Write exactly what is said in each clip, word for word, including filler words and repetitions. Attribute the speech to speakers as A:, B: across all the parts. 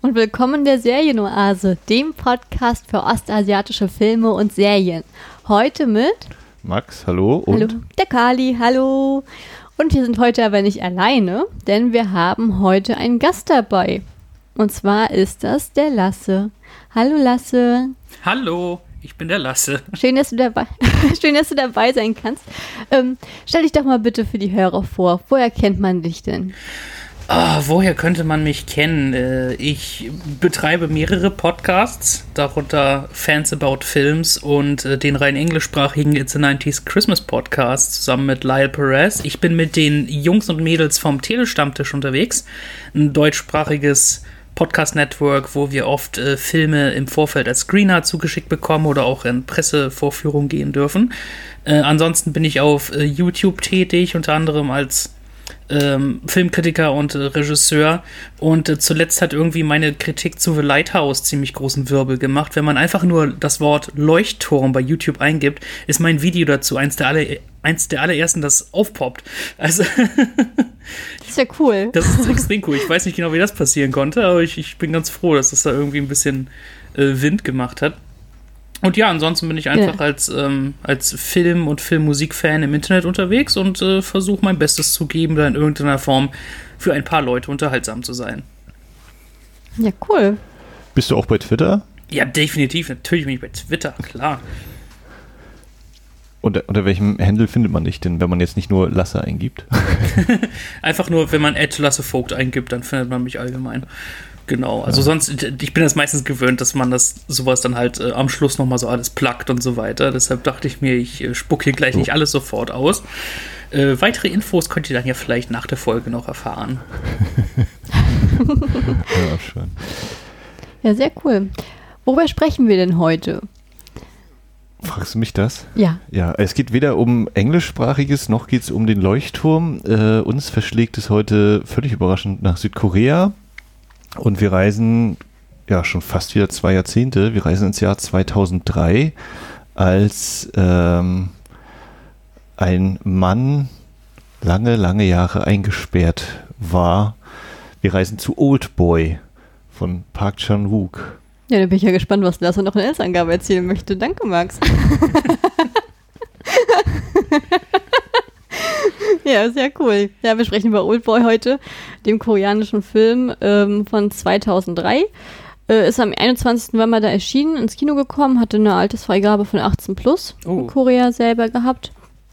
A: und willkommen in der Serienoase, dem Podcast für ostasiatische Filme und Serien. Heute mit
B: Max, hallo. Und
A: hallo, der Kali, hallo. Und wir sind heute aber nicht alleine, denn wir haben heute einen Gast dabei. Und zwar ist das der Lasse. Hallo Lasse.
C: Hallo, ich bin der Lasse.
A: Schön, dass du dabei, schön, dass du dabei sein kannst. Ähm, stell dich doch mal bitte für die Hörer vor. Woher kennt man dich denn?
C: Ah, woher könnte man mich kennen? Äh, ich betreibe mehrere Podcasts, darunter Fans About Films und äh, den rein englischsprachigen It's a nineties Christmas Podcast zusammen mit Lyle Perez. Ich bin mit den Jungs und Mädels vom Telestammtisch unterwegs, ein deutschsprachiges Podcast-Network, wo wir oft äh, Filme im Vorfeld als Screener zugeschickt bekommen oder auch in Pressevorführungen gehen dürfen. Äh, ansonsten bin ich auf äh, YouTube tätig, unter anderem als Ähm, Filmkritiker und äh, Regisseur und äh, zuletzt hat irgendwie meine Kritik zu The Lighthouse ziemlich großen Wirbel gemacht. Wenn man einfach nur das Wort Leuchtturm bei YouTube eingibt, ist mein Video dazu eins der, aller, eins der allerersten, das aufpoppt. Also
A: das ist ja cool.
C: Das ist extrem cool. Ich weiß nicht genau, wie das passieren konnte, aber ich, ich bin ganz froh, dass das da irgendwie ein bisschen äh, Wind gemacht hat. Und ja, ansonsten bin ich einfach ja. als, ähm, als Film- und Filmmusik-Fan im Internet unterwegs und äh, versuche mein Bestes zu geben, da in irgendeiner Form für ein paar Leute unterhaltsam zu sein.
A: Ja, cool.
B: Bist du auch bei Twitter?
C: Ja, definitiv. Natürlich bin ich bei Twitter, klar.
B: Unter, unter welchem Handle findet man dich denn, wenn man jetzt nicht nur Lasse eingibt?
C: Einfach nur, wenn man at Lasse Vogt eingibt, dann findet man mich allgemein. Genau, also ja. sonst, ich bin das meistens gewöhnt, dass man das sowas dann halt äh, am Schluss nochmal so alles pluggt und so weiter. Deshalb dachte ich mir, ich äh, spuck hier gleich so. nicht alles sofort aus. Äh, weitere Infos könnt ihr dann ja vielleicht nach der Folge noch erfahren.
B: Ja, schön.
A: Ja, sehr cool. Worüber sprechen wir denn heute?
B: Fragst du mich das?
A: Ja.
B: Ja, es geht weder um englischsprachiges, noch geht es um den Leuchtturm. Äh, uns verschlägt es heute völlig überraschend nach Südkorea. Und wir reisen, ja, schon fast wieder zwei Jahrzehnte, wir reisen ins Jahr zweitausenddrei, als ähm, ein Mann lange, lange Jahre eingesperrt war. Wir reisen zu Oldboy von Park Chan-wook.
A: Ja, da bin ich ja gespannt, was Lasse noch in Inhaltsangabe erzählen möchte. Danke, Max. Ja, sehr cool. Ja, wir sprechen über Oldboy heute, dem koreanischen Film ähm, von zweitausenddrei. Äh, ist am einundzwanzigsten November da erschienen, ins Kino gekommen, hatte eine Altersfreigabe von achtzehn plus oh. in Korea selber gehabt.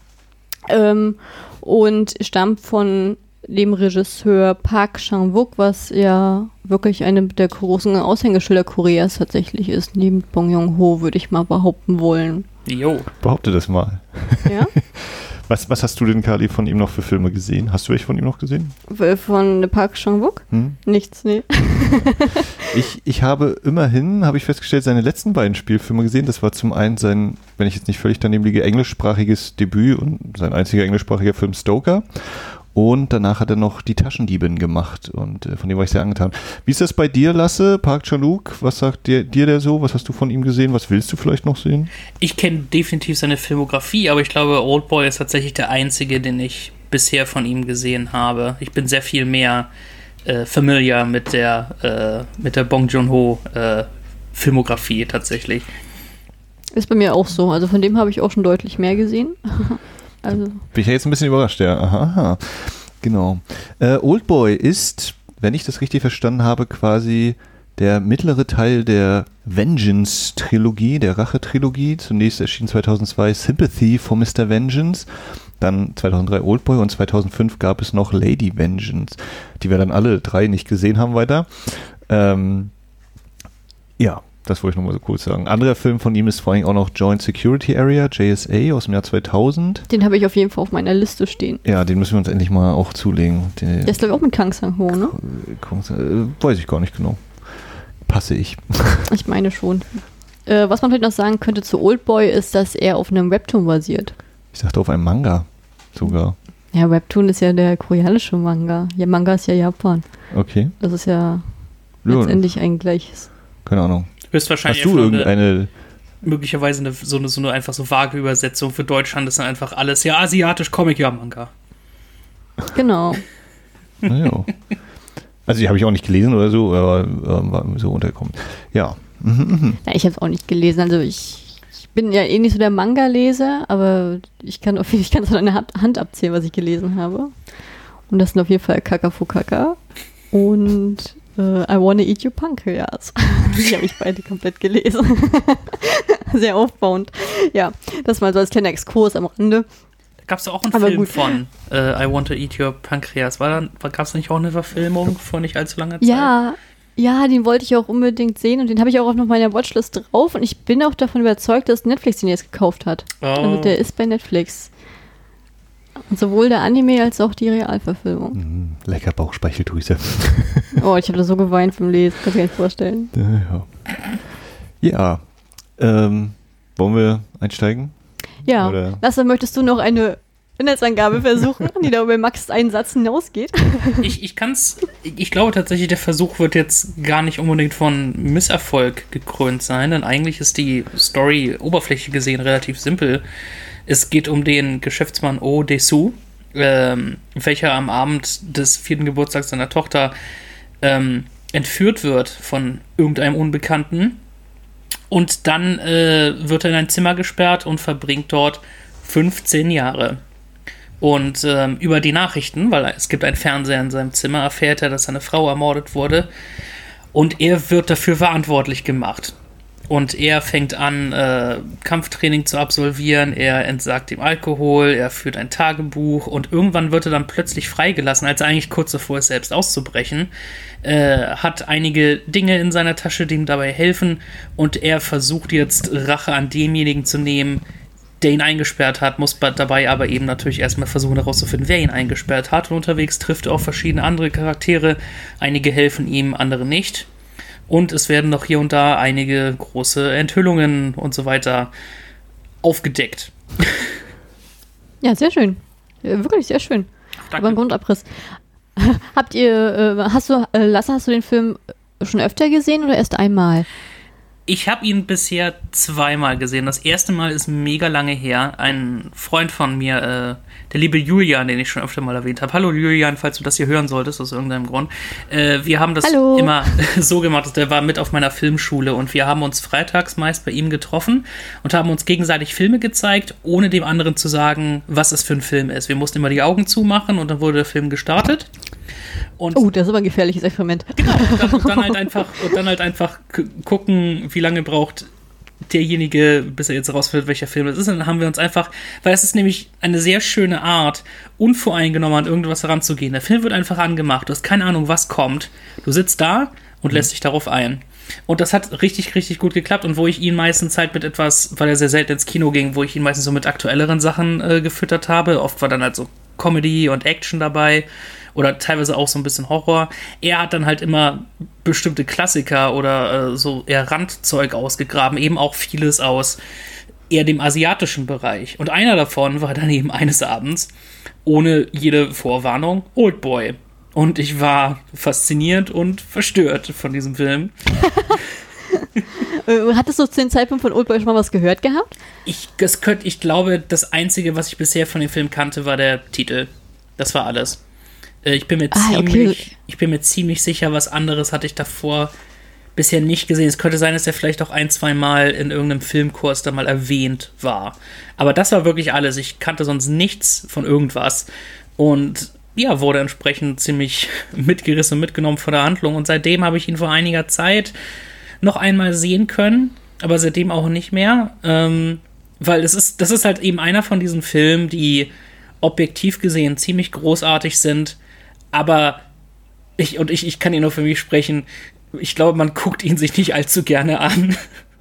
A: Ähm, und stammt von dem Regisseur Park Chan-wook, was ja wirklich eine der großen Aushängeschilder Koreas tatsächlich ist, neben Bong Joon-ho, würde ich mal behaupten wollen.
C: Jo.
B: Behaupte das mal.
A: Ja?
B: Was, was hast du denn, Kali, von ihm noch für Filme gesehen? Hast du welche von ihm noch gesehen?
A: Von Park Chan-wook? Hm? Nichts, nee.
B: ich, ich habe immerhin, habe ich festgestellt, seine letzten beiden Spielfilme gesehen. Das war zum einen sein, wenn ich jetzt nicht völlig daneben liege, englischsprachiges Debüt und sein einziger englischsprachiger Film Stoker. Und danach hat er noch Die Taschendiebin gemacht und äh, von dem war ich sehr angetan. Wie ist das bei dir, Lasse? Park Chan-wook, was sagt dir, dir der so? Was hast du von ihm gesehen? Was willst du vielleicht noch sehen?
C: Ich kenne definitiv seine Filmografie, aber ich glaube, Oldboy ist tatsächlich der einzige, den ich bisher von ihm gesehen habe. Ich bin sehr viel mehr äh, familiar mit der, äh, mit der Bong Joon-ho äh, Filmografie tatsächlich.
A: Ist bei mir auch so. Also von dem habe ich auch schon deutlich mehr gesehen. Also.
B: Bin ich ja jetzt ein bisschen überrascht, ja. Aha, aha. Genau. Äh, Oldboy ist, wenn ich das richtig verstanden habe, quasi der mittlere Teil der Vengeance-Trilogie, der Rache-Trilogie. Zunächst erschien zweitausendzwei Sympathy for Mister Vengeance, dann zweitausenddrei Oldboy und zweitausendfünf gab es noch Lady Vengeance, die wir dann alle drei nicht gesehen haben weiter. Ähm, ja. Das wollte ich nochmal so kurz sagen. Anderer Film von ihm ist vor allem auch noch Joint Security Area, J S A, aus dem Jahr zweitausend.
A: Den habe ich auf jeden Fall auf meiner Liste stehen.
B: Ja, den müssen wir uns endlich mal auch zulegen. Den,
A: der ist, glaube ich, auch mit Kang Sang-ho, ne?
B: Äh, weiß ich gar nicht genau. Passe ich.
A: Ich meine schon. Äh, was man vielleicht noch sagen könnte zu Oldboy ist, dass er auf einem Webtoon basiert.
B: Ich dachte auf einem Manga sogar.
A: Ja, Webtoon ist ja der koreanische Manga. Ja, Manga ist ja Japan.
B: Okay.
A: Das ist ja, ja letztendlich ein gleiches.
B: Keine Ahnung.
C: Höchstwahrscheinlich
B: hast du irgendeine...
C: Eine, möglicherweise eine, so, eine, so eine einfach so vage Übersetzung für Deutschland ist dann einfach alles, ja, asiatisch, Comic, ja, Manga.
A: Genau.
B: Naja. Also die habe ich auch nicht gelesen oder so, aber äh, war so untergekommen. Ja. Mhm,
A: ja ich habe es auch nicht gelesen. Also ich, ich bin ja eh nicht so der Manga-Leser, aber ich kann auf ich kann es an der Hand abzählen, was ich gelesen habe. Und das sind auf jeden Fall Kakafukaka und äh, I Wanna Eat Your Pancreas. Die habe ich beide komplett gelesen. Sehr aufbauend. Ja, das mal so als kleiner Exkurs am Rande.
C: Da gab es auch einen
A: Aber
C: Film
A: gut.
C: von äh, I Want to Eat Your Pancreas. War da, gab es nicht auch eine Verfilmung vor nicht allzu langer Zeit?
A: Ja, ja, den wollte ich auch unbedingt sehen und den habe ich auch auf noch meiner Watchlist drauf und ich bin auch davon überzeugt, dass Netflix den jetzt gekauft hat.
C: Oh.
A: Also der ist bei Netflix. Und sowohl der Anime als auch die Realverfilmung.
B: Mhm, lecker Bauchspeicheldrüse.
A: Oh, ich habe da so geweint vom Lesen, kann ich mir nicht vorstellen.
B: Ja, ja. Ähm, wollen wir einsteigen?
A: Ja,
B: Oder?
A: Lasse, möchtest du noch eine Inhaltsangabe versuchen, die da über Max einen Satz hinausgeht?
C: Ich, ich kann's, ich glaube tatsächlich, der Versuch wird jetzt gar nicht unbedingt von Misserfolg gekrönt sein, denn eigentlich ist die Story oberflächlich gesehen relativ simpel. Es geht um den Geschäftsmann Oh Dae-soo, ähm, welcher am Abend des vierten Geburtstags seiner Tochter ähm, entführt wird von irgendeinem Unbekannten. Und dann äh, wird er in ein Zimmer gesperrt und verbringt dort fünfzehn Jahre. Und ähm, über die Nachrichten, weil es gibt einen Fernseher in seinem Zimmer, erfährt er, dass seine Frau ermordet wurde. Und er wird dafür verantwortlich gemacht. Und er fängt an, äh, Kampftraining zu absolvieren, er entsagt dem Alkohol, er führt ein Tagebuch und irgendwann wird er dann plötzlich freigelassen, als er eigentlich kurz davor ist, selbst auszubrechen, äh, hat einige Dinge in seiner Tasche, die ihm dabei helfen und er versucht jetzt Rache an demjenigen zu nehmen, der ihn eingesperrt hat, muss dabei aber eben natürlich erstmal versuchen herauszufinden, wer ihn eingesperrt hat und unterwegs trifft er auf verschiedene andere Charaktere, einige helfen ihm, andere nicht. Und es werden noch hier und da einige große Enthüllungen und so weiter aufgedeckt.
A: Ja, sehr schön. Ja, wirklich sehr schön.
C: Danke.
A: Aber ein Grundabriss. Habt ihr, äh, hast du, äh, Lasse, hast du den Film schon öfter gesehen oder erst einmal?
C: Ich habe ihn bisher zweimal gesehen. Das erste Mal ist mega lange her. Ein Freund von mir, äh, der liebe Julian, den ich schon öfter mal erwähnt habe. Hallo Julian, falls du das hier hören solltest, aus irgendeinem Grund. Äh, wir haben das
A: Hallo.
C: immer so gemacht, dass der war mit auf meiner Filmschule und wir haben uns freitags meist bei ihm getroffen und haben uns gegenseitig Filme gezeigt, ohne dem anderen zu sagen, was es für ein Film ist. Wir mussten immer die Augen zumachen und dann wurde der Film gestartet. Und
A: Oh, das ist aber ein gefährliches Experiment.
C: Genau, und dann, und dann halt einfach, und dann halt einfach k- gucken, wie lange braucht derjenige, bis er jetzt herausfindet, welcher Film das ist. Und dann haben wir uns einfach, weil es ist nämlich eine sehr schöne Art, unvoreingenommen an irgendwas heranzugehen. Der Film wird einfach angemacht, du hast keine Ahnung, was kommt. Du sitzt da und mhm. lässt dich darauf ein. Und das hat richtig, richtig gut geklappt. Und wo ich ihn meistens halt mit etwas, weil er sehr selten ins Kino ging, wo ich ihn meistens so mit aktuelleren Sachen äh, gefüttert habe. Oft war dann halt so Comedy und Action dabei. Oder teilweise auch so ein bisschen Horror. Er hat dann halt immer bestimmte Klassiker oder äh, so eher Randzeug ausgegraben, eben auch vieles aus eher dem asiatischen Bereich. Und einer davon war dann eben eines Abends, ohne jede Vorwarnung, Oldboy. Und ich war fasziniert und verstört von diesem Film.
A: Hattest du zu dem Zeitpunkt von Oldboy schon mal was gehört gehabt?
C: Ich, das könnt, ich glaube, das Einzige, was ich bisher von dem Film kannte, war der Titel. Das war alles. Ich bin mir
A: ah,
C: ziemlich,
A: okay.
C: ich bin mir ziemlich sicher, was anderes hatte ich davor bisher nicht gesehen. Es könnte sein, dass er vielleicht auch ein, zwei Mal in irgendeinem Filmkurs da mal erwähnt war. Aber das war wirklich alles. Ich kannte sonst nichts von irgendwas. Und ja, wurde entsprechend ziemlich mitgerissen und mitgenommen von der Handlung. Und seitdem habe ich ihn vor einiger Zeit noch einmal sehen können, aber seitdem auch nicht mehr. Ähm, weil das ist, das ist halt eben einer von diesen Filmen, die objektiv gesehen ziemlich großartig sind. Aber ich, und ich, ich kann ihn nur für mich sprechen, ich glaube, man guckt ihn sich nicht allzu gerne an.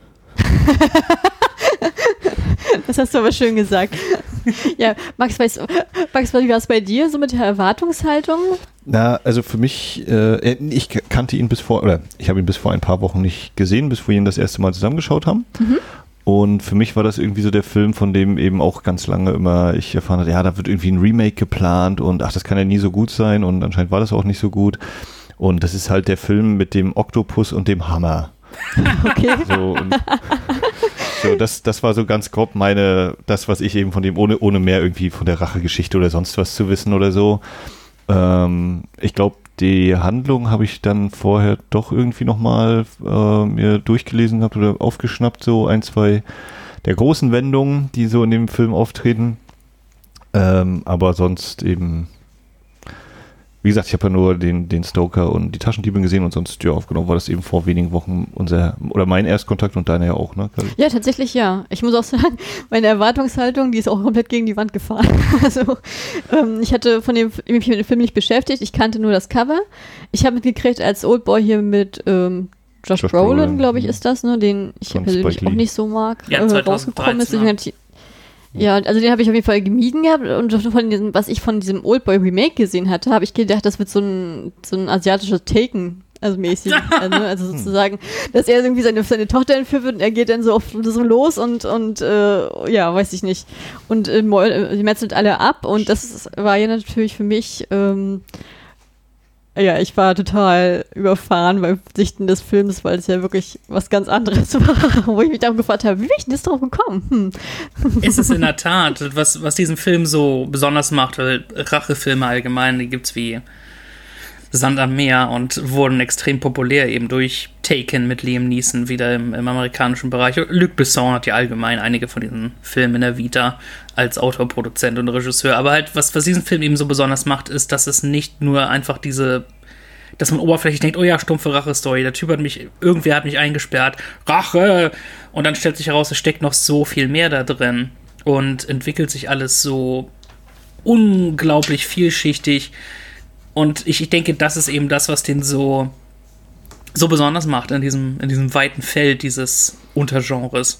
A: Das hast du aber schön gesagt. Ja, Max, weißt, Max, wie war es bei dir so mit der Erwartungshaltung?
B: Na, also für mich, äh, ich kannte ihn bis vor, oder ich habe ihn bis vor ein paar Wochen nicht gesehen, bis wir ihn das erste Mal zusammengeschaut haben. Mhm. Und für mich war das irgendwie so der Film, von dem eben auch ganz lange immer ich erfahren hatte, ja, da wird irgendwie ein Remake geplant und ach, das kann ja nie so gut sein und anscheinend war das auch nicht so gut. Und das ist halt der Film mit dem Oktopus und dem Hammer.
A: Okay.
B: So, und so das, das war so ganz grob meine, das, was ich eben von dem, ohne, ohne mehr irgendwie von der Rachegeschichte oder sonst was zu wissen oder so. Ähm, ich glaube, die Handlung habe ich dann vorher doch irgendwie nochmal äh, mir durchgelesen gehabt oder aufgeschnappt, so ein, zwei der großen Wendungen, die so in dem Film auftreten. Ähm, aber sonst eben, wie gesagt, ich habe ja nur den, den Stoker und die Taschendiebin gesehen und sonst, ja, genau, war das eben vor wenigen Wochen unser, oder mein Erstkontakt und deiner ja auch, ne?
A: Ja, tatsächlich ja. Ich muss auch sagen, meine Erwartungshaltung, die ist auch komplett gegen die Wand gefahren. Also, ähm, ich hatte von dem, mich mit dem Film nicht beschäftigt, ich kannte nur das Cover. Ich habe mitgekriegt, als Oldboy hier mit, ähm, Josh, Josh Brolin, Brolin glaube ich, ist das, ne, den ich persönlich auch nicht so mag,
C: ja,
A: äh, rausgekommen ist. Ich, ja, also den habe ich auf jeden Fall gemieden gehabt und von diesem, was ich von diesem Oldboy Remake gesehen hatte, habe ich gedacht, das wird so ein, so ein asiatisches Taken, also mäßig, also, also sozusagen, dass er irgendwie seine, seine Tochter entführt wird und er geht dann so, auf, so los und, und äh, ja, weiß ich nicht. Und äh, die metzelt alle ab und das war ja natürlich für mich, ähm, ja, ich war total überfahren beim Sichten des Films, weil es ja wirklich was ganz anderes war, wo ich mich dann gefragt habe, wie bin ich denn jetzt drauf gekommen? Hm.
C: Ist es in der Tat, was, was diesen Film so besonders macht, weil Rachefilme allgemein, die gibt's wie Sand am Meer und wurden extrem populär eben durch Taken mit Liam Neeson wieder im, im amerikanischen Bereich. Luc Besson hat ja allgemein einige von diesen Filmen in der Vita als Autor, Produzent und Regisseur. Aber halt, was, was diesen Film eben so besonders macht, ist, dass es nicht nur einfach diese, dass man oberflächlich denkt, oh ja, stumpfe Rache-Story, der Typ hat mich, irgendwer hat mich eingesperrt, Rache! Und dann stellt sich heraus, es steckt noch so viel mehr da drin und entwickelt sich alles so unglaublich vielschichtig. Und ich, ich denke, das ist eben das, was den so, so besonders macht in diesem, in diesem weiten Feld dieses Untergenres.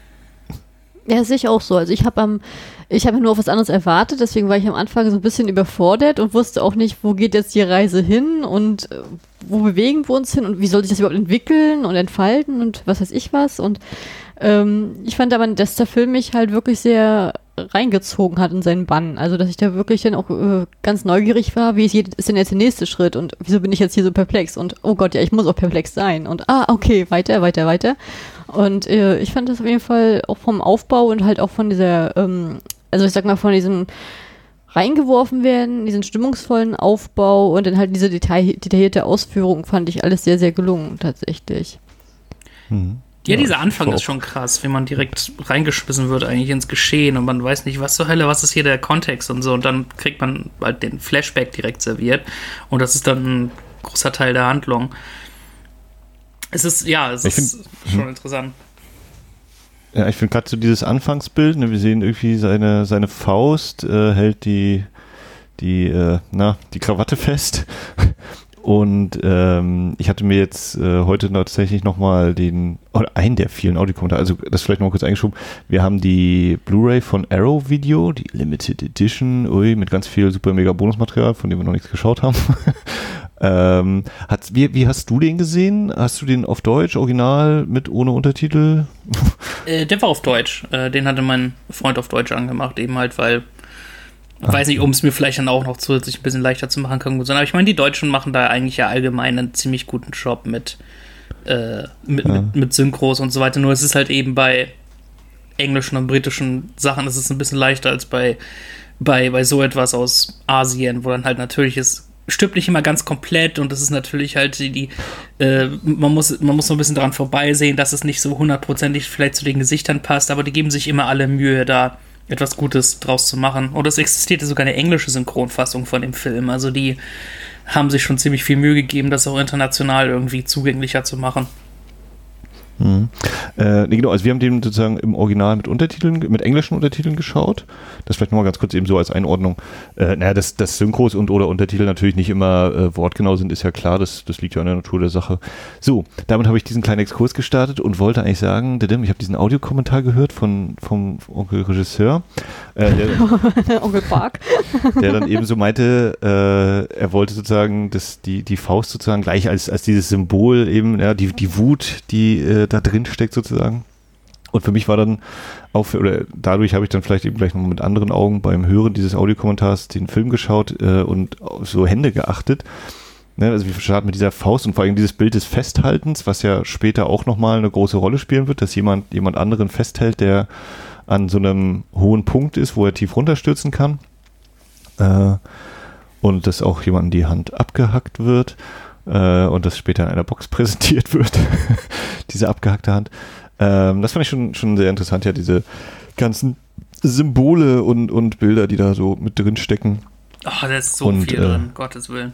A: Ja, das sehe ich auch so. Also ich habe am, ich habe nur auf was anderes erwartet, deswegen war ich am Anfang so ein bisschen überfordert und wusste auch nicht, wo geht jetzt die Reise hin und äh, wo bewegen wir uns hin und wie soll sich das überhaupt entwickeln und entfalten und was weiß ich was. Und ähm, ich fand aber, dass der Film mich halt wirklich sehr reingezogen hat in seinen Bann. Also, dass ich da wirklich dann auch äh, ganz neugierig war, wie ist, je, ist denn jetzt der nächste Schritt und wieso bin ich jetzt hier so perplex und oh Gott, ja, ich muss auch perplex sein und ah, okay, weiter, weiter, weiter. Und äh, ich fand das auf jeden Fall auch vom Aufbau und halt auch von dieser, ähm, also ich sag mal, von diesem reingeworfen werden, diesen stimmungsvollen Aufbau und dann halt diese Detail, detaillierte Ausführung fand ich alles sehr, sehr gelungen, tatsächlich.
B: Mhm.
C: Ja, dieser Anfang ist schon krass, wie man direkt reingeschmissen wird eigentlich ins Geschehen und man weiß nicht, was zur Hölle, was ist hier der Kontext und so und dann kriegt man halt den Flashback direkt serviert und das ist dann ein großer Teil der Handlung. Es ist, ja, es ich ist find, schon interessant.
B: Ja, ich finde gerade so dieses Anfangsbild, ne, wir sehen irgendwie seine, seine Faust, äh, hält die, die, äh, na, die Krawatte fest. Und ähm, ich hatte mir jetzt äh, heute noch tatsächlich nochmal den, oder einen der vielen Audiokommentare, also das vielleicht noch mal kurz eingeschoben, wir haben die Blu-ray von Arrow Video, die Limited Edition, ui, mit ganz viel super mega Bonusmaterial, von dem wir noch nichts geschaut haben. ähm, hat, wie, wie hast du den gesehen? Hast du den auf Deutsch, original, mit ohne Untertitel?
C: äh, der war auf Deutsch, äh, den hatte mein Freund auf Deutsch angemacht, eben halt, weil Ich weiß nicht, um es mir vielleicht dann auch noch zusätzlich ein bisschen leichter zu machen, kann gut sein. Aber ich meine, die Deutschen machen da eigentlich ja allgemein einen ziemlich guten Job mit, äh, mit, ja. mit, mit Synchros und so weiter. Nur es ist halt eben bei englischen und britischen Sachen ist es ein bisschen leichter als bei, bei, bei so etwas aus Asien, wo dann halt natürlich ist, stimmt nicht immer ganz komplett und das ist natürlich halt die, die äh, man muss man muss so ein bisschen daran vorbeisehen, dass es nicht so hundertprozentig vielleicht zu den Gesichtern passt, aber die geben sich immer alle Mühe, da etwas Gutes draus zu machen. Und es existierte sogar eine englische Synchronfassung von dem Film. Also die haben sich schon ziemlich viel Mühe gegeben, das auch international irgendwie zugänglicher zu machen.
B: Mhm. Äh, nee, genau, also wir haben den sozusagen im Original mit Untertiteln, mit englischen Untertiteln geschaut. Das vielleicht nochmal ganz kurz eben so als Einordnung. Äh, naja, dass, dass Synchros und oder Untertitel natürlich nicht immer äh, wortgenau sind, ist ja klar, das, das liegt ja an der Natur der Sache. So, damit habe ich diesen kleinen Exkurs gestartet und wollte eigentlich sagen, ich habe diesen Audiokommentar gehört von, vom Onkel Regisseur. Äh, der,
A: Onkel Park.
B: Der dann eben so meinte, äh, er wollte sozusagen das, die, die Faust sozusagen gleich als, als dieses Symbol eben, ja, die, die Wut, die äh, da drin steckt sozusagen. Und für mich war dann auch, oder dadurch habe ich dann vielleicht eben gleich nochmal mit anderen Augen beim Hören dieses Audiokommentars den Film geschaut äh, und auf so Hände geachtet. Ne, also wir starten mit dieser Faust und vor allem dieses Bild des Festhaltens, was ja später auch nochmal eine große Rolle spielen wird, dass jemand jemand anderen festhält, der an so einem hohen Punkt ist, wo er tief runterstürzen kann. Äh, und dass auch jemandem die Hand abgehackt wird äh, und das später in einer Box präsentiert wird, diese abgehackte Hand. Ähm, das fand ich schon, schon sehr interessant, ja, diese ganzen Symbole und, und Bilder, die da so mit drin stecken.
C: Oh, da ist so
B: und,
C: viel
B: äh,
C: drin, Gottes Willen.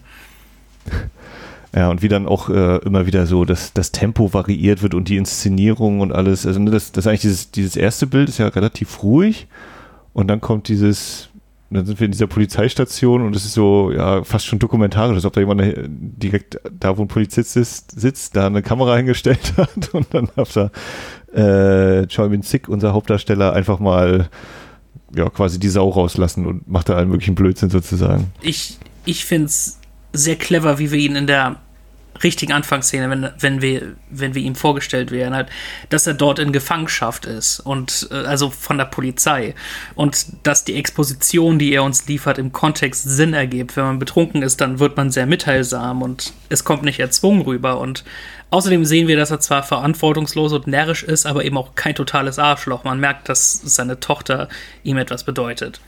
B: Ja, und wie dann auch äh, immer wieder so das, das Tempo variiert wird und die Inszenierung und alles. Also ne, das, das ist eigentlich dieses, dieses erste Bild ist ja relativ ruhig und dann kommt dieses, dann sind wir in dieser Polizeistation und es ist so, ja, fast schon dokumentarisch, als ob da jemand direkt da, wo ein Polizist sitzt, sitzt da eine Kamera hingestellt hat und dann hat da äh, Choi Min-sik, unser Hauptdarsteller, einfach mal ja quasi die Sau rauslassen und macht da allen möglichen Blödsinn sozusagen.
C: Ich, ich finde es sehr clever, wie wir ihn in der richtigen Anfangsszene, wenn, wenn, wir, wenn wir ihm vorgestellt werden, halt, dass er dort in Gefangenschaft ist und äh, also von der Polizei und dass die Exposition, die er uns liefert, im Kontext Sinn ergibt. Wenn man betrunken ist, dann wird man sehr mitteilsam und es kommt nicht erzwungen rüber und außerdem sehen wir, dass er zwar verantwortungslos und närrisch ist, aber eben auch kein totales Arschloch. Man merkt, dass seine Tochter ihm etwas bedeutet.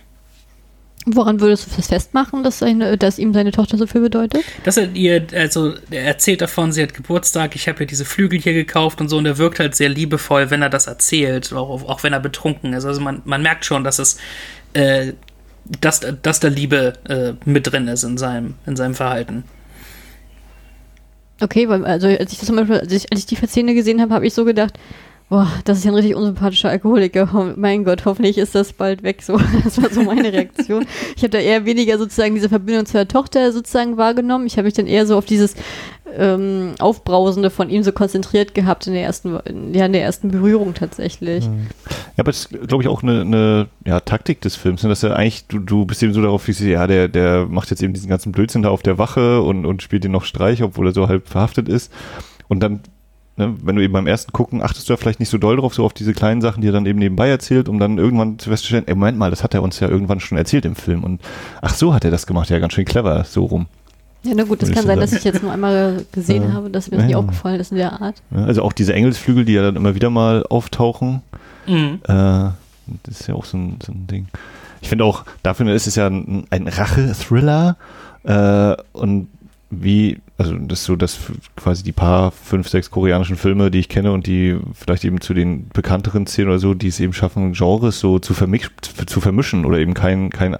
A: Woran würdest du das festmachen, dass, seine, dass ihm seine Tochter so viel bedeutet?
C: Dass er ihr, also er erzählt davon, sie hat Geburtstag, ich habe ihr diese Flügel hier gekauft und so, und er wirkt halt sehr liebevoll, wenn er das erzählt, auch, auch wenn er betrunken ist. Also man, man merkt schon, dass es, äh, dass, dass da Liebe äh, mit drin ist in seinem, in seinem Verhalten.
A: Okay, weil, also als ich das zum Beispiel, als ich, als ich die Szene gesehen habe, habe ich so gedacht, boah, das ist ja ein richtig unsympathischer Alkoholiker. Oh, mein Gott, hoffentlich ist das bald weg. So, das war so meine Reaktion. Ich habe da eher weniger sozusagen diese Verbindung zu der Tochter sozusagen wahrgenommen. Ich habe mich dann eher so auf dieses ähm, Aufbrausende von ihm so konzentriert gehabt in der ersten, ja, in der ersten Berührung tatsächlich.
B: Ja, aber das ist, glaube ich, auch eine, eine ja, Taktik des Films, ne? Dass er eigentlich, du, du bist eben so darauf, wie sie, ja, der, der macht jetzt eben diesen ganzen Blödsinn da auf der Wache und, und spielt ihn noch Streich, obwohl er so halb verhaftet ist. Und dann Ne, wenn du eben beim ersten Gucken achtest du ja vielleicht nicht so doll drauf, so auf diese kleinen Sachen, die er dann eben nebenbei erzählt, um dann irgendwann festzustellen, ey, Moment mal, das hat er uns ja irgendwann schon erzählt im Film und ach so hat er das gemacht, ja ganz schön clever, so rum.
A: Ja, na gut, das kann sein, dass ich jetzt nur einmal gesehen
B: ja.
A: habe, dass mir das
B: ja.
A: nicht aufgefallen ist in der Art.
B: Ja, also auch diese Engelsflügel, die ja dann immer wieder mal auftauchen,
C: Mhm.
B: äh, das ist ja auch so ein, so ein Ding. Ich finde auch, dafür ist es ja ein, ein Rache-Thriller äh, und wie, also das ist so, dass quasi die paar, fünf, sechs koreanischen Filme, die ich kenne und die vielleicht eben zu den bekannteren zählen oder so, die es eben schaffen, Genres so zu, vermix, zu vermischen oder eben kein, kein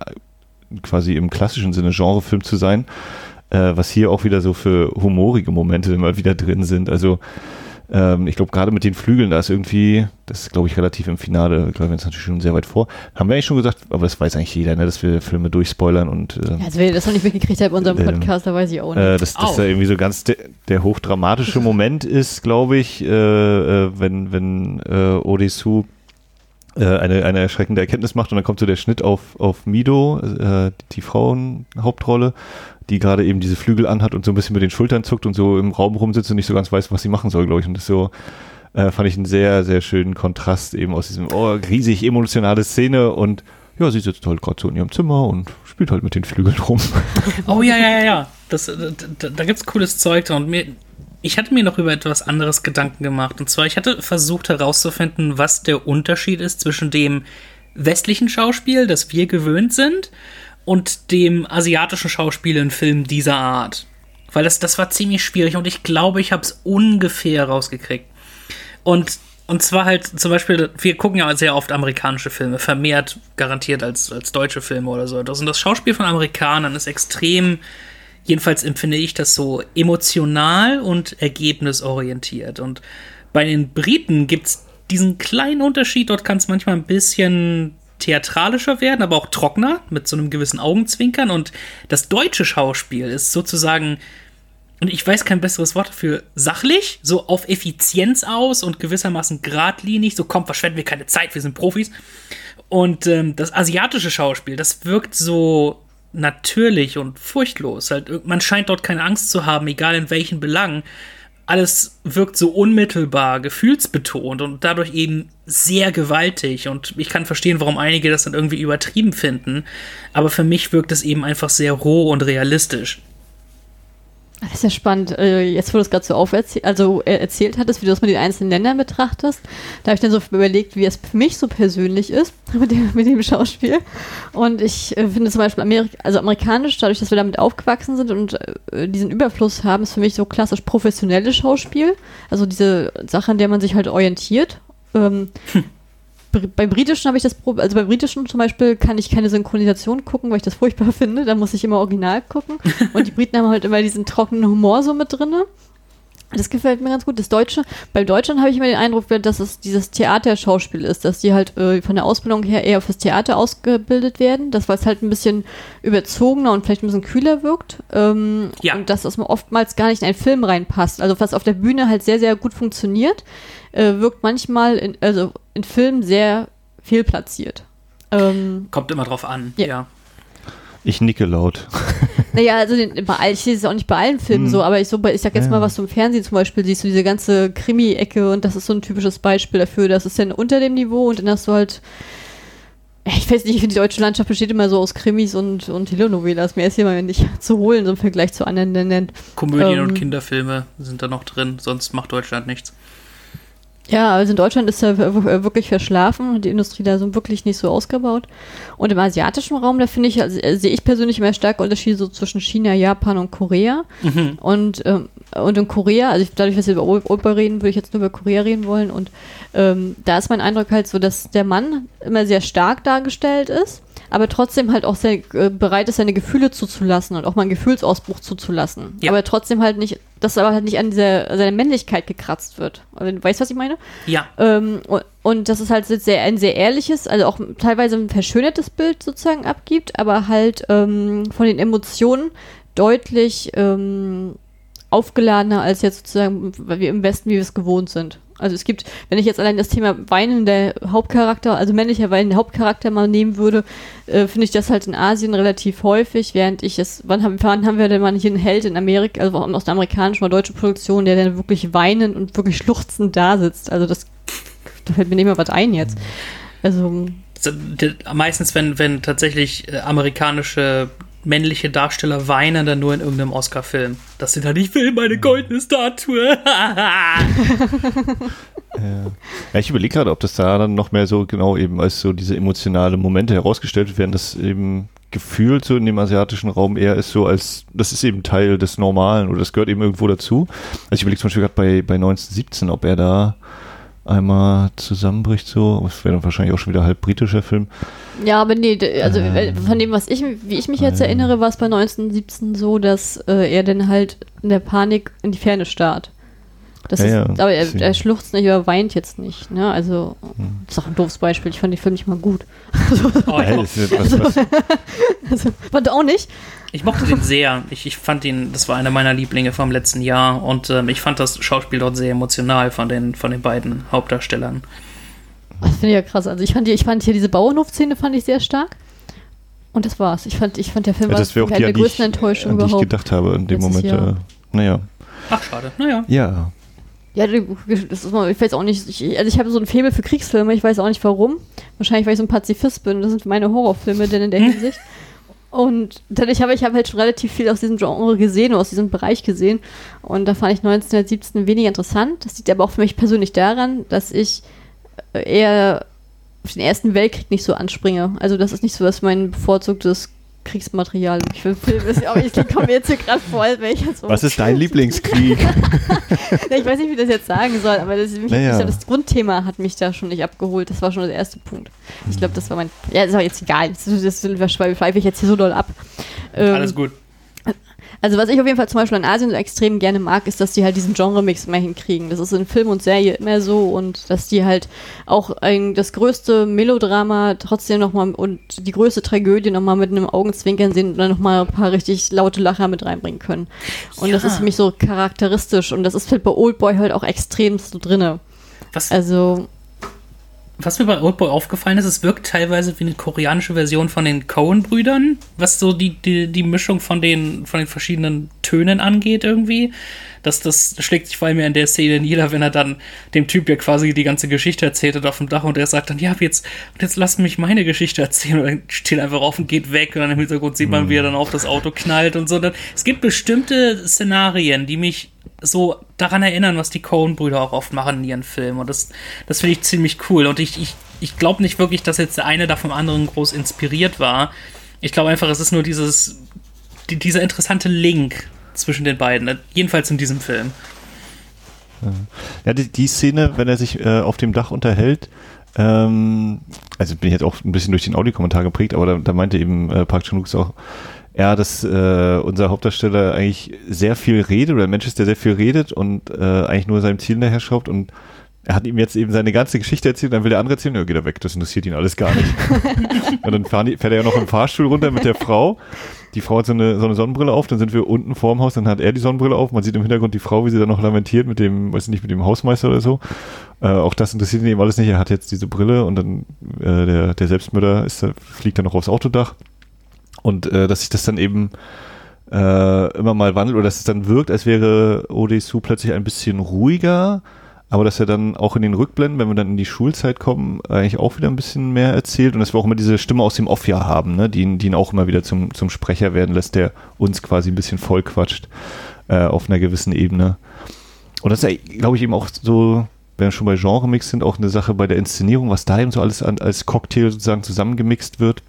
B: quasi im klassischen Sinne Genrefilm zu sein, äh, was hier auch wieder so für humorige Momente immer wieder drin sind. Also ähm, ich glaube, gerade mit den Flügeln, da ist irgendwie, das ist glaube ich relativ im Finale, ich glaube, wir sind natürlich schon sehr weit vor. Haben wir eigentlich schon gesagt, aber das weiß eigentlich jeder, ne, dass wir Filme durchspoilern und äh,
A: ja, also wenn ihr das noch nicht mitgekriegt habt bei unserem Podcast, ähm, da weiß ich auch nicht.
B: Äh, dass das da irgendwie so ganz de- der hochdramatische Moment ist, glaube ich, äh, äh, wenn, wenn äh, Odisu äh, eine, eine erschreckende Erkenntnis macht und dann kommt so der Schnitt auf, auf Mido, äh, die Frauenhauptrolle, die gerade eben diese Flügel anhat und so ein bisschen mit den Schultern zuckt und so im Raum rumsitzt und nicht so ganz weiß, was sie machen soll, glaube ich. Und das so äh, fand ich einen sehr, sehr schönen Kontrast eben aus diesem oh, riesig emotionale Szene und ja, sie sitzt halt gerade so in ihrem Zimmer und spielt halt mit den Flügeln rum.
C: Oh ja, ja, ja, ja. Das, da da gibt es cooles Zeug drin. Und mir, ich hatte mir noch über etwas anderes Gedanken gemacht. Und zwar, ich hatte versucht herauszufinden, was der Unterschied ist zwischen dem westlichen Schauspiel, das wir gewöhnt sind, und dem asiatischen Schauspiel in Filmen dieser Art. Weil das, das war ziemlich schwierig und ich glaube, ich habe es ungefähr rausgekriegt. Und, und zwar halt zum Beispiel, wir gucken ja sehr oft amerikanische Filme, vermehrt garantiert als, als deutsche Filme oder so. Und das Schauspiel von Amerikanern ist extrem, jedenfalls empfinde ich das so, emotional und ergebnisorientiert. Und bei den Briten gibt es diesen kleinen Unterschied, dort kann es manchmal ein bisschen theatralischer werden, aber auch trockener, mit so einem gewissen Augenzwinkern. Und das deutsche Schauspiel ist sozusagen, und ich weiß kein besseres Wort dafür, sachlich, so auf Effizienz aus und gewissermaßen geradlinig, so komm, verschwenden wir keine Zeit, wir sind Profis. Und ähm, das asiatische Schauspiel, das wirkt so natürlich und furchtlos. Halt, man scheint dort keine Angst zu haben, egal in welchen Belangen. Alles wirkt so unmittelbar, gefühlsbetont und dadurch eben sehr gewaltig. Und ich kann verstehen, warum einige das dann irgendwie übertrieben finden. Aber für mich wirkt es eben einfach sehr roh und realistisch.
A: Das ist ja spannend. Jetzt, wo du es gerade so auferzählt, also erzählt hattest, wie du das mit den einzelnen Ländern betrachtest, da habe ich dann so überlegt, wie es für mich so persönlich ist mit dem, mit dem Schauspiel. Und ich finde zum Beispiel Amerik- also amerikanisch, dadurch, dass wir damit aufgewachsen sind und äh, diesen Überfluss haben, ist für mich so klassisch professionelles Schauspiel. Also diese Sache, an der man sich halt orientiert. Ähm, hm. Beim Britischen habe ich das Problem, also beim Britischen zum Beispiel kann ich keine Synchronisation gucken, weil ich das furchtbar finde. Da muss ich immer original gucken. Und die Briten haben halt immer diesen trockenen Humor so mit drin. Das gefällt mir ganz gut. Das Deutsche, beim Deutschen habe ich immer den Eindruck, dass es dieses Theaterschauspiel ist, dass die halt äh, von der Ausbildung her eher fürs Theater ausgebildet werden. Das, weil es halt ein bisschen überzogener und vielleicht ein bisschen kühler wirkt. Ähm,
C: ja.
A: Und dass das oftmals gar nicht in einen Film reinpasst. Also was auf der Bühne halt sehr, sehr gut funktioniert, äh, wirkt manchmal in, also in Filmen sehr fehlplatziert. Ähm,
C: Kommt immer drauf an,
A: ja.
C: ja.
B: Ich nicke laut.
A: Naja, also den, bei all, ich sehe es auch nicht bei allen Filmen hm. so, aber ich so, ich sag jetzt ja. mal, was du im Fernsehen zum Beispiel siehst, so diese ganze Krimi-Ecke und das ist so ein typisches Beispiel dafür, das ist dann unter dem Niveau und dann hast du halt, ich weiß nicht, ich finde die deutsche Landschaft besteht immer so aus Krimis und, und Telenovelas, mehr ist hier mal nicht zu holen, so im Vergleich zu anderen Ländern.
C: Komödien
A: ähm,
C: und Kinderfilme sind da noch drin, sonst macht Deutschland nichts.
A: Ja, also in Deutschland ist er wirklich verschlafen und die Industrie da so wirklich nicht so ausgebaut. Und im asiatischen Raum, da finde ich, also, sehe ich persönlich immer starke Unterschiede so zwischen China, Japan und Korea. Mhm. Und, ähm, und in Korea, also ich, dadurch, dass wir über Opa reden, würde ich jetzt nur über Korea reden wollen. Und ähm, da ist mein Eindruck halt so, dass der Mann immer sehr stark dargestellt ist, aber trotzdem halt auch sehr äh, bereit ist, seine Gefühle zuzulassen und auch mal einen Gefühlsausbruch zuzulassen. Ja. Aber trotzdem halt nicht, dass aber halt nicht an dieser, seiner Männlichkeit gekratzt wird. Also, weißt du, was ich meine?
C: Ja.
A: Ähm, und, und das ist halt sehr, ein sehr ehrliches, also auch teilweise ein verschönertes Bild sozusagen abgibt, aber halt ähm, von den Emotionen deutlich ähm, aufgeladener als jetzt sozusagen wie im Westen, wie wir es gewohnt sind. Also es gibt, wenn ich jetzt allein das Thema weinender Hauptcharakter, also männlicher weinender Hauptcharakter mal nehmen würde, äh, finde ich das halt in Asien relativ häufig, während ich es, wann haben, wann haben wir denn mal hier einen Held in Amerika, also aus der amerikanischen oder deutschen Produktion, der dann wirklich weinend und wirklich schluchzend da sitzt. Also das, da fällt mir nicht mehr was ein jetzt. Also
C: meistens, wenn, wenn tatsächlich äh, amerikanische männliche Darsteller weinen dann nur in irgendeinem Oscar-Film. Das sind halt, ich will meine goldene Statue.
B: ja. ja, ich überlege gerade, ob das da dann noch mehr so genau eben als so diese emotionale Momente herausgestellt werden, dass eben gefühlt so in dem asiatischen Raum eher ist so als, das ist eben Teil des Normalen oder das gehört eben irgendwo dazu. Also ich überlege zum Beispiel gerade bei, bei neunzehnhundertsiebzehn, ob er da einmal zusammenbricht so. Das wäre dann wahrscheinlich auch schon wieder halb britischer Film.
A: Ja, aber nee, also ähm, von dem, was ich, wie ich mich jetzt äh, erinnere, war es bei neunzehnhundertsiebzehn so, dass äh, er dann halt in der Panik in die Ferne starrt. Das
B: ja,
A: ist,
B: ja,
A: aber er, er schluchzt nicht, aber weint jetzt nicht. Ne? Also, hm. das ist auch ein doofes Beispiel. Ich fand den Film nicht mal gut. Also,
C: oh, ja.
B: was, was, was.
A: Also, fand auch nicht.
C: Ich mochte den sehr. Ich, ich fand ihn, das war einer meiner Lieblinge vom letzten Jahr und ähm, ich fand das Schauspiel dort sehr emotional von den, von den beiden Hauptdarstellern.
A: Das finde ich ja krass. Also ich fand, die, ich fand hier diese Bauernhof-Szene fand ich sehr stark. Und das war's. Ich fand, ich fand der Film
B: ja, das war
A: eine der größten Enttäuschungen überhaupt.
B: An die ich gedacht habe in dem Moment. Äh, naja.
C: Ach, schade. Naja.
B: Ja.
A: Ja, das ist mal, ich weiß auch nicht, ich, also ich habe so ein Faible für Kriegsfilme, ich weiß auch nicht warum. Wahrscheinlich, weil ich so ein Pazifist bin. Das sind meine Horrorfilme denn in der Hinsicht. Und dadurch habe ich hab halt schon relativ viel aus diesem Genre gesehen, aus diesem Bereich gesehen. Und da fand ich neunzehnhundertsiebzehn weniger interessant. Das liegt aber auch für mich persönlich daran, dass ich eher auf den Ersten Weltkrieg nicht so anspringe. Also das ist nicht so, dass mein bevorzugtes Kriegsmaterial ich für Film ist. Aber ich komme mir jetzt hier gerade vor, als wäre ich jetzt so.
B: Was ist dein Lieblingskrieg?
A: Ja, ich weiß nicht, wie ich das jetzt sagen soll, aber das, mich,
B: naja.
A: ich, das Grundthema hat mich da schon nicht abgeholt. Das war schon der erste Punkt. Ich glaube, das war mein... Ja, ist auch jetzt egal. Das, das, das schweife ich jetzt hier so doll ab. Ähm,
C: Alles gut.
A: Also was ich auf jeden Fall zum Beispiel in Asien so extrem gerne mag, ist, dass die halt diesen Genre-Mix mehr hinkriegen. Das ist in Film und Serie immer so und dass die halt auch ein, das größte Melodrama trotzdem nochmal und die größte Tragödie nochmal mit einem Augenzwinkern sehen und dann nochmal ein paar richtig laute Lacher mit reinbringen können. Und ja. Das ist für mich so charakteristisch und das ist halt bei Oldboy halt auch extrem so drinne.
C: Was?
A: Also...
C: Was mir bei Oldboy aufgefallen ist, es wirkt teilweise wie eine koreanische Version von den Coen-Brüdern, was so die, die, die Mischung von den, von den verschiedenen Tönen angeht irgendwie. das, das schlägt sich vor allem in der Szene nieder, wenn er dann dem Typ ja quasi die ganze Geschichte erzählt hat auf dem Dach und der sagt dann, ja, jetzt, jetzt lass mich meine Geschichte erzählen und dann steht er einfach auf und geht weg und dann im Hintergrund sieht man, wie er dann auf das Auto knallt und so. Es gibt bestimmte Szenarien, die mich so daran erinnern, was die Coen-Brüder auch oft machen in ihren Filmen und das, das finde ich ziemlich cool und ich, ich, ich glaube nicht wirklich, dass jetzt der eine da vom anderen groß inspiriert war. Ich glaube einfach, es ist nur dieses, die, dieser interessante Link zwischen den beiden, jedenfalls in diesem Film.
B: Ja, die, die Szene, wenn er sich äh, auf dem Dach unterhält, ähm, also bin ich jetzt auch ein bisschen durch den Audiokommentar geprägt, aber da, da meinte eben äh, Park Chan-wook auch, ja, dass äh, unser Hauptdarsteller eigentlich sehr viel redet oder ein Mensch ist, der sehr viel redet und äh, eigentlich nur seinem Ziel hinterher schraubt und er hat ihm jetzt eben seine ganze Geschichte erzählt, dann will der andere erzählen, ja, geht er weg, das interessiert ihn alles gar nicht. Und dann fahren die, fährt er ja noch im Fahrstuhl runter mit der Frau. Die Frau hat so eine, so eine Sonnenbrille auf, dann sind wir unten vorm Haus, dann hat er die Sonnenbrille auf, man sieht im Hintergrund die Frau, wie sie dann noch lamentiert mit dem, weiß nicht, mit dem Hausmeister oder so. Äh, auch das interessiert ihn eben alles nicht, er hat jetzt diese Brille und dann äh, der, der Selbstmörder ist, fliegt dann noch aufs Autodach. Und äh, dass sich das dann eben äh, immer mal wandelt oder dass es dann wirkt, als wäre Odesu plötzlich ein bisschen ruhiger, aber dass er dann auch in den Rückblenden, wenn wir dann in die Schulzeit kommen, eigentlich auch wieder ein bisschen mehr erzählt und dass wir auch immer diese Stimme aus dem Off ja haben, ne, die, die ihn auch immer wieder zum, zum Sprecher werden lässt, der uns quasi ein bisschen vollquatscht äh, auf einer gewissen Ebene. Und das ist, glaube ich, eben auch so, wenn wir schon bei Genre-Mix sind, auch eine Sache bei der Inszenierung, was da eben so alles an, als Cocktail sozusagen zusammengemixt wird,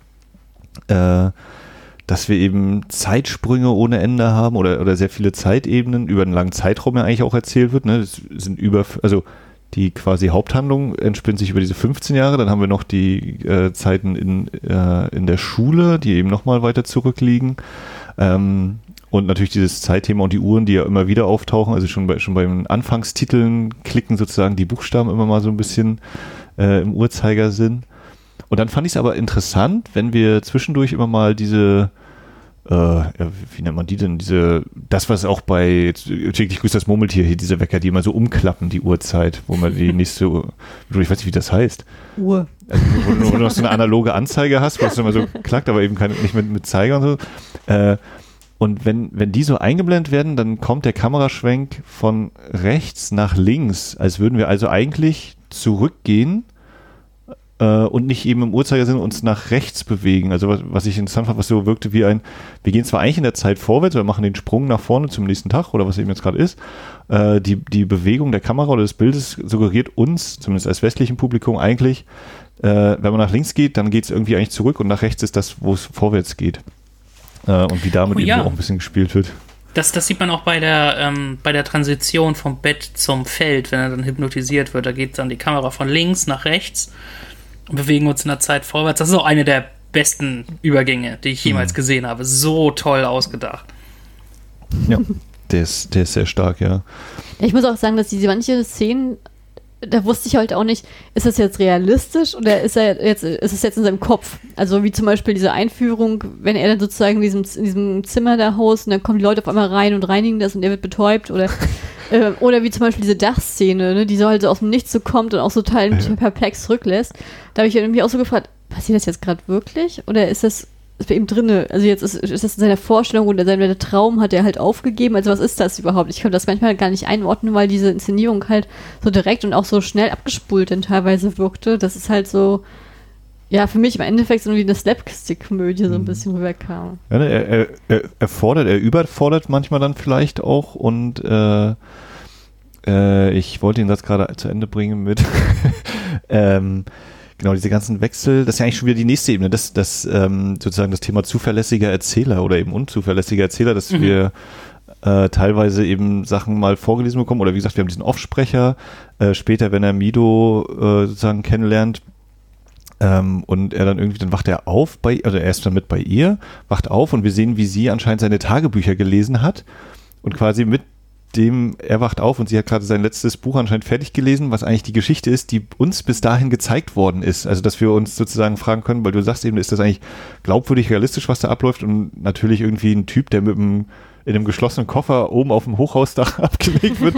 B: äh, dass wir eben Zeitsprünge ohne Ende haben oder, oder sehr viele Zeitebenen über einen langen Zeitraum ja eigentlich auch erzählt wird. Ne? Das sind über, also die quasi Haupthandlung entspinnt sich über diese fünfzehn Jahre. Dann haben wir noch die äh, Zeiten in, äh, in der Schule, die eben nochmal weiter zurückliegen. Ähm, und natürlich dieses Zeitthema und die Uhren, die ja immer wieder auftauchen. Also schon bei, schon bei den Anfangstiteln klicken sozusagen die Buchstaben immer mal so ein bisschen äh, im Uhrzeigersinn. Und dann fand ich es aber interessant, wenn wir zwischendurch immer mal diese, äh, ja, wie nennt man die denn, diese, das was auch bei täglich grüßt das Murmeltier hier, diese Wecker, die immer so umklappen, die Uhrzeit, wo man die nächste, ich weiß nicht, wie das heißt.
A: Uhr.
B: Also, wo, wo du noch so eine analoge Anzeige hast, wo es immer so klackt, aber eben keine, nicht mit, mit Zeiger und so. Äh, und wenn, wenn die so eingeblendet werden, dann kommt der Kameraschwenk von rechts nach links, als würden wir also eigentlich zurückgehen und nicht eben im Uhrzeigersinn uns nach rechts bewegen. Also was, was ich interessant fand, was so wirkte wie ein, wir gehen zwar eigentlich in der Zeit vorwärts, wir machen den Sprung nach vorne zum nächsten Tag oder was eben jetzt gerade ist, äh, die, die Bewegung der Kamera oder des Bildes suggeriert uns, zumindest als westlichen Publikum eigentlich, äh, wenn man nach links geht, dann geht es irgendwie eigentlich zurück und nach rechts ist das, wo es vorwärts geht. Äh, und wie damit
C: oh, ja.
B: eben auch ein bisschen gespielt wird.
C: Das, das sieht man auch bei der, ähm, bei der Transition vom Bett zum Feld, wenn er dann hypnotisiert wird. Da geht dann die Kamera von links nach rechts und bewegen uns in der Zeit vorwärts. Das ist auch eine der besten Übergänge, die ich jemals mhm. gesehen habe. So toll ausgedacht.
B: Ja, der ist, der ist sehr stark, ja.
A: Ich muss auch sagen, dass diese manche Szenen, da wusste ich halt auch nicht, ist das jetzt realistisch oder ist er jetzt, ist es jetzt in seinem Kopf? Also wie zum Beispiel diese Einführung, wenn er dann sozusagen in diesem, in diesem Zimmer da haust und dann kommen die Leute auf einmal rein und reinigen das und er wird betäubt oder äh, oder wie zum Beispiel diese Dachszene, ne, die so halt so aus dem Nichts so kommt und auch so total ja. perplex zurücklässt. Da habe ich irgendwie auch so gefragt, passiert das jetzt gerade wirklich oder ist das ist bei ihm drinne? Also jetzt ist, ist das in seiner Vorstellung oder sein Traum hat er halt aufgegeben. Also was ist das überhaupt? Ich kann das manchmal gar nicht einordnen, weil diese Inszenierung halt so direkt und auch so schnell abgespult dann teilweise wirkte. Das ist halt so, ja, für mich im Endeffekt so wie eine Slapstick-Komödie so ein bisschen rüberkam.
B: Ja, er, er, er, er fordert, er überfordert manchmal dann vielleicht auch und äh, äh, ich wollte den Satz gerade zu Ende bringen mit ähm, genau, diese ganzen Wechsel, das ist ja eigentlich schon wieder die nächste Ebene, das, das ähm, sozusagen das Thema zuverlässiger Erzähler oder eben unzuverlässiger Erzähler, dass mhm. wir äh, teilweise eben Sachen mal vorgelesen bekommen oder wie gesagt, wir haben diesen Offsprecher, äh, später, wenn er Mido äh, sozusagen kennenlernt, Ähm, und er dann irgendwie, dann wacht er auf, bei, also er ist dann mit bei ihr, wacht auf und wir sehen, wie sie anscheinend seine Tagebücher gelesen hat und quasi mit dem, er wacht auf und sie hat gerade sein letztes Buch anscheinend fertig gelesen, was eigentlich die Geschichte ist, die uns bis dahin gezeigt worden ist. Also, dass wir uns sozusagen fragen können, weil du sagst eben, ist das eigentlich glaubwürdig, realistisch, was da abläuft und natürlich irgendwie ein Typ, der mit einem in einem geschlossenen Koffer oben auf dem Hochhausdach abgelegt wird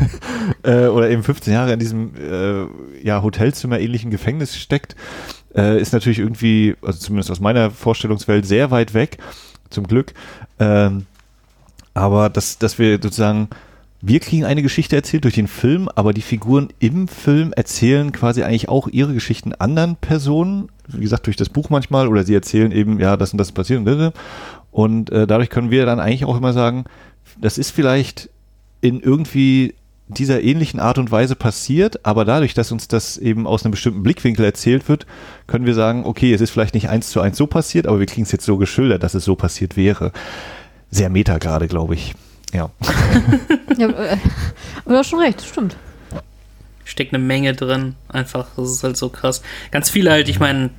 B: äh, oder eben fünfzehn Jahre in diesem äh, ja, Hotelzimmer ähnlichen Gefängnis steckt, äh, ist natürlich irgendwie, also zumindest aus meiner Vorstellungswelt, sehr weit weg, zum Glück. Ähm, aber dass, dass wir sozusagen wir kriegen eine Geschichte erzählt durch den Film, aber die Figuren im Film erzählen quasi eigentlich auch ihre Geschichten anderen Personen, wie gesagt, durch das Buch manchmal, oder sie erzählen eben, ja, das und das passiert und und äh, dadurch können wir dann eigentlich auch immer sagen, das ist vielleicht in irgendwie dieser ähnlichen Art und Weise passiert, aber dadurch, dass uns das eben aus einem bestimmten Blickwinkel erzählt wird, können wir sagen, okay, es ist vielleicht nicht eins zu eins so passiert, aber wir kriegen es jetzt so geschildert, dass es so passiert wäre. Sehr meta gerade, glaube ich. Ja.
A: Ja, äh, aber du hast schon recht, das stimmt.
C: Steckt eine Menge drin, einfach, das ist halt so krass. Ganz viele halt, ich meine,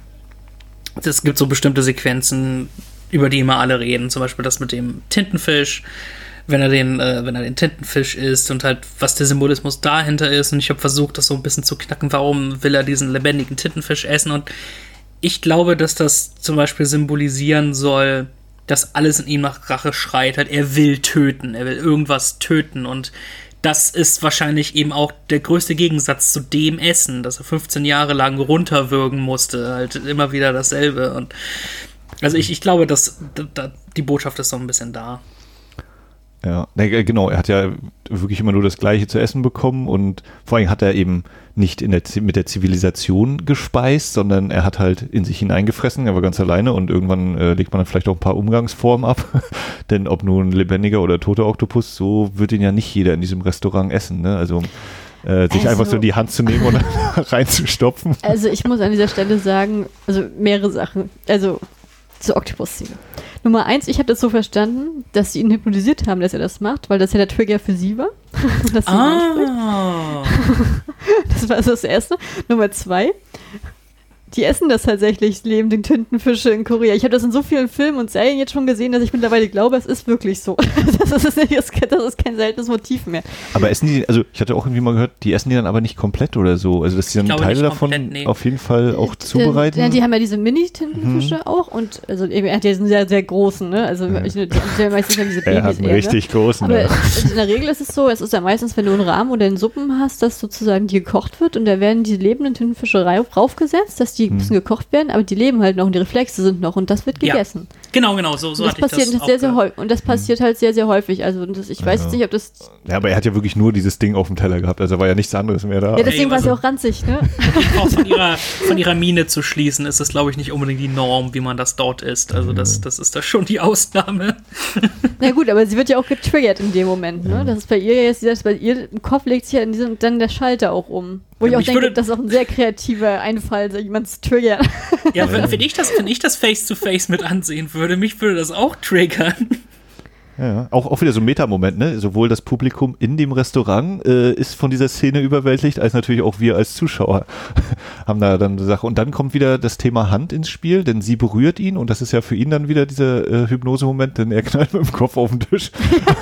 C: es gibt so bestimmte Sequenzen, über die immer alle reden, zum Beispiel das mit dem Tintenfisch, wenn er den, äh, wenn er den Tintenfisch isst und halt, was der Symbolismus dahinter ist. Und ich habe versucht, das so ein bisschen zu knacken, warum will er diesen lebendigen Tintenfisch essen? Und ich glaube, dass das zum Beispiel symbolisieren soll, dass alles in ihm nach Rache schreit. Halt, er will töten, er will irgendwas töten. Und das ist wahrscheinlich eben auch der größte Gegensatz zu dem Essen, dass er fünfzehn Jahre lang runterwürgen musste. Halt immer wieder dasselbe. Und also ich, ich glaube, dass da, die Botschaft ist so ein bisschen da.
B: Ja, genau, er hat ja wirklich immer nur das Gleiche zu essen bekommen und vor allem hat er eben nicht in der, mit der Zivilisation gespeist, sondern er hat halt in sich hineingefressen, er war ganz alleine und irgendwann äh, legt man dann vielleicht auch ein paar Umgangsformen ab, denn ob nun lebendiger oder toter Oktopus, so wird ihn ja nicht jeder in diesem Restaurant essen, ne? Also äh, sich
A: also,
B: einfach so in die Hand zu nehmen und reinzustopfen.
A: Also ich muss an dieser Stelle sagen, also mehrere Sachen, also zur Oktopus-Szene. Nummer eins, ich habe das so verstanden, dass sie ihn hypnotisiert haben, dass er das macht, weil das ja der Trigger für sie war. Dass sie
C: ah.
A: Das war also das Erste. Nummer zwei, die essen das tatsächlich, lebenden Tintenfische in Korea. Ich habe das in so vielen Filmen und Serien jetzt schon gesehen, dass ich mittlerweile glaube, es ist wirklich so. Das ist, nicht, das ist kein seltenes Motiv mehr.
B: Aber essen die, also ich hatte auch irgendwie mal gehört, die essen die dann aber nicht komplett oder so. Also dass die dann Teile davon komplett, nee. auf jeden Fall auch zubereiten.
A: Ja, die haben ja diese Mini-Tintenfische mhm. auch und also er hat ja diesen sehr, sehr großen, ne? Also ja. ich, die, die meistens ja diese Babys
B: er hat einen eher, richtig ne? großen.
A: Aber
B: ja.
A: in der Regel ist es so, es ist ja meistens, wenn du einen Rahmen oder einen Suppen hast, dass sozusagen die gekocht wird und da werden die lebenden Tintenfische raufgesetzt, dass die ein bisschen gekocht werden, aber die leben halt noch und die Reflexe sind noch und das wird gegessen.
C: Ja. Genau, genau, so, so
A: das
C: hatte
A: passiert
C: ich das
A: sehr,
C: auch
A: sehr häufig und das passiert halt sehr, sehr häufig. Also das, ich weiß
B: ja.
A: jetzt nicht, ob das...
B: Ja, aber er hat ja wirklich nur dieses Ding auf dem Teller gehabt, also war ja nichts anderes mehr da.
A: Ja, deswegen war es ja auch ranzig, ne?
C: Auch von ihrer, von ihrer Miene zu schließen, ist das, glaube ich, nicht unbedingt die Norm, wie man das dort isst. Also das, das ist da schon die Ausnahme.
A: Na gut, aber sie wird ja auch getriggert in dem Moment, ne? Das ist bei ihr jetzt, das bei ihr im Kopf legt sich ja in diesem, dann der Schalter auch um. Wo ich auch ich denke, das ist auch ein sehr kreativer Einfall, jemanden zu triggern.
C: Ja, wenn, wenn ich das, wenn ich das Face-to-Face mit ansehen würde, mich würde das auch triggern.
B: Ja, auch, auch wieder so ein Meta-Moment, ne? Sowohl das Publikum in dem Restaurant äh, ist von dieser Szene überwältigt, als natürlich auch wir als Zuschauer haben da dann eine Sache. Und dann kommt wieder das Thema Hand ins Spiel, denn sie berührt ihn und das ist ja für ihn dann wieder dieser äh, Hypnose-Moment, denn er knallt mit dem Kopf auf den Tisch.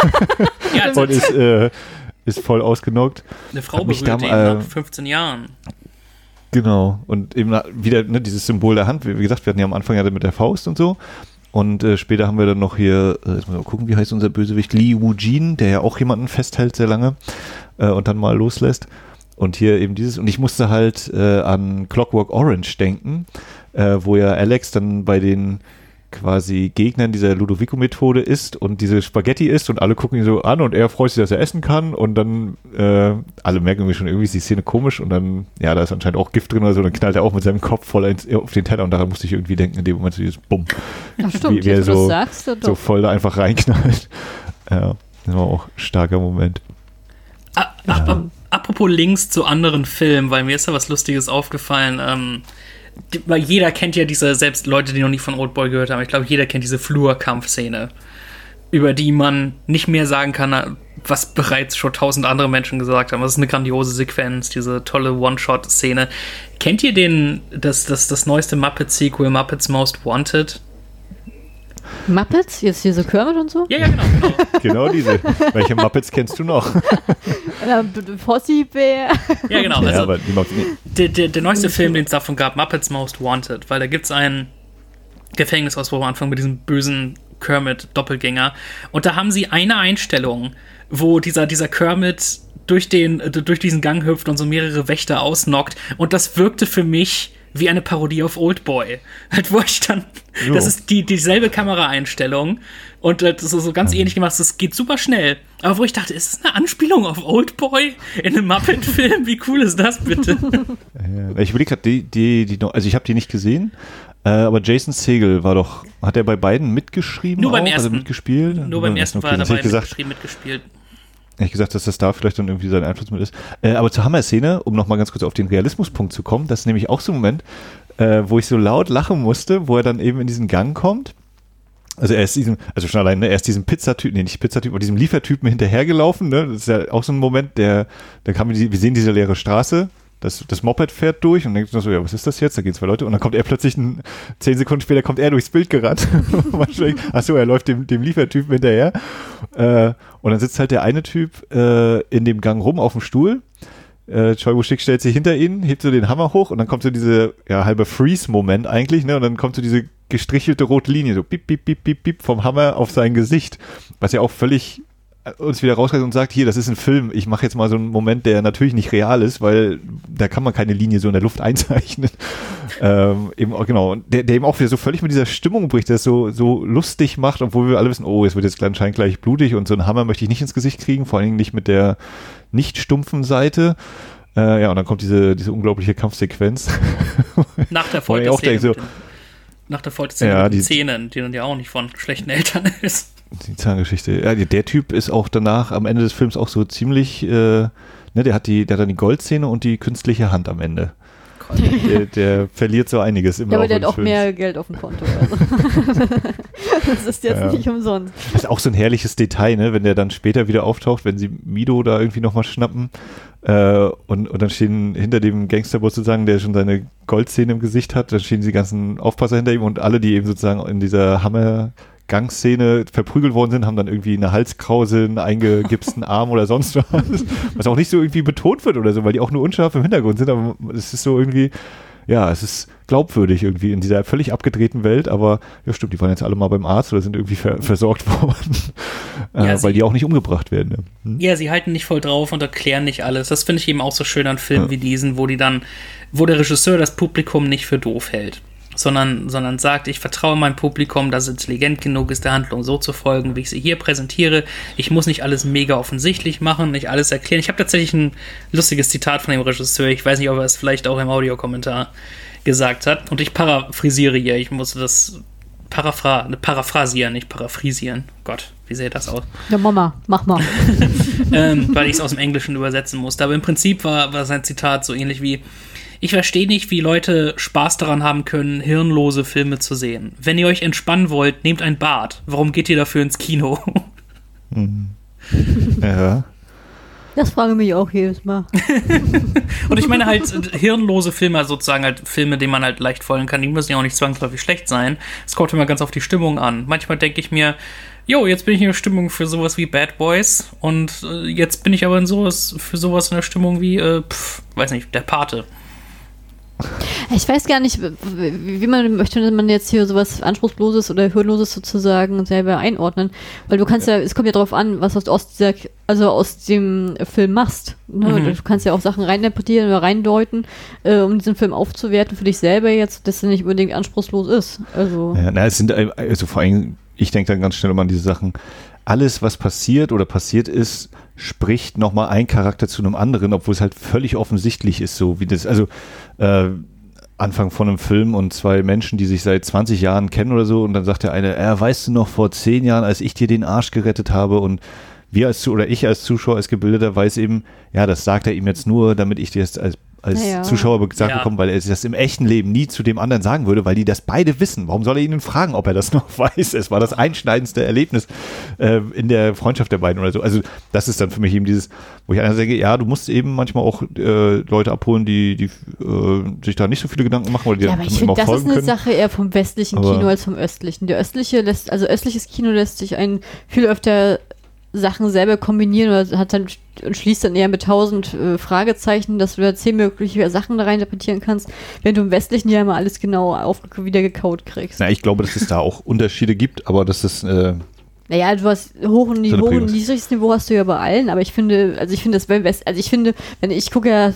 B: Ja, und ist, äh, ist voll ausgenockt.
C: Eine Frau berührt ihn äh, nach fünfzehn Jahren.
B: Genau. Und eben wieder ne, dieses Symbol der Hand, wie, wie gesagt, wir hatten ja am Anfang ja mit der Faust und so. Und äh, später haben wir dann noch hier, äh, jetzt mal gucken, wie heißt unser Bösewicht, Lee Woo-jin, der ja auch jemanden festhält sehr lange äh, und dann mal loslässt. Und hier eben dieses, und ich musste halt äh, an Clockwork Orange denken, äh, wo ja Alex dann bei den quasi Gegnern dieser Ludovico-Methode isst und diese Spaghetti isst und alle gucken ihn so an und er freut sich, dass er essen kann und dann äh, alle merken irgendwie schon, irgendwie ist die Szene komisch und dann, ja, da ist anscheinend auch Gift drin oder so, dann knallt er auch mit seinem Kopf voll ins, auf den Teller und daran musste ich irgendwie denken, in dem Moment so dieses Bumm.
A: Ach stimmt,
B: wie, wie er so,
A: sagst du doch.
B: so voll da einfach reinknallt. Ja, das war auch ein starker Moment.
C: Ah, ach, ja. Apropos Links zu anderen Filmen, weil mir ist da was Lustiges aufgefallen, ähm, weil jeder kennt ja diese, selbst Leute, die noch nicht von Oldboy gehört haben, ich glaube, jeder kennt diese Flurkampfszene, über die man nicht mehr sagen kann, was bereits schon tausend andere Menschen gesagt haben. Das ist eine grandiose Sequenz, diese tolle One-Shot-Szene. Kennt ihr den, das, das, das neueste Muppets-Sequel, Muppets Most Wanted?
A: Muppets? Jetzt hier so Kermit und so?
C: Ja, ja, genau. Genau,
B: genau diese. Welche Muppets kennst du noch?
A: Fossi-Bär.
C: Ja, genau. Also,
B: ja, aber die Muppets, nee.
C: der, der, der neueste Film, den es davon gab, Muppets Most Wanted, weil da gibt es einen Gefängnisausbruch am Anfang mit diesem bösen Kermit-Doppelgänger. Und da haben sie eine Einstellung, wo dieser, dieser Kermit durch, den, durch diesen Gang hüpft und so mehrere Wächter ausnockt. Und das wirkte für mich wie eine Parodie auf Oldboy. Halt, wo ich dann, jo. das ist die dieselbe Kameraeinstellung und das ist so ganz mhm. ähnlich gemacht, das geht super schnell. Aber wo ich dachte, ist das eine Anspielung auf Oldboy in einem Muppet-Film? Wie cool ist das bitte?
B: Ich überlege gerade, die, die, die, also ich habe die nicht gesehen, äh, aber Jason Segel war doch, hat er bei beiden mitgeschrieben?
C: Nur beim
B: auch?
C: ersten.
B: Also mitgespielt?
C: Nur, Nur beim ersten okay, war er dabei mitgeschrieben, mitgespielt.
B: Hätte ich gesagt, dass das da vielleicht dann irgendwie sein Einfluss mit ist. Äh, aber zur Hammer-Szene, um nochmal ganz kurz auf den Realismuspunkt zu kommen, das ist nämlich auch so ein Moment, äh, wo ich so laut lachen musste, wo er dann eben in diesen Gang kommt. Also er ist diesem, also schon allein, ne, er ist diesem Pizzatypen, nee, nicht Pizzatypen, aber diesem Liefertypen hinterhergelaufen, ne? Das ist ja auch so ein Moment, der, da kann man die, wir sehen diese leere Straße, das, das Moped fährt durch und denkt so, ja, was ist das jetzt? Da gehen zwei Leute und dann kommt er plötzlich, ein, zehn Sekunden später kommt er durchs Bild gerannt. Achso, er läuft dem, dem Liefertypen hinterher. Äh, und dann sitzt halt der eine Typ äh, in dem Gang rum auf dem Stuhl. Äh, Choi Woo-shik stellt sich hinter ihn, hebt so den Hammer hoch und dann kommt so diese, ja, halbe Freeze-Moment eigentlich, ne? Und dann kommt so diese gestrichelte rote Linie, so piep, piep, piep, piep, piep vom Hammer auf sein Gesicht. Was ja auch völlig uns wieder rausreißt und sagt, hier, das ist ein Film, ich mache jetzt mal so einen Moment, der natürlich nicht real ist, weil da kann man keine Linie so in der Luft einzeichnen. ähm, eben, genau, der, der eben auch wieder so völlig mit dieser Stimmung bricht, der es so, so lustig macht, obwohl wir alle wissen, oh, es wird jetzt anscheinend gleich blutig und so einen Hammer möchte ich nicht ins Gesicht kriegen, vor allen Dingen nicht mit der nicht stumpfen Seite. Äh, ja, und dann kommt diese, diese unglaubliche Kampfsequenz.
C: Nach der Folterszene.
B: So,
C: nach der Folterszene
B: ja,
C: mit den
B: die
C: Zähnen, die dann ja auch nicht von schlechten Eltern ist.
B: Die Zahngeschichte. Ja, der Typ ist auch danach am Ende des Films auch so ziemlich, äh, ne, der hat die, der hat dann die Goldzähne und die künstliche Hand am Ende. Der, der verliert so einiges im
A: Ja,
B: Laufe
A: aber der hat
B: des
A: auch
B: Films.
A: mehr Geld auf dem Konto. Also. Das ist jetzt ja. nicht umsonst.
B: Das ist auch so ein herrliches Detail, ne, wenn der dann später wieder auftaucht, wenn sie Mido da irgendwie nochmal schnappen äh, und, und dann stehen hinter dem Gangsterboss sozusagen, der schon seine Goldzähne im Gesicht hat, dann stehen die ganzen Aufpasser hinter ihm und alle, die eben sozusagen in dieser Hammer Gangszene verprügelt worden sind, haben dann irgendwie eine Halskrause, einen eingegipsten Arm oder sonst was, was auch nicht so irgendwie betont wird oder so, weil die auch nur unscharf im Hintergrund sind, aber es ist so irgendwie, ja, es ist glaubwürdig irgendwie in dieser völlig abgedrehten Welt, aber ja stimmt, die waren jetzt alle mal beim Arzt oder sind irgendwie ver- versorgt worden, ja, äh, weil die auch nicht umgebracht werden. Ne? Hm?
C: Ja, sie halten nicht voll drauf und erklären nicht alles. Das finde ich eben auch so schön an Filmen ja. wie diesen, wo die dann, wo der Regisseur das Publikum nicht für doof hält. Sondern, sondern sagt, ich vertraue meinem Publikum, dass es intelligent genug ist, der Handlung so zu folgen, wie ich sie hier präsentiere. Ich muss nicht alles mega offensichtlich machen, nicht alles erklären. Ich habe tatsächlich ein lustiges Zitat von dem Regisseur. Ich weiß nicht, ob er es vielleicht auch im Audiokommentar gesagt hat. Und ich paraphrasiere hier. Ich musste das paraphr- paraphrasieren, nicht paraphrasieren. Gott, wie sähe das aus?
A: Ja, Mama, mach mal.
C: ähm, weil ich es aus dem Englischen übersetzen musste. Aber im Prinzip war, war sein Zitat so ähnlich wie: Ich verstehe nicht, wie Leute Spaß daran haben können, hirnlose Filme zu sehen. Wenn ihr euch entspannen wollt, nehmt ein Bad. Warum geht ihr dafür ins Kino?
B: Mhm. Ja.
A: Das frage ich mich auch jedes Mal.
C: Und ich meine halt hirnlose Filme, also sozusagen halt Filme, denen man halt leicht folgen kann, die müssen ja auch nicht zwangsläufig schlecht sein. Es kommt immer ganz auf die Stimmung an. Manchmal denke ich mir, jo, jetzt bin ich in der Stimmung für sowas wie Bad Boys und äh, jetzt bin ich aber in sowas, für sowas in der Stimmung wie, äh, pff, weiß nicht, Der Pate.
A: Ich weiß gar nicht, wie man möchte man jetzt hier sowas Anspruchsloses oder Hürdenloses sozusagen selber einordnen, weil du kannst ja, es kommt ja darauf an, was du aus dieser, also aus dem Film machst. Ne? Mhm. Du kannst ja auch Sachen reininterpretieren oder reindeuten, äh, um diesen Film aufzuwerten für dich selber jetzt, dass er nicht unbedingt anspruchslos ist. Also
B: ja, na, es sind also vor allem, ich denke dann ganz schnell immer an diese Sachen. Alles, was passiert oder passiert ist, spricht nochmal ein Charakter zu einem anderen, obwohl es halt völlig offensichtlich ist, so wie das, also äh, Anfang von einem Film und zwei Menschen, die sich seit zwanzig Jahren kennen oder so und dann sagt der eine, äh, weißt du noch, vor zehn Jahren, als ich dir den Arsch gerettet habe und wir als oder ich als Zuschauer, als Gebildeter weiß eben, ja, das sagt er ihm jetzt nur, damit ich dir jetzt als als ja. Zuschauer gesagt ja. bekommen, weil er das im echten Leben nie zu dem anderen sagen würde, weil die das beide wissen. Warum soll er ihnen fragen, ob er das noch weiß? Es war das einschneidendste Erlebnis äh, in der Freundschaft der beiden oder so. Also das ist dann für mich eben dieses, wo ich einerseits denke, ja, du musst eben manchmal auch äh, Leute abholen, die, die äh, sich da nicht so viele Gedanken machen oder die
A: ja, aber ich finde, das ist eine können. Sache eher vom westlichen aber Kino als vom östlichen. Der östliche lässt, also östliches Kino lässt sich ein viel öfter Sachen selber kombinieren oder hat dann und schließt dann eher mit tausend äh, Fragezeichen, dass du da zehn mögliche Sachen da rein interpretieren kannst, während du im Westlichen ja immer alles genau auf, wieder gekaut kriegst.
B: Na, ich glaube, dass es da auch Unterschiede gibt, aber das ist äh,
A: naja, du hast hoch und, hoch und niedriges Niveau hast du ja bei allen, aber ich finde, also ich finde das beim West, also ich finde, wenn ich gucke ja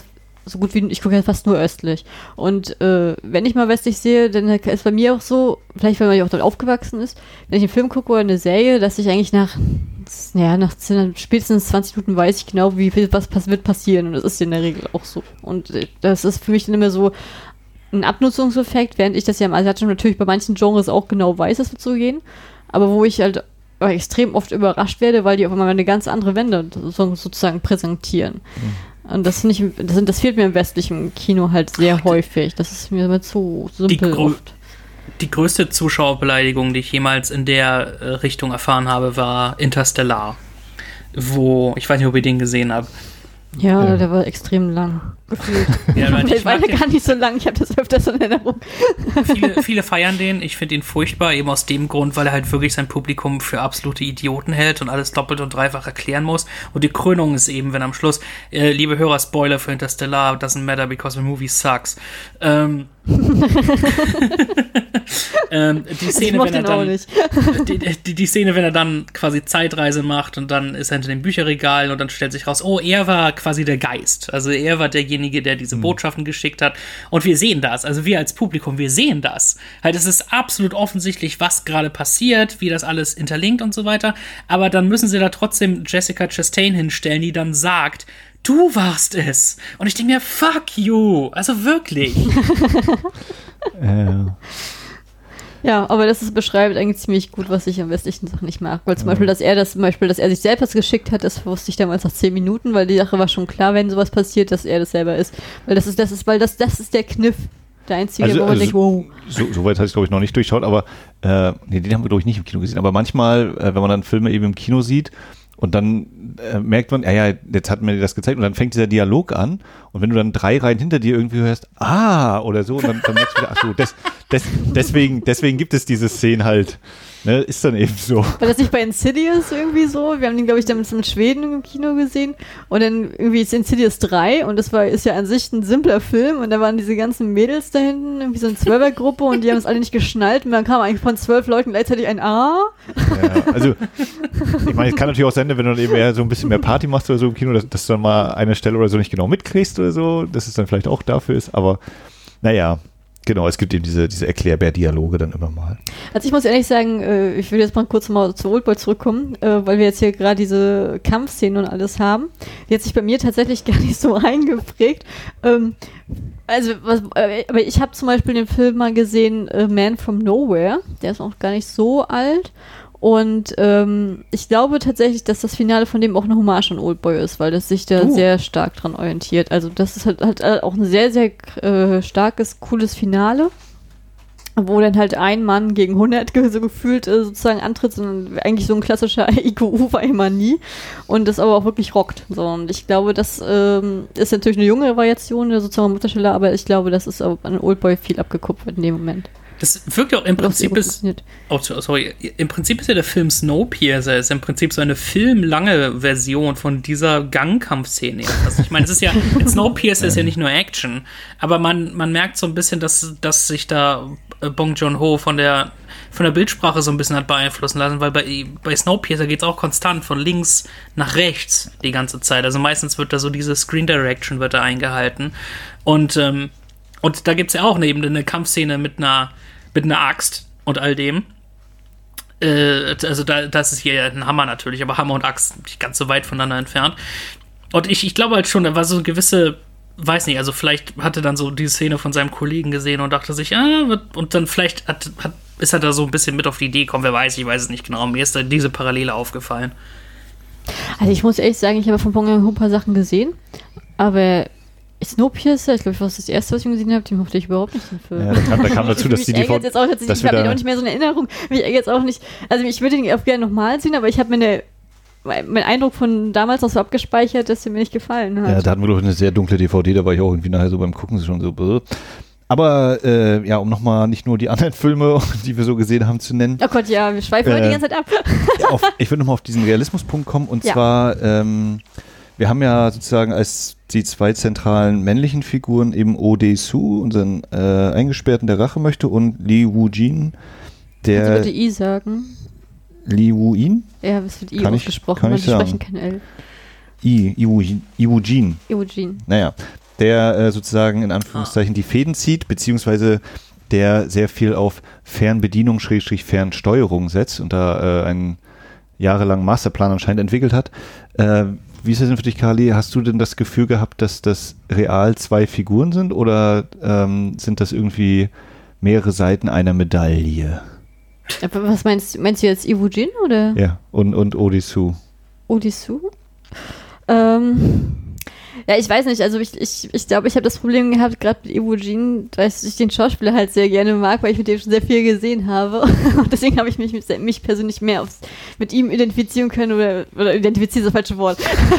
A: so gut wie, ich gucke ja fast nur östlich. Und äh, wenn ich mal westlich sehe, dann ist bei mir auch so, vielleicht weil man ja auch dort aufgewachsen ist, wenn ich einen Film gucke oder eine Serie, dass ich eigentlich nach, ja, nach spätestens zwanzig Minuten weiß ich genau, wie viel was pass- wird passieren. Und das ist in der Regel auch so. Und äh, das ist für mich dann immer so ein Abnutzungseffekt, während ich das ja im Asiatischen natürlich bei manchen Genres auch genau weiß, es wird so gehen. Aber wo ich halt extrem oft überrascht werde, weil die auf einmal eine ganz andere Wende so, sozusagen präsentieren. Mhm. Und das, nicht, das, das fehlt mir im westlichen Kino halt sehr Ach, häufig. Das ist mir immer zu simpel
C: die grö-
A: oft.
C: Die größte Zuschauerbeleidigung, die ich jemals in der äh, Richtung erfahren habe, war Interstellar. Wo, ich weiß nicht, ob ihr den gesehen habt.
A: Ja, ja, der war extrem lang gefühlt.
C: Ja,
A: der war ja gar nicht so lang, ich habe das öfters in Erinnerung.
C: Viele, viele feiern den, ich finde ihn furchtbar, eben aus dem Grund, weil er halt wirklich sein Publikum für absolute Idioten hält und alles doppelt und dreifach erklären muss. Und die Krönung ist eben, wenn am Schluss, äh, liebe Hörer, Spoiler für Interstellar, doesn't matter because the movie sucks. Ähm, ähm, die Szene, wenn er dann die, die, die Szene, wenn er dann quasi Zeitreise macht und dann ist er hinter den Bücherregalen und dann stellt sich raus, oh, er war quasi der Geist. Also er war derjenige, der diese Botschaften geschickt hat. Und wir sehen das. Also wir als Publikum, wir sehen das. Halt, es ist absolut offensichtlich, was gerade passiert, wie das alles interlinkt und so weiter. Aber dann müssen sie da trotzdem Jessica Chastain hinstellen, die dann sagt, du warst es. Und ich denke mir, fuck you. Also wirklich.
B: Ja.
A: Ja, aber das ist, beschreibt eigentlich ziemlich gut, was ich am westlichen Sachen nicht mag. Weil zum Beispiel, dass er das, zum Beispiel, dass er sich selbst geschickt hat, das wusste ich damals nach zehn Minuten, weil die Sache war schon klar, wenn sowas passiert, dass er das selber ist. Weil das ist, das ist, weil das, das ist der Kniff. Der einzige,
B: also,
A: wo man
B: also,
A: denkt, wow.
B: So, so weit hatte ich, glaube ich, noch nicht durchschaut, aber äh, nee, den haben wir, glaube ich, nicht im Kino gesehen. Aber manchmal, äh, wenn man dann Filme eben im Kino sieht, und dann äh, merkt man, ja, ja, jetzt hat mir das gezeigt und dann fängt dieser Dialog an und wenn du dann drei Reihen hinter dir irgendwie hörst, ah, oder so, und dann, dann merkst du wieder, ach so, das, das, deswegen, deswegen gibt es diese Szenen halt, ne, ist dann eben so.
A: War das nicht bei Insidious irgendwie so? Wir haben den, glaube ich, damals in Schweden im Kino gesehen und dann irgendwie ist Insidious drei und das war, ist ja an sich ein simpler Film und da waren diese ganzen Mädels da hinten, irgendwie so eine Zwölfergruppe und die haben es alle nicht geschnallt und dann kam eigentlich von zwölf Leuten gleichzeitig ein A.
B: Ja, also, ich meine, es kann natürlich auch sein, wenn du dann eben eher so ein bisschen mehr Party machst oder so im Kino, dass, dass du dann mal eine Stelle oder so nicht genau mitkriegst oder so, dass es dann vielleicht auch dafür ist, aber naja, genau, es gibt eben diese, diese Erklärbär-Dialoge dann immer mal.
A: Also ich muss ehrlich sagen, äh, ich will jetzt mal kurz mal zu Oldboy zurückkommen, äh, weil wir jetzt hier gerade diese Kampfszenen und alles haben. Die hat sich bei mir tatsächlich gar nicht so eingeprägt. Ähm, also, was, äh, aber ich habe zum Beispiel den Film mal gesehen, äh, Man from Nowhere. Der ist auch gar nicht so alt. Und ähm, ich glaube tatsächlich, dass das Finale von dem auch eine Hommage an Oldboy ist, weil das sich da uh. sehr stark dran orientiert. Also das ist halt, halt auch ein sehr, sehr äh, starkes, cooles Finale, wo dann halt ein Mann gegen hundert so gefühlt äh, sozusagen antritt, sondern eigentlich so ein klassischer I Q U war immer nie und das aber auch wirklich rockt. So. Und ich glaube, das ähm, ist natürlich eine junge Variation der sozusagen Mutterstelle, aber ich glaube, das ist auch an Oldboy viel abgekupfert in dem Moment.
C: Das wirkt ja auch im Prinzip ist, oh, sorry, im Prinzip ist ja der Film Snowpiercer, ist im Prinzip so eine filmlange Version von dieser Gangkampfszene. Also ich meine, es ist ja, Snowpiercer ist ja nicht nur Action, aber man, man merkt so ein bisschen, dass, dass sich da Bong Joon-ho von der, von der Bildsprache so ein bisschen hat beeinflussen lassen, weil bei, bei Snowpiercer geht es auch konstant von links nach rechts die ganze Zeit. Also meistens wird da so diese Screen Direction wird da eingehalten und, ähm, und da gibt es ja auch neben eine Kampfszene mit einer mit einer Axt und all dem. Äh, also da, das ist hier ein Hammer natürlich, aber Hammer und Axt nicht ganz so weit voneinander entfernt. Und ich, ich glaube halt schon, da war so eine gewisse, weiß nicht, also vielleicht hatte dann so die Szene von seinem Kollegen gesehen und dachte sich, ah, und dann vielleicht hat, hat, ist er da so ein bisschen mit auf die Idee gekommen, wer weiß, ich weiß es nicht genau. Mir ist da diese Parallele aufgefallen.
A: Also ich muss ehrlich sagen, ich habe von Bong Joon-ho ein paar Sachen gesehen, aber Snowpiercer, ich glaube, das ist das erste, was ich gesehen habe, den mochte ich überhaupt nicht, den Film.
B: Ja, da kam, da kam dazu, dass die D V D...
A: Jetzt auch, dass dass ich habe den auch nicht mehr so eine Erinnerung. Ich jetzt auch nicht, also ich würde ihn auch gerne nochmal sehen, aber ich habe mir eine, mein Eindruck von damals noch so abgespeichert, dass er mir nicht gefallen hat.
B: Ja, da hatten wir doch eine sehr dunkle D V D, da war ich auch irgendwie nachher so beim Gucken schon so... Bäh. Aber äh, ja, um nochmal nicht nur die anderen Filme, die wir so gesehen haben, zu nennen.
A: Oh Gott, ja, wir schweifen äh, heute die ganze Zeit ab.
B: Ja, auf, ich würde nochmal auf diesen Realismuspunkt kommen und
A: ja.
B: zwar... Ähm, wir haben ja sozusagen als die zwei zentralen männlichen Figuren eben Oh Dae-soo, unseren äh, Eingesperrten, der Rache möchte, und Lee Woo-jin, der...
A: Kannst du bitte I sagen?
B: Lee Woo-in?
A: Ja, es wird I
B: kann
A: ausgesprochen,
B: ich, kann
A: weil
B: ich
A: die
B: sagen.
A: sprechen kein L.
B: I, Iwoo-jin.
A: Iwoo-jin.
B: Naja, der äh, sozusagen in Anführungszeichen ah. die Fäden zieht, beziehungsweise der sehr viel auf Fernbedienung, Schrägstrich Fernsteuerung setzt und da äh, einen jahrelangen Masterplan anscheinend entwickelt hat. Äh, wie ist das denn für dich, Carly? Hast du denn das Gefühl gehabt, dass das real zwei Figuren sind oder ähm, sind das irgendwie mehrere Seiten einer Medaille?
A: Aber was meinst du? Meinst du jetzt Iwo Jin oder?
B: Ja, und, und Odissu.
A: Odissu? Ähm, ja, ich weiß nicht, also ich glaube, ich, ich, glaub, ich habe das Problem gehabt, gerade mit Iwo Jin, dass ich den Schauspieler halt sehr gerne mag, weil ich mit dem schon sehr viel gesehen habe und deswegen habe ich mich, mich persönlich mehr aufs, mit ihm identifizieren können oder, oder identifizieren ist das falsche Wort.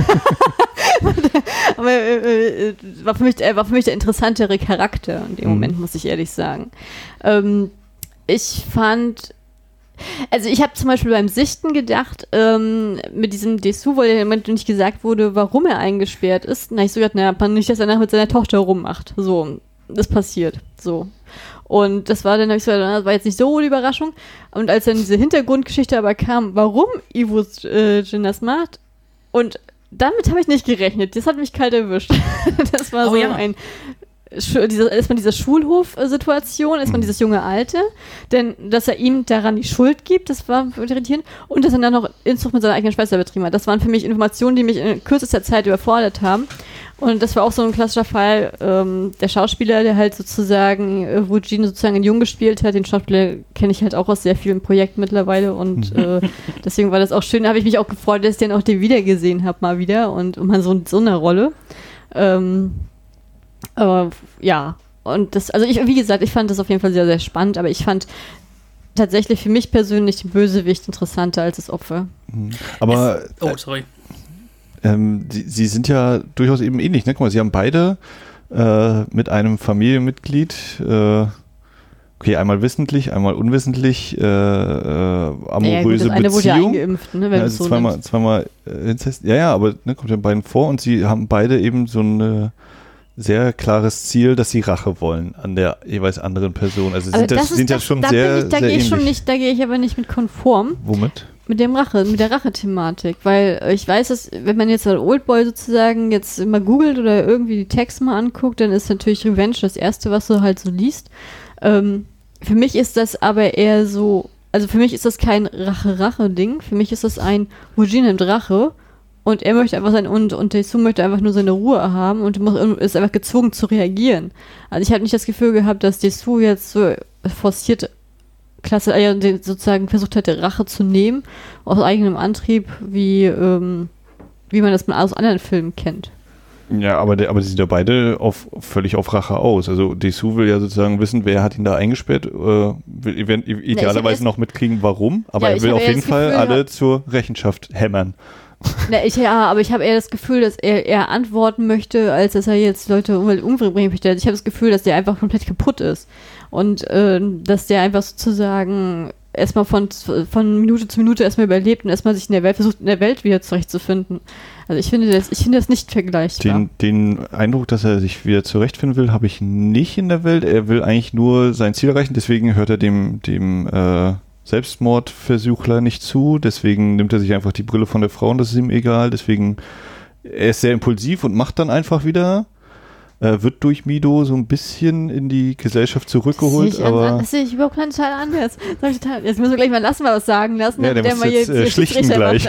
A: Aber äh, war, für mich, er war für mich der interessantere Charakter in dem mhm. Moment, muss ich ehrlich sagen. Ähm, ich fand Also ich habe zum Beispiel beim Sichten gedacht, ähm, mit diesem Dessous, weil im Moment nicht gesagt wurde, warum er eingesperrt ist. Na, ich so gedacht, naja, nicht, dass er nachher mit seiner Tochter rummacht. So, das passiert. So. Und das war dann, hab ich so, das war jetzt nicht so die Überraschung. Und als dann diese Hintergrundgeschichte aber kam, warum Iwo äh, Jin das macht, und damit habe ich nicht gerechnet. Das hat mich kalt erwischt. Das war oh, so ja. ein Diese, erstmal diese Schulhof-Situation, erstmal dieses junge Alte, denn dass er ihm daran die Schuld gibt, das war irritierend, und dass er dann noch Inzucht mit seiner eigenen Schwester betrieben hat. Das waren für mich Informationen, die mich in kürzester Zeit überfordert haben, und das war auch so ein klassischer Fall, ähm, der Schauspieler, der halt sozusagen äh, Iwo Jin sozusagen in Jung gespielt hat, den Schauspieler kenne ich halt auch aus sehr vielen Projekten mittlerweile, und äh, deswegen war das auch schön, da habe ich mich auch gefreut, dass ich den auch den wiedergesehen habe mal wieder, und um so, so eine Rolle. Ähm, Aber ja, und das, also ich, wie gesagt, ich fand das auf jeden Fall sehr, sehr spannend, aber ich fand tatsächlich für mich persönlich den Bösewicht interessanter als das Opfer.
B: Aber
C: es, oh, sorry.
B: Äh, ähm, die, sie sind ja durchaus eben ähnlich, ne? Guck mal, sie haben beide äh, mit einem Familienmitglied, äh, okay, einmal wissentlich, einmal unwissentlich, äh, äh, amoröse ja, gut, das eine Beziehung. Wurde ja eingeimpft, ne, wenn ja, also so zweimal, zweimal äh, Inzest. Ja, ja, aber ne, kommt ja beiden vor, und sie haben beide eben so eine sehr klares Ziel, dass sie Rache wollen an der jeweils anderen Person. Also sind, das, das sind ja schon
A: da
B: sehr,
A: ich, da
B: sehr
A: gehe ich
B: ähnlich.
A: schon nicht, da gehe ich aber nicht mit konform.
B: Womit?
A: Mit dem Rache, mit der Rache-Thematik, weil ich weiß, dass wenn man jetzt ein Oldboy sozusagen jetzt mal googelt oder irgendwie die Texte mal anguckt, dann ist natürlich Revenge das Erste, was du halt so liest. Ähm, für mich ist das aber eher so, also für mich ist das kein Rache-Rache-Ding, für mich ist das ein Iwo Jin nimmt Rache. Und er möchte einfach sein, und, und Dessous möchte einfach nur seine Ruhe haben und ist einfach gezwungen zu reagieren. Also ich habe nicht das Gefühl gehabt, dass Dessous jetzt so forciert Klasse, äh, sozusagen versucht hätte, Rache zu nehmen, aus eigenem Antrieb, wie, ähm, wie man das mal aus anderen Filmen kennt.
B: Ja, aber, der, aber die sind ja beide auf, völlig auf Rache aus. Also Dessous will ja sozusagen wissen, wer hat ihn da eingesperrt, äh, will idealerweise noch mitkriegen, warum, aber ja, er will auf jeden Fall Gefühl, alle zur Rechenschaft hämmern.
A: Na, ich, ja, aber ich habe eher das Gefühl, dass er eher antworten möchte, als dass er jetzt Leute umbringen möchte. Ich habe das Gefühl, dass der einfach komplett kaputt ist. Und äh, dass der einfach sozusagen erstmal von, von Minute zu Minute erstmal überlebt und erstmal sich in der Welt versucht, in der Welt wieder zurechtzufinden. Also ich finde das, ich finde das nicht vergleichbar.
B: Den, den Eindruck, dass er sich wieder zurechtfinden will, habe ich nicht in der Welt. Er will eigentlich nur sein Ziel erreichen, deswegen hört er dem, dem äh, Selbstmordversuchler nicht zu, deswegen nimmt er sich einfach die Brille von der Frau und das ist ihm egal, deswegen er ist sehr impulsiv und macht dann einfach wieder, äh, wird durch Mido so ein bisschen in die Gesellschaft zurückgeholt. Das sehe ich, aber
A: an, das sehe ich überhaupt total anders. Jetzt müssen wir gleich mal lassen, mal was sagen lassen.
B: Ja, der, der muss mal jetzt, jetzt äh, schlichten gleich.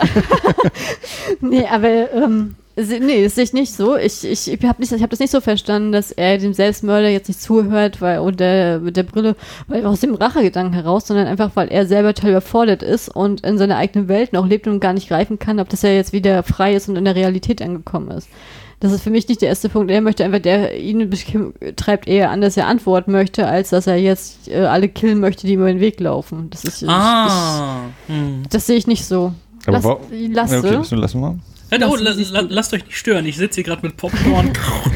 A: Nee, aber ähm, nee, das sehe ich nicht so. Ich, ich, ich habe hab das nicht so verstanden, dass er dem Selbstmörder jetzt nicht zuhört, weil und der, mit der Brille, weil aus dem Rachegedanken heraus, sondern einfach, weil er selber total überfordert ist und in seiner eigenen Welt noch lebt und gar nicht greifen kann, ob das er jetzt wieder frei ist und in der Realität angekommen ist. Das ist für mich nicht der erste Punkt. Er möchte einfach, der ihn treibt eher an, dass er antworten möchte, als dass er jetzt äh, alle killen möchte, die ihm über den Weg laufen. Das ist,
C: ah.
A: ich, hm. das sehe ich nicht so.
B: Aber
A: Lass, lass
B: ja, okay, das lassen wir.
C: Ja, oh, la, la, lasst euch nicht stören, ich sitze hier gerade mit Popcorn.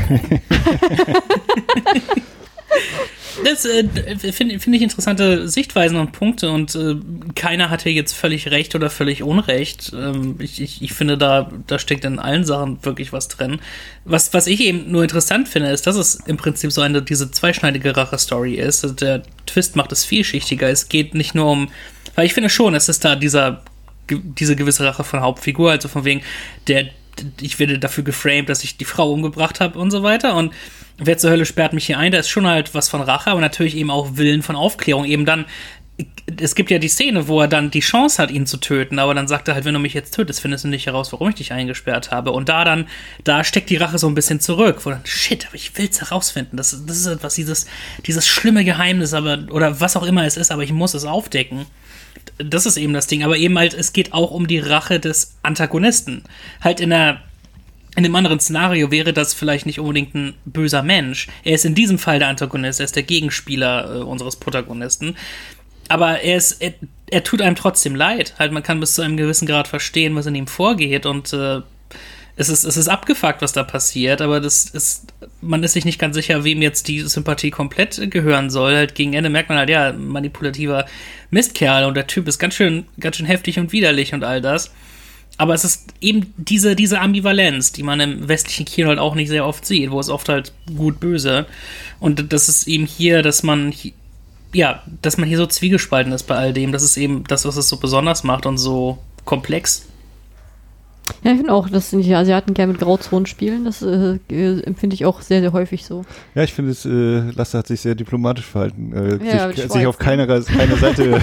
C: Das äh, finde find ich interessante Sichtweisen und Punkte, und äh, keiner hatte jetzt völlig recht oder völlig unrecht. Ähm, ich, ich, ich finde, da, da steckt in allen Sachen wirklich was drin. Was, was ich eben nur interessant finde, ist, dass es im Prinzip so eine diese zweischneidige Rache-Story ist. Also der Twist macht es vielschichtiger. Es geht nicht nur um, weil ich finde schon, es ist da dieser diese gewisse Rache von Hauptfigur, also von wegen, der, ich werde dafür geframed, dass ich die Frau umgebracht habe und so weiter und wer zur Hölle sperrt mich hier ein, da ist schon halt was von Rache, aber natürlich eben auch Willen von Aufklärung, eben dann, es gibt ja die Szene, wo er dann die Chance hat, ihn zu töten, aber dann sagt er halt, wenn du mich jetzt tötest, findest du nicht heraus, warum ich dich eingesperrt habe. Und da dann, da steckt die Rache so ein bisschen zurück, wo dann, shit, aber ich will's herausfinden. Das, das ist etwas, dieses, dieses schlimme Geheimnis, aber, oder was auch immer es ist, aber ich muss es aufdecken. Das ist eben das Ding. Aber eben halt, es geht auch um die Rache des Antagonisten. Halt in der In einem anderen Szenario wäre das vielleicht nicht unbedingt ein böser Mensch. Er ist in diesem Fall der Antagonist, er ist der Gegenspieler äh, unseres Protagonisten. Aber er ist, er, er tut einem trotzdem leid. Halt, man kann bis zu einem gewissen Grad verstehen, was in ihm vorgeht. Und äh, es ist, es ist abgefuckt, was da passiert. Aber das ist, man ist sich nicht ganz sicher, wem jetzt die Sympathie komplett gehören soll. Halt, gegen Ende merkt man halt, ja, manipulativer Mistkerl. Und der Typ ist ganz schön, ganz schön heftig und widerlich und all das. Aber es ist eben diese, diese Ambivalenz, die man im westlichen Kino halt auch nicht sehr oft sieht, wo es oft halt gut-böse. Und das ist eben hier, dass man, ja, dass man hier so zwiegespalten ist bei all dem. Das ist eben das, was es so besonders macht und so komplex.
A: Ja, ich finde auch, dass die Asiaten gerne mit Grauzonen spielen. Das äh, empfinde ich auch sehr, sehr häufig so.
B: Ja, ich finde, es, äh, Lasse hat sich sehr diplomatisch verhalten. Äh,
A: ja,
B: sich sich auf keiner keine Seite.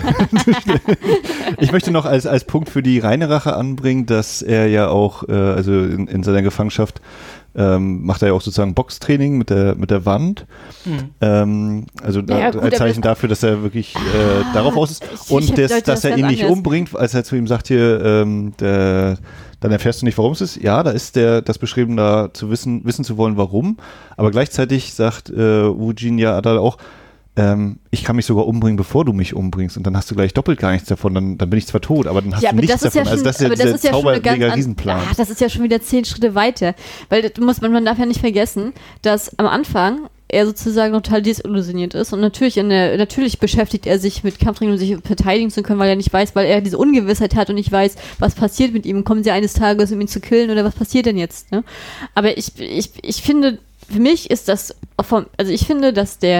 B: Ich möchte noch als, als Punkt für die reine Rache anbringen, dass er ja auch, äh, also in, in seiner Gefangenschaft, ähm, macht er ja auch sozusagen Boxtraining mit der, mit der Wand. Mhm. Ähm, also da, ja, gut, als Zeichen dafür, dass er wirklich äh, ah, darauf aus ist. Und ich das, dass das er ihn nicht anders. umbringt, als er zu ihm sagt hier, ähm, der dann erfährst du nicht, warum es ist. Ja, da ist der das beschrieben, da zu wissen, wissen zu wollen, warum. Aber gleichzeitig sagt äh, Woo-Jin ja da auch, ähm, ich kann mich sogar umbringen, bevor du mich umbringst. Und dann hast du gleich doppelt gar nichts davon. Dann, dann bin ich zwar tot, aber dann hast ja, du nichts davon. Ja schon, also das ist ja dieser ja zaubermega Riesenplan.
A: Ach, das ist ja schon wieder zehn Schritte weiter. Weil das muss man, man darf ja nicht vergessen, dass am Anfang er sozusagen total desillusioniert ist und natürlich in der, natürlich beschäftigt er sich mit Kampfringen, um sich verteidigen zu können, weil er nicht weiß, weil er diese Ungewissheit hat und nicht weiß, was passiert mit ihm. Kommen sie eines Tages, um ihn zu killen oder was passiert denn jetzt? Ne? Aber ich, ich, ich finde, für mich ist das, vom, also ich finde, dass der,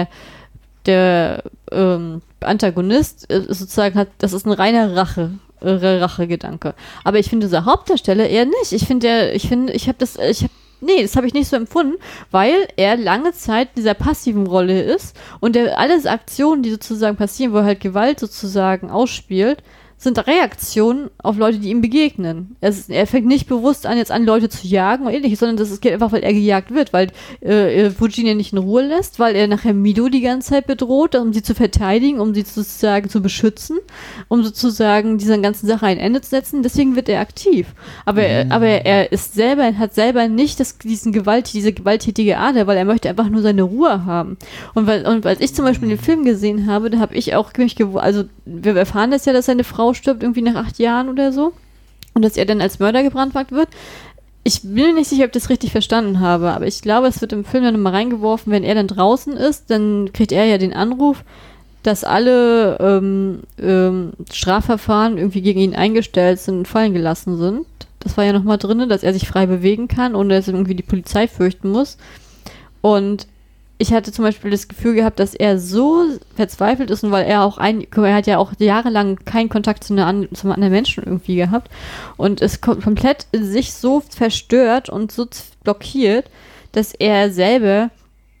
A: der ähm, Antagonist äh, sozusagen hat, das ist ein reiner Rache. Rache-Gedanke. Aber ich finde dieser Hauptdarsteller eher nicht. Ich finde, ich finde, ich habe das, ich habe Nee, das habe ich nicht so empfunden, weil er lange Zeit in dieser passiven Rolle ist und er alles Aktionen, die sozusagen passieren, wo er halt Gewalt sozusagen ausspielt, sind Reaktionen auf Leute, die ihm begegnen. Er, ist, er fängt nicht bewusst an, jetzt an Leute zu jagen oder ähnliches, sondern das geht einfach, weil er gejagt wird, weil äh, Woo-Jin ihn nicht in Ruhe lässt, weil er nachher Mido die ganze Zeit bedroht, um sie zu verteidigen, um sie sozusagen zu beschützen, um sozusagen dieser ganzen Sache ein Ende zu setzen. Deswegen wird er aktiv. Aber, mhm. aber er ist selber, hat selber nicht das, diesen Gewalt, diese gewalttätige Ader, weil er möchte einfach nur seine Ruhe haben. Und weil, und als ich zum Beispiel den Film gesehen habe, da habe ich auch mich gewundert, also wir erfahren das ja, dass seine Frau stirbt irgendwie nach acht Jahren oder so und dass er dann als Mörder gebrandmarkt wird. Ich bin mir nicht sicher, ob ich das richtig verstanden habe, aber ich glaube, es wird im Film dann nochmal reingeworfen, wenn er dann draußen ist, dann kriegt er ja den Anruf, dass alle ähm, ähm, Strafverfahren irgendwie gegen ihn eingestellt sind und fallen gelassen sind. Das war ja nochmal drin, dass er sich frei bewegen kann, ohne dass er irgendwie die Polizei fürchten muss. Und ich hatte zum Beispiel das Gefühl gehabt, dass er so verzweifelt ist und weil er auch ein, er hat ja auch jahrelang keinen Kontakt zu, einer, zu einem anderen Menschen irgendwie gehabt und ist kom- komplett in sich so verstört und so blockiert, dass er selber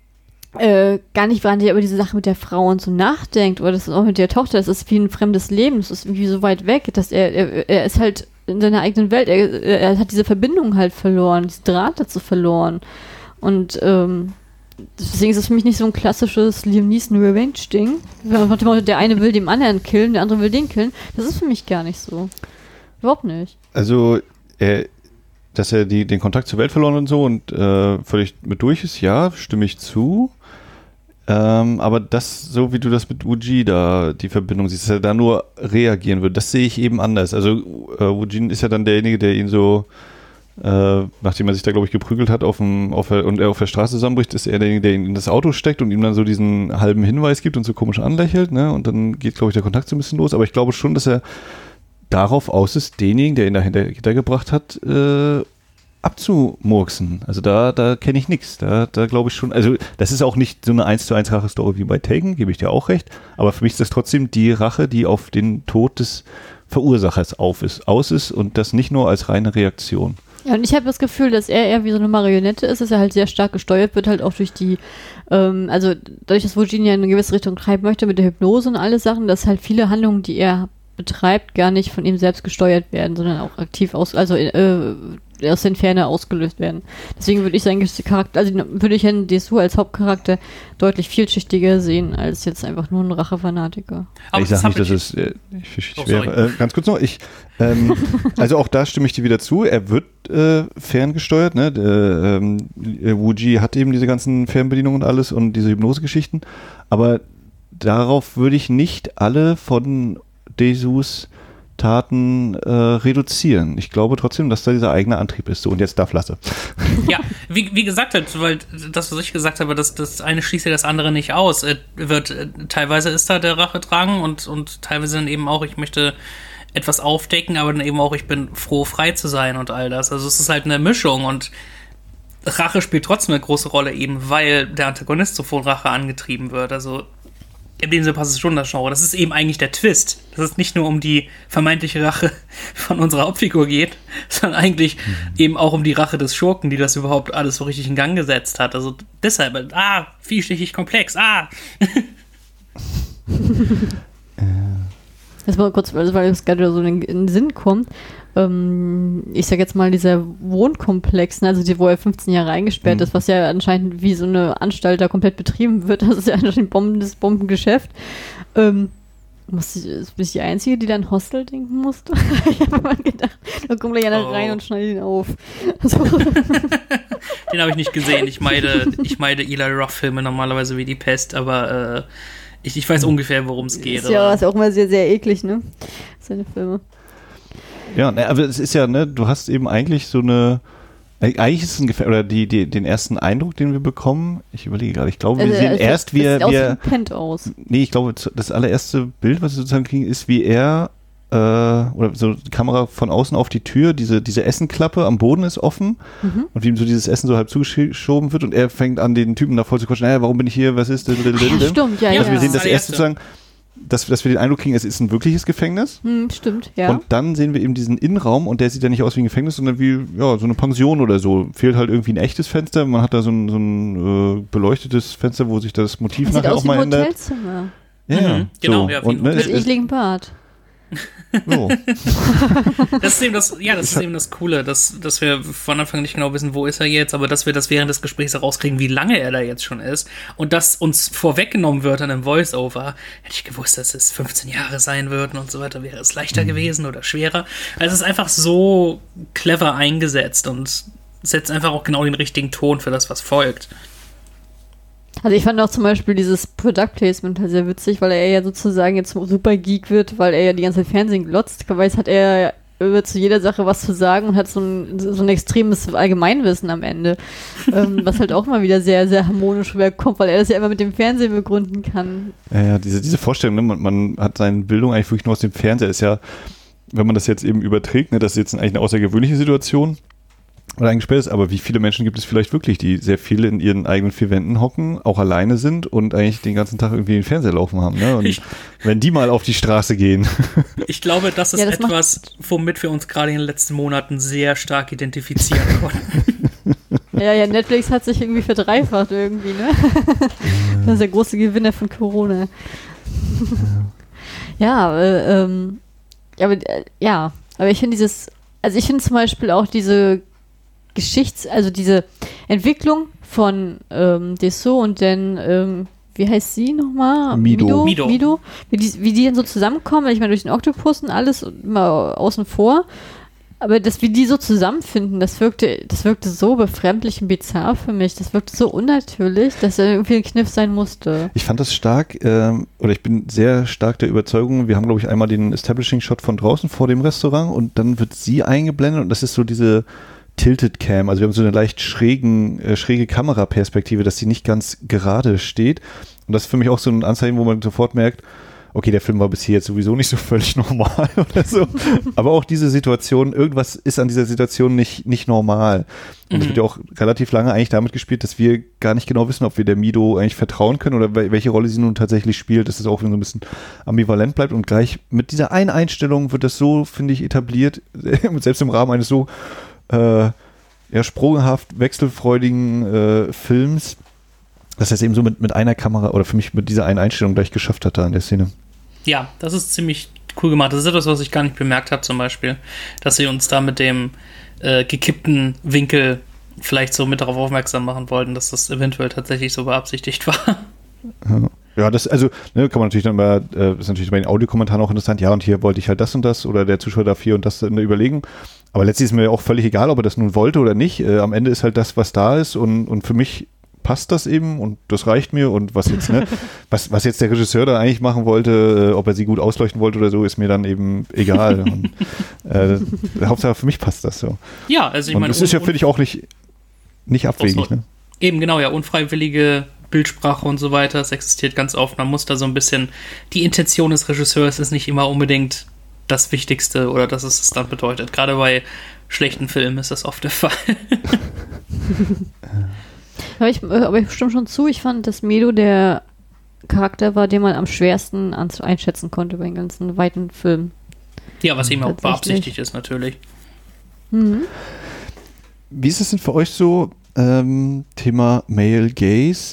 A: äh, gar nicht wahnsinnig über diese Sache mit der Frau und so nachdenkt oder das ist auch mit der Tochter, das ist wie ein fremdes Leben, das ist irgendwie so weit weg, dass er, er, er ist halt in seiner eigenen Welt, er, er hat diese Verbindung halt verloren, diesen Draht dazu verloren und ähm, deswegen ist es für mich nicht so ein klassisches Liam Neeson Revenge-Ding. Der eine will den anderen killen, der andere will den killen. Das ist für mich gar nicht so. Überhaupt nicht.
B: Also, er, dass er die, den Kontakt zur Welt verloren und so und äh, völlig mit durch ist, ja, stimme ich zu. Ähm, aber das, so wie du das mit Woo-Jin da, die Verbindung siehst, dass er da nur reagieren würde, das sehe ich eben anders. Also, äh, Woo-Jin ist ja dann derjenige, der ihn so Äh, nachdem er sich da, glaube ich, geprügelt hat auf dem, auf der, und er auf der Straße zusammenbricht, ist er derjenige, der ihn in das Auto steckt und ihm dann so diesen halben Hinweis gibt und so komisch anlächelt, ne? Und dann geht, glaube ich, der Kontakt so ein bisschen los. Aber ich glaube schon, dass er darauf aus ist, denjenigen, der ihn dahinter hintergebracht hat, äh, abzumurksen. Also da, da kenne ich nichts. Da, da glaube ich schon, also das ist auch nicht so eine eins zu eins Rache-Story wie bei Taken, gebe ich dir auch recht. Aber für mich ist das trotzdem die Rache, die auf den Tod des Verursachers auf ist, aus ist und das nicht nur als reine Reaktion.
A: Ja, und ich habe das Gefühl, dass er eher wie so eine Marionette ist, dass er halt sehr stark gesteuert wird, halt auch durch die, ähm, also dadurch, dass Virginia in eine gewisse Richtung treiben möchte mit der Hypnose und alle Sachen, dass halt viele Handlungen, die er betreibt, gar nicht von ihm selbst gesteuert werden, sondern auch aktiv aus, also äh, aus der Ferne ausgelöst werden. Deswegen würde ich sagen, Charakter, also würde ich Herrn Dessous als Hauptcharakter deutlich vielschichtiger sehen, als jetzt einfach nur ein Rachefanatiker.
B: Aber ich sage nicht, dass es äh, vielschichtig oh, wäre. Äh, ganz kurz noch, ich, ähm, also auch da stimme ich dir wieder zu, er wird äh, ferngesteuert, ne? Der, ähm, Wu Ji hat eben diese ganzen Fernbedienungen und alles und diese Hypnosegeschichten, aber darauf würde ich nicht alle von Dessous Taten äh, reduzieren. Ich glaube trotzdem, dass da dieser eigene Antrieb ist. So, und jetzt darf Lasse.
C: Ja, wie, wie gesagt, halt, weil das, was ich gesagt habe, das, das eine schließt ja das andere nicht aus. Äh, wird, äh, teilweise ist da der Rachedrang und, und teilweise dann eben auch, ich möchte etwas aufdecken, aber dann eben auch, ich bin froh, frei zu sein und all das. Also es ist halt eine Mischung und Rache spielt trotzdem eine große Rolle, eben weil der Antagonist so von Rache angetrieben wird. Also in dem Sinne passt es schon das Genre. Das ist eben eigentlich der Twist. Dass es nicht nur um die vermeintliche Rache von unserer Hauptfigur geht, sondern eigentlich mhm. eben auch um die Rache des Schurken, die das überhaupt alles so richtig in Gang gesetzt hat. Also deshalb, ah, vielschichtig komplex, ah.
A: Jetzt mal kurz, weil es gerade so in den Sinn kommt. Ähm, ich sag jetzt mal, dieser Wohnkomplex, ne, also die, wo er fünfzehn Jahre eingesperrt mhm. ist, was ja anscheinend wie so eine Anstalt da komplett betrieben wird. Das ist ja anscheinend Bomben, das Bombengeschäft. Ähm, muss ich, bin ich die Einzige, die da an Hostel denken musste? Ich habe mal gedacht, da kommt gleich einer oh. rein und schneidet ihn auf. So.
C: Den habe ich nicht gesehen. Ich meide, ich meide Eli Roth-Filme normalerweise wie die Pest, aber äh, ich, ich weiß ungefähr, worum es geht.
A: Ist ja, ist ja auch immer sehr, sehr eklig, ne? Seine Filme.
B: Ja, ne, aber es ist ja, ne, du hast eben eigentlich so eine, eigentlich ist es ein Gefängnis, oder die, die, den ersten Eindruck, den wir bekommen, ich überlege gerade, ich glaube, wir also, sehen also, erst, wie er,
A: sieht
B: wie er,
A: aus wie ein aus.
B: Nee, ich glaube, das allererste Bild, was wir sozusagen kriegen, ist, wie er, äh, oder so die Kamera von außen auf die Tür, diese, diese Essenklappe am Boden ist offen mhm. und wie ihm so dieses Essen so halb zugeschoben wird und er fängt an, den Typen da voll zu quatschen, naja, warum bin ich hier, was ist das?
A: Ja, stimmt, ja,
B: also
A: ja.
B: wir sehen das erst sozusagen, Dass, dass wir den Eindruck kriegen, es ist ein wirkliches Gefängnis.
A: Hm, stimmt, ja.
B: Und dann sehen wir eben diesen Innenraum und der sieht ja nicht aus wie ein Gefängnis, sondern wie ja, so eine Pension oder so. Fehlt halt irgendwie ein echtes Fenster. Man hat da so ein, so ein äh, beleuctetes Fenster, wo sich das Motiv
A: das
B: nachher auch mal ändert.
A: Sieht aus wie ein Hotelzimmer.
B: Ja,
C: mhm, genau.
B: So.
C: Ja,
B: und, ne,
A: das ekligen Bad.
B: So.
C: Das ist eben das, ja, das ist eben das Coole, dass, dass wir von Anfang nicht genau wissen, wo ist er jetzt, aber dass wir das während des Gesprächs herauskriegen, wie lange er da jetzt schon ist und dass uns vorweggenommen wird an einem Voice-Over. Hätte ich gewusst, dass es fünfzehn Jahre sein würden und so weiter, wäre es leichter mhm. gewesen oder schwerer. Also es ist einfach so clever eingesetzt und setzt einfach auch genau den richtigen Ton für das, was folgt.
A: Also ich fand auch zum Beispiel dieses Product Placement halt sehr witzig, weil er ja sozusagen jetzt super Geek wird, weil er ja die ganze Zeit Fernsehen glotzt. Weiß hat er über zu jeder Sache was zu sagen und hat so ein, so ein extremes Allgemeinwissen am Ende, ähm, was halt auch mal wieder sehr, sehr harmonisch rüberkommt, weil er das ja immer mit dem Fernsehen begründen kann.
B: Ja, ja diese, diese Vorstellung, ne? man, man hat seine Bildung eigentlich wirklich nur aus dem Fernseher, ist ja, wenn man das jetzt eben überträgt, ne, das ist jetzt eigentlich eine außergewöhnliche Situation, oder eingesperrt ist, aber wie viele Menschen gibt es vielleicht wirklich, die sehr viel in ihren eigenen vier Wänden hocken, auch alleine sind und eigentlich den ganzen Tag irgendwie den Fernseher laufen haben, ne? Und ich, wenn die mal auf die Straße gehen.
C: Ich glaube, das ist ja, das etwas, womit wir uns gerade in den letzten Monaten sehr stark identifizieren konnten.
A: Ja, ja, Netflix hat sich irgendwie verdreifacht irgendwie, ne? Das ist der große Gewinner von Corona. Ja, äh, ähm, aber äh, ja, aber ich finde dieses, also ich finde zum Beispiel auch diese Geschichts-, also diese Entwicklung von ähm, Dessous und dann, ähm, wie heißt sie nochmal?
B: Mido.
A: Mido. Mido. Wie, die, wie die dann so zusammenkommen, ich meine, durch den Oktopus und alles mal außen vor. Aber dass wir die so zusammenfinden, das wirkte, das wirkte so befremdlich und bizarr für mich. Das wirkte so unnatürlich, dass er irgendwie ein Kniff sein musste.
B: Ich fand das stark, ähm, oder ich bin sehr stark der Überzeugung, wir haben, glaube ich, einmal den Establishing-Shot von draußen vor dem Restaurant und dann wird sie eingeblendet und das ist so diese Tilted Cam, also wir haben so eine leicht schrägen, äh, schräge Kameraperspektive, dass sie nicht ganz gerade steht. Und das ist für mich auch so ein Anzeichen, wo man sofort merkt, okay, der Film war bis hier jetzt sowieso nicht so völlig normal oder so. Aber auch diese Situation, irgendwas ist an dieser Situation nicht, nicht normal. Und es mhm. wird ja auch relativ lange eigentlich damit gespielt, dass wir gar nicht genau wissen, ob wir der Mido eigentlich vertrauen können oder welche Rolle sie nun tatsächlich spielt, dass es auch so ein bisschen ambivalent bleibt. Und gleich mit dieser einen Einstellung wird das so, finde ich, etabliert, selbst im Rahmen eines so äh, ja, sprunghaft wechselfreudigen äh, Films, dass er es eben so mit, mit einer Kamera oder für mich mit dieser einen Einstellung gleich geschafft hat da in der Szene.
C: Ja, das ist ziemlich cool gemacht. Das ist etwas, was ich gar nicht bemerkt habe zum Beispiel, dass sie uns da mit dem äh, gekippten Winkel vielleicht so mit darauf aufmerksam machen wollten, dass das eventuell tatsächlich so beabsichtigt war.
B: Ja, das, also, ne, kann man natürlich dann mal, äh, ist natürlich bei den Audiokommentaren auch interessant, ja, und hier wollte ich halt das und das oder der Zuschauer darf hier und das in der Überlegung. Aber letztlich ist mir ja auch völlig egal, ob er das nun wollte oder nicht. Äh, am Ende ist halt das, was da ist und, und für mich passt das eben und das reicht mir und was jetzt, ne, was, was jetzt der Regisseur da eigentlich machen wollte, äh, ob er sie gut ausleuchten wollte oder so, ist mir dann eben egal. und, äh, Hauptsache für mich passt das so.
C: Ja, also ich meine.
B: Das ist ja, finde ich, auch nicht, nicht abwegig, ne?
C: Eben, genau, ja, unfreiwillige Bildsprache und so weiter, es existiert ganz oft. Man muss da so ein bisschen, die Intention des Regisseurs ist nicht immer unbedingt das Wichtigste oder dass es es dann bedeutet. Gerade bei schlechten Filmen ist das oft der Fall.
A: Aber ich, aber ich stimme schon zu, ich fand, dass Medo der Charakter war, den man am schwersten einschätzen konnte bei den ganzen weiten Filmen.
C: Ja, was eben auch beabsichtigt ist, natürlich.
A: Mhm.
B: Wie ist es denn für euch so, ähm, Thema Male Gaze,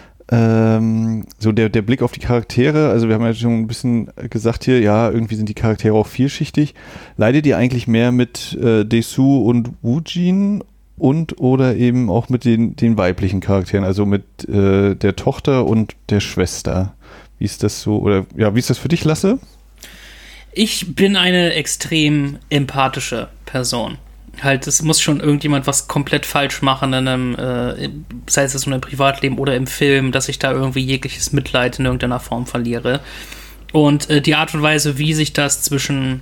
B: ähm, so der, der Blick auf die Charaktere, also wir haben ja schon ein bisschen gesagt hier, ja, irgendwie sind die Charaktere auch vielschichtig. Leidet ihr eigentlich mehr mit äh, Dae-Soo und Woo-Jin und oder eben auch mit den, den weiblichen Charakteren, also mit äh, der Tochter und der Schwester? Wie ist das so, oder ja, wie ist das für dich, Lasse?
C: Ich bin eine extrem empathische Person. Halt, es muss schon irgendjemand was komplett falsch machen in einem, äh, sei es in einem Privatleben oder im Film, dass ich da irgendwie jegliches Mitleid in irgendeiner Form verliere. Und äh, die Art und Weise, wie sich das zwischen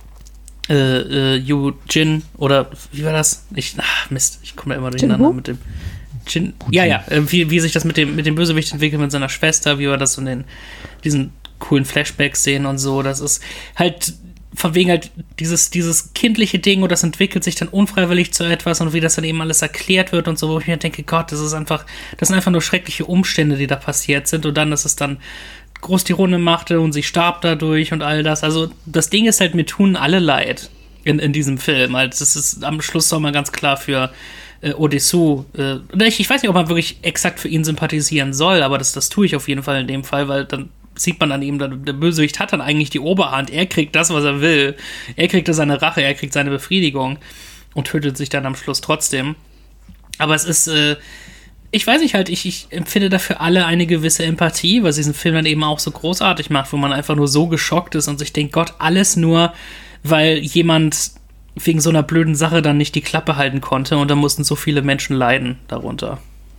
C: äh, äh, Yu Jin oder wie war das? Ich, ach Mist, ich komme da immer durcheinander mit dem Jin. Ja, ja, äh, wie, wie sich das mit dem, mit dem Bösewicht entwickelt mit seiner Schwester, wie wir das in den, diesen coolen Flashbacks sehen und so. Das ist halt von wegen halt dieses, dieses kindliche Ding und das entwickelt sich dann unfreiwillig zu etwas und wie das dann eben alles erklärt wird und so, wo ich mir denke, Gott, das ist einfach, das sind einfach nur schreckliche Umstände, die da passiert sind und dann, dass es dann groß die Runde machte und sie starb dadurch und all das. Also das Ding ist halt, mir tun alle leid in, in diesem Film. Also das ist am Schluss auch mal ganz klar für äh, Dae-Soo. Äh, ich, ich weiß nicht, ob man wirklich exakt für ihn sympathisieren soll, aber das, das tue ich auf jeden Fall in dem Fall, weil dann sieht man an ihm, der Bösewicht hat dann eigentlich die Oberhand. Er kriegt das, was er will. Er kriegt seine Rache, er kriegt seine Befriedigung und tötet sich dann am Schluss trotzdem. Aber es ist, äh, ich weiß nicht halt, ich, ich empfinde dafür alle eine gewisse Empathie, was diesen Film dann eben auch so großartig macht, wo man einfach nur so geschockt ist und sich denkt, Gott, alles nur, weil jemand wegen so einer blöden Sache dann nicht die Klappe halten konnte und da mussten so viele Menschen leiden darunter.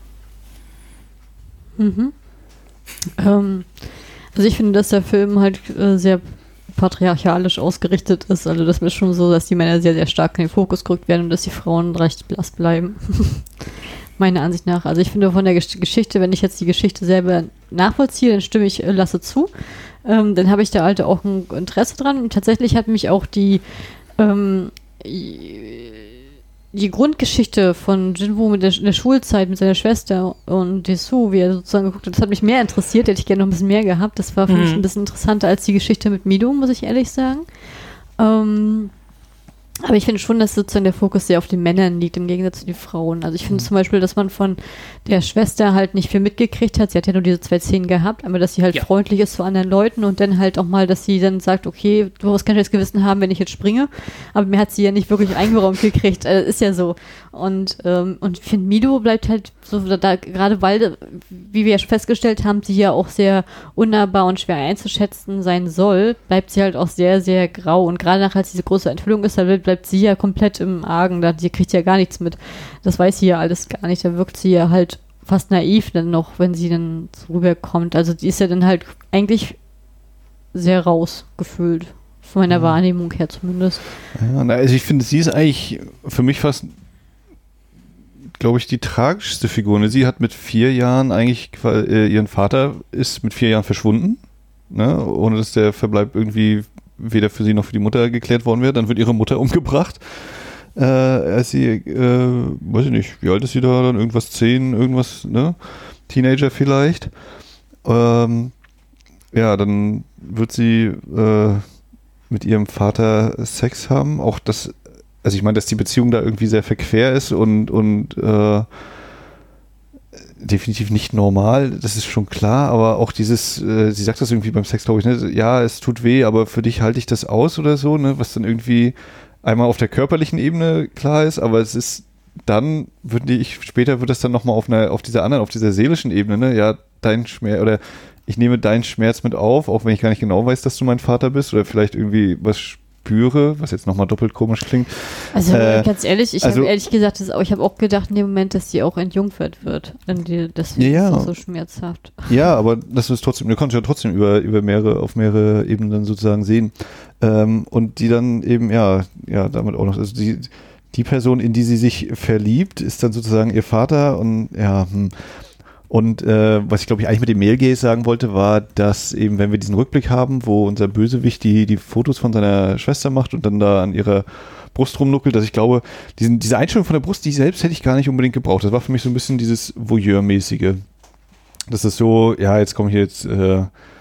A: Mhm. Ähm... Also ich finde, dass der Film halt äh, sehr patriarchalisch ausgerichtet ist. Also das ist schon so, dass die Männer sehr, sehr stark in den Fokus gerückt werden und dass die Frauen recht blass bleiben. Meiner Ansicht nach. Also ich finde von der Gesch- Geschichte, wenn ich jetzt die Geschichte selber nachvollziehe, dann stimme ich äh, Lasse zu. Ähm, dann habe ich da halt auch ein Interesse dran. Und tatsächlich hat mich auch die ähm, die Grundgeschichte von Jinwoo mit der, in der Schulzeit mit seiner Schwester und Dae-Soo, wie er sozusagen geguckt hat, das hat mich mehr interessiert, hätte ich gerne noch ein bisschen mehr gehabt. Das war für mhm. mich ein bisschen interessanter als die Geschichte mit Mido, muss ich ehrlich sagen. Ähm, aber ich finde schon, dass sozusagen der Fokus sehr auf den Männern liegt, im Gegensatz zu den Frauen. Also ich finde mhm. zum Beispiel, dass man von der Schwester halt nicht viel mitgekriegt hat. Sie hat ja nur diese zwei Szenen gehabt, aber dass sie halt ja. freundlich ist zu anderen Leuten und dann halt auch mal, dass sie dann sagt, okay, du hast kein schlechtes Gewissen haben, wenn ich jetzt springe. Aber mir hat sie ja nicht wirklich eingeräumt gekriegt. Also ist ja so. Und, ähm, und ich finde, Mido bleibt halt so, da, da gerade weil, wie wir ja festgestellt haben, sie ja auch sehr unnahbar und schwer einzuschätzen sein soll, bleibt sie halt auch sehr, sehr grau. Und gerade nach, als diese große Enthüllung ist, da bleibt sie ja komplett im Argen. Da, die kriegt ja gar nichts mit. Das weiß sie ja alles gar nicht. Da wirkt sie ja halt fast naiv dann noch, wenn sie dann so rüberkommt. Also die ist ja dann halt eigentlich sehr rausgefühlt. Von meiner ja. Wahrnehmung her zumindest.
B: Ja, also ich finde, sie ist eigentlich für mich fast, glaube ich, die tragischste Figur. Ne? Sie hat mit vier Jahren eigentlich, äh, ihren Vater ist mit vier Jahren verschwunden, ne? Ohne dass der Verbleib irgendwie weder für sie noch für die Mutter geklärt worden wäre. Dann wird ihre Mutter umgebracht. Äh, als sie, äh, weiß ich nicht, wie alt ist sie da dann? Irgendwas zehn, irgendwas, ne? Teenager vielleicht. Ähm, ja, dann wird sie äh, mit ihrem Vater Sex haben. Auch das also ich meine, dass die Beziehung da irgendwie sehr verquer ist und, und äh, definitiv nicht normal, das ist schon klar, aber auch dieses, äh, sie sagt das irgendwie beim Sex, glaube ich, ne? Ja, es tut weh, aber für dich halte ich das aus oder so, ne? Was dann irgendwie einmal auf der körperlichen Ebene klar ist, aber es ist dann, würde ich, später wird das dann nochmal auf einer, auf dieser anderen, auf dieser seelischen Ebene, ne? Ja, dein Schmerz, oder ich nehme deinen Schmerz mit auf, auch wenn ich gar nicht genau weiß, dass du mein Vater bist, oder vielleicht irgendwie was spüre, was jetzt nochmal doppelt komisch klingt.
A: Also
B: äh,
A: ganz ehrlich, ich
B: also,
A: habe ehrlich gesagt, das auch, ich habe auch gedacht in dem Moment, dass sie auch entjungfert wird. Die, deswegen
B: ja, ja.
A: ist das so schmerzhaft.
B: Ja, aber das ist trotzdem, du kannst ja trotzdem über, über mehrere, auf mehrere Ebenen dann sozusagen sehen. Ähm, und die dann eben, ja, ja, damit auch noch, also die, die Person, in die sie sich verliebt, ist dann sozusagen ihr Vater und ja, hm. Und äh, was ich glaube ich eigentlich mit dem Mailgaze sagen wollte, war, dass eben, wenn wir diesen Rückblick haben, wo unser Bösewicht die, die Fotos von seiner Schwester macht und dann da an ihrer Brust rumnuckelt, dass ich glaube, diesen, diese Einstellung von der Brust, die selbst hätte ich gar nicht unbedingt gebraucht. Das war für mich so ein bisschen dieses Voyeur-mäßige. Das ist so, ja, jetzt komme ich jetzt, äh,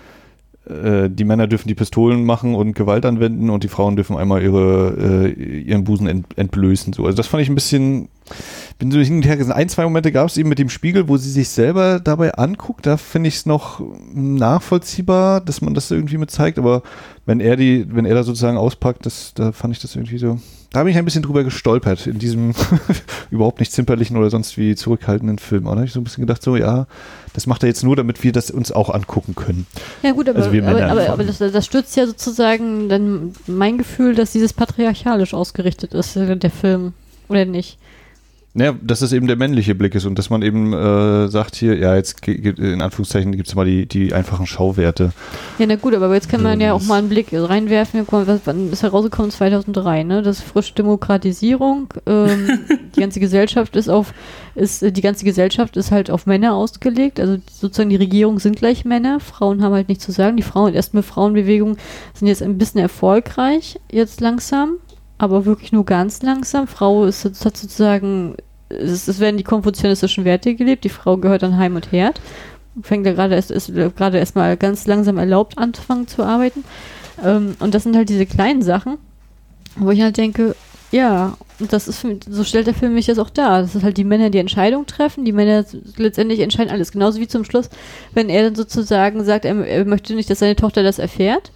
B: äh, die Männer dürfen die Pistolen machen und Gewalt anwenden und die Frauen dürfen einmal ihre, äh, ihren Busen ent, entblößen. So. Also das fand ich ein bisschen... Bin so hin und her gesagt, ein, zwei Momente gab es eben mit dem Spiegel, wo sie sich selber dabei anguckt, da finde ich es noch nachvollziehbar, dass man das irgendwie mit zeigt, aber wenn er die, wenn er da sozusagen auspackt, das, da fand ich das irgendwie so, da bin ich ein bisschen drüber gestolpert in diesem überhaupt nicht zimperlichen oder sonst wie zurückhaltenden Film. Da habe ich so ein bisschen gedacht, so ja, das macht er jetzt nur, damit wir das uns auch angucken können.
A: Ja gut, aber,
B: also wir
A: aber, aber, aber das, das stützt ja sozusagen dann mein Gefühl, dass dieses patriarchalisch ausgerichtet ist, der Film, oder nicht?
B: Naja, dass es eben der männliche Blick ist und dass man eben äh, sagt hier, ja, jetzt gibt in Anführungszeichen gibt es mal die, die einfachen Schauwerte.
A: Ja, na gut, aber jetzt kann man ja auch mal einen Blick reinwerfen. Wann ist herausgekommen? zweitausenddrei, ne? Das ist frische Demokratisierung. Ähm, die ganze Gesellschaft ist auf, ist, die ganze Gesellschaft ist halt auf Männer ausgelegt. Also sozusagen die Regierung sind gleich Männer. Frauen haben halt nichts zu sagen. Die Frauen, erstmal Frauenbewegungen sind jetzt ein bisschen erfolgreich, jetzt langsam. Aber wirklich nur ganz langsam. Frau ist, hat sozusagen, es, es werden die konfuzianistischen Werte gelebt. Die Frau gehört an Heim und Herd. Fängt ja gerade erst, ist gerade erstmal ganz langsam erlaubt, anfangen zu arbeiten. Ähm, und das sind halt diese kleinen Sachen, wo ich halt denke, ja, und das ist für mich, so stellt der Film mich das auch dar. Das ist halt die Männer, die Entscheidung treffen. Die Männer letztendlich entscheiden alles. Genauso wie zum Schluss, wenn er dann sozusagen sagt, er, er möchte nicht, dass seine Tochter das erfährt.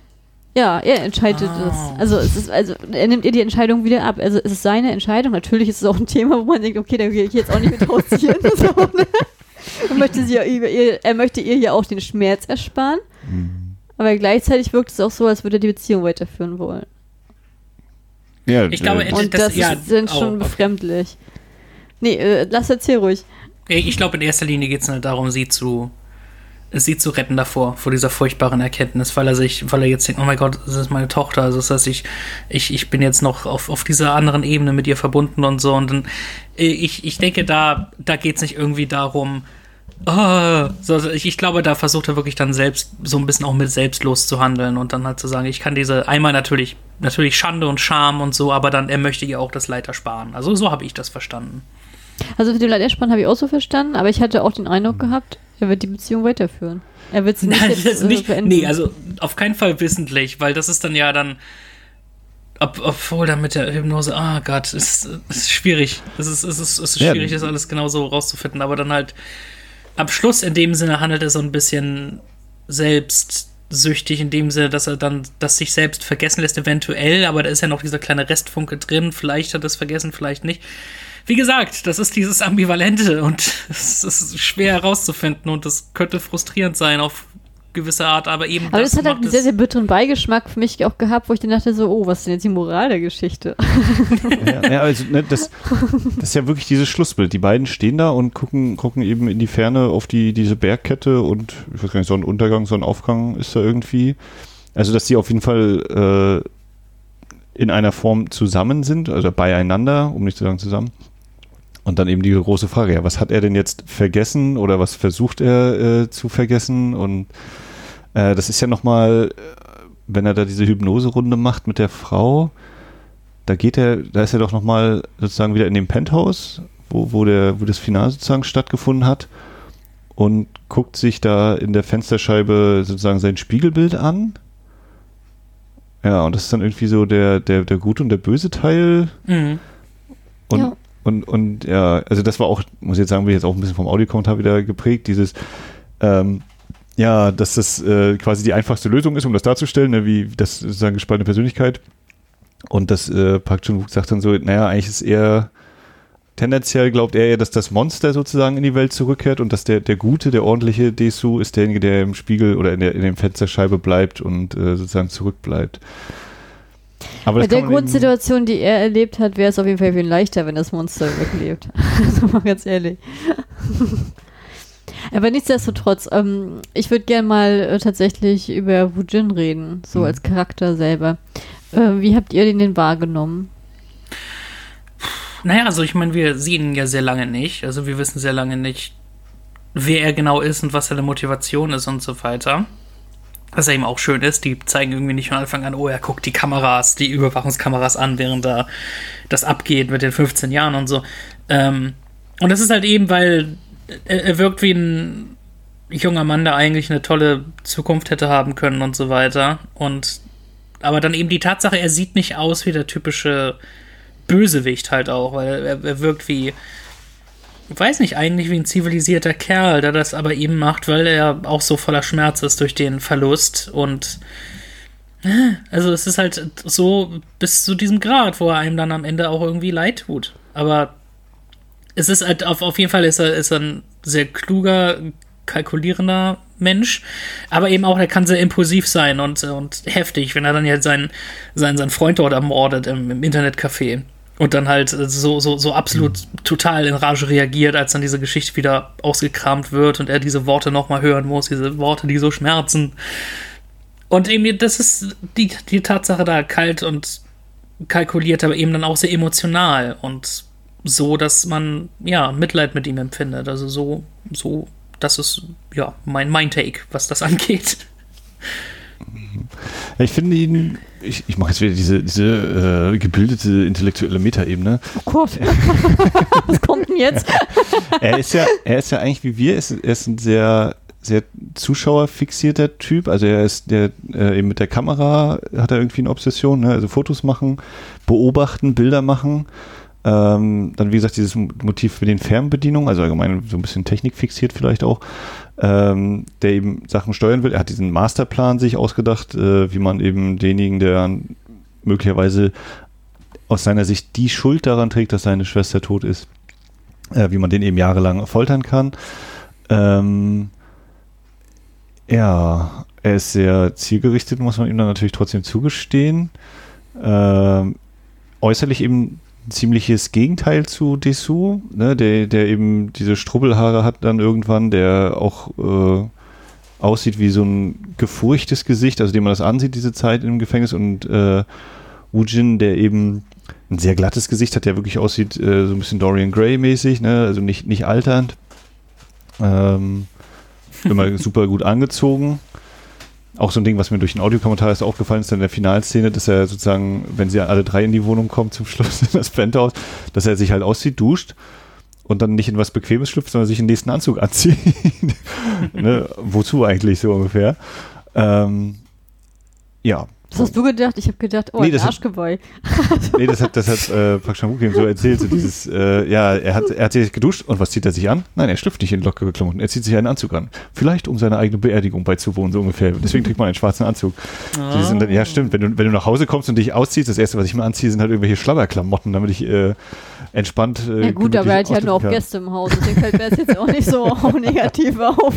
A: Ja, er entscheidet
C: oh.
A: das. Also es ist, also er nimmt ihr die Entscheidung wieder ab. Also es ist seine Entscheidung. Natürlich ist es auch ein Thema, wo man denkt, okay, da gehe ich jetzt auch nicht mit hausieren. So, ne? er, möchte sie ja über ihr, er möchte ihr ja auch den Schmerz ersparen. Mhm. Aber gleichzeitig wirkt es auch so, als würde er die Beziehung weiterführen wollen.
B: Ja,
C: ich glaube,
A: äh, und das, das ja, ist dann schon oh, befremdlich. Nee, äh, lass erzähl ruhig.
C: Ich glaube, in erster Linie geht es halt darum, sie zu sie zu retten davor, vor dieser furchtbaren Erkenntnis, weil er sich, weil er jetzt denkt, oh mein Gott, das ist meine Tochter, also das heißt, ich, ich, ich bin jetzt noch auf, auf dieser anderen Ebene mit ihr verbunden und so, und dann, ich, ich denke, da, da geht es nicht irgendwie darum, oh, so, ich, ich glaube, da versucht er wirklich dann selbst, so ein bisschen auch mit selbstlos zu handeln und dann halt zu sagen, ich kann diese, einmal natürlich, natürlich Schande und Scham und so, aber dann, er möchte ihr auch das Leid ersparen. Also so habe ich das verstanden.
A: Also mit dem Leid ersparen habe ich auch so verstanden, aber ich hatte auch den Eindruck gehabt, er wird die Beziehung weiterführen. Er wird sie nicht,
C: Nein,
A: jetzt,
C: das nicht
A: äh, beenden.
C: Nee, also auf keinen Fall wissentlich, weil das ist dann ja dann, ob, obwohl dann mit der Hypnose, ah oh Gott, es ist, ist schwierig. Es ist, es ist, es ist
B: ja.
C: schwierig, das alles genau so rauszufinden, aber dann halt am Schluss in dem Sinne handelt er so ein bisschen selbstsüchtig, in dem Sinne, dass er dann das sich selbst vergessen lässt, eventuell, aber da ist ja noch dieser kleine Restfunke drin, vielleicht hat er es vergessen, vielleicht nicht. Wie gesagt, das ist dieses Ambivalente und es ist schwer herauszufinden und das könnte frustrierend sein auf gewisse Art, aber eben
A: aber das, das hat halt einen sehr, sehr bitteren Beigeschmack für mich auch gehabt, wo ich dann dachte so, oh, was ist denn jetzt die Moral der Geschichte?
B: Ja, ja also ne, das, das ist ja wirklich dieses Schlussbild. Die beiden stehen da und gucken, gucken eben in die Ferne auf die, diese Bergkette und ich weiß gar nicht, so ein Untergang, so ein Aufgang ist da irgendwie. Also, dass die auf jeden Fall äh, in einer Form zusammen sind, also beieinander, um nicht zu sagen zusammen. Und dann eben die große Frage, ja, was hat er denn jetzt vergessen oder was versucht er äh, zu vergessen? Und äh, das ist ja nochmal, wenn er da diese Hypnoserunde macht mit der Frau, da geht er, da ist er doch nochmal sozusagen wieder in dem Penthouse, wo, wo, der, wo das Finale sozusagen stattgefunden hat und guckt sich da in der Fensterscheibe sozusagen sein Spiegelbild an. Ja, und das ist dann irgendwie so der, der, der gute und der böse Teil.
C: Mhm.
B: Und,
A: ja.
B: und, und ja, also das war auch, muss ich jetzt sagen, bin ich jetzt auch ein bisschen vom Audiokommentar wieder geprägt, dieses, ähm, ja, dass das äh, quasi die einfachste Lösung ist, um das darzustellen, ne, wie das sozusagen gespaltene Persönlichkeit. Und das äh, Park Chan-wook sagt dann so, naja, eigentlich ist eher tendenziell glaubt er ja, dass das Monster sozusagen in die Welt zurückkehrt und dass der, der gute, der ordentliche Dae-soo ist derjenige, der im Spiegel oder in der in dem Fensterscheibe bleibt und äh, sozusagen zurückbleibt. Aber
A: Bei der Grundsituation, die er erlebt hat, wäre es auf jeden Fall viel leichter, wenn das Monster weglebt. Also mal ganz ehrlich. Aber nichtsdestotrotz, ähm, ich würde gerne mal äh, tatsächlich über Woo Jin reden, so mhm. als Charakter selber. Äh, wie habt ihr den denn wahrgenommen?
C: Naja, also ich meine, wir sehen ihn ja sehr lange nicht. Also wir wissen sehr lange nicht, wer er genau ist und was seine Motivation ist und so weiter. Was ja eben auch schön ist, die zeigen irgendwie nicht von Anfang an, oh, er guckt die Kameras, die Überwachungskameras an, während da das abgeht mit den fünfzehn Jahren und so. Ähm, und das ist halt eben, weil er, er wirkt wie ein junger Mann, der eigentlich eine tolle Zukunft hätte haben können und so weiter. Und aber dann eben die Tatsache, er sieht nicht aus wie der typische Bösewicht halt auch, weil er, er wirkt wie, ich weiß nicht, eigentlich wie ein zivilisierter Kerl, der das aber eben macht, weil er auch so voller Schmerz ist durch den Verlust und also es ist halt so bis zu diesem Grad, wo er einem dann am Ende auch irgendwie leid tut. Aber es ist halt, auf, auf jeden Fall ist er, ist er ein sehr kluger, kalkulierender Mensch, aber eben auch, er kann sehr impulsiv sein und, und heftig, wenn er dann jetzt seinen, seinen, seinen Freund dort ermordet im, im Internetcafé. Und dann halt so, so, so absolut mhm. total in Rage reagiert, als dann diese Geschichte wieder ausgekramt wird und er diese Worte nochmal hören muss, diese Worte, die so schmerzen. Und eben, das ist die, die Tatsache da, kalt und kalkuliert, aber eben dann auch sehr emotional und so, dass man, ja, Mitleid mit ihm empfindet. Also so, so, das ist, ja, mein, mein Take, was das angeht.
B: Ich finde ihn, ich, ich mache jetzt wieder diese, diese äh, gebildete intellektuelle Metaebene.
A: Oh Gott, was kommt denn jetzt?
B: er ist ja, er ist ja eigentlich wie wir, er ist, er ist ein sehr, sehr zuschauerfixierter Typ. Also er ist der äh, eben mit der Kamera hat er irgendwie eine Obsession, ne? Also Fotos machen, beobachten, Bilder machen. Ähm, dann wie gesagt dieses Motiv mit den Fernbedienungen, also allgemein so ein bisschen technikfixiert vielleicht auch, ähm, der eben Sachen steuern will. Er hat diesen Masterplan sich ausgedacht, äh, wie man eben denjenigen, der möglicherweise aus seiner Sicht die Schuld daran trägt, dass seine Schwester tot ist, äh, wie man den eben jahrelang foltern kann. Ähm, ja, er ist sehr zielgerichtet, muss man ihm dann natürlich trotzdem zugestehen. Ähm, äußerlich eben ziemliches Gegenteil zu Dae-soo, ne, der, der eben diese Strubbelhaare hat dann irgendwann, der auch äh, aussieht wie so ein gefurchtes Gesicht, also dem man das ansieht, diese Zeit im Gefängnis, und äh, Woo Jin, der eben ein sehr glattes Gesicht hat, der wirklich aussieht äh, so ein bisschen Dorian Gray mäßig, ne, also nicht, nicht alternd, ähm, immer super gut angezogen. Auch so ein Ding, was mir durch den Audiokommentar erst aufgefallen ist, in der Finalszene, dass er sozusagen, wenn sie alle drei in die Wohnung kommen zum Schluss in das Penthouse, dass er sich halt auszieht, duscht und dann nicht in was Bequemes schlüpft, sondern sich den nächsten Anzug anzieht. Ne? Wozu eigentlich so ungefähr? Ähm, ja.
A: Das hast du gedacht? Ich habe gedacht, oh,
B: nee,
A: ein Arschgeweih.
B: Nee, das hat, das hat äh, Park Chan-wook ihm so erzählt, so dieses, äh, ja, er hat, er hat sich geduscht und was zieht er sich an? Nein, er schlüpft nicht in lockere Klamotten, er zieht sich einen Anzug an. Vielleicht um seine eigene Beerdigung beizuwohnen, so ungefähr. Deswegen trägt man einen schwarzen Anzug. Oh. Die sind dann, ja, stimmt, wenn du, wenn du nach Hause kommst und dich ausziehst, das erste, was ich mir anziehe, sind halt irgendwelche Schlabberklamotten, damit ich äh, entspannt äh,
A: ja gut, aber er hat ja nur auch kann. Gäste im Haus, deswegen fällt mir das jetzt auch nicht so negativ auf.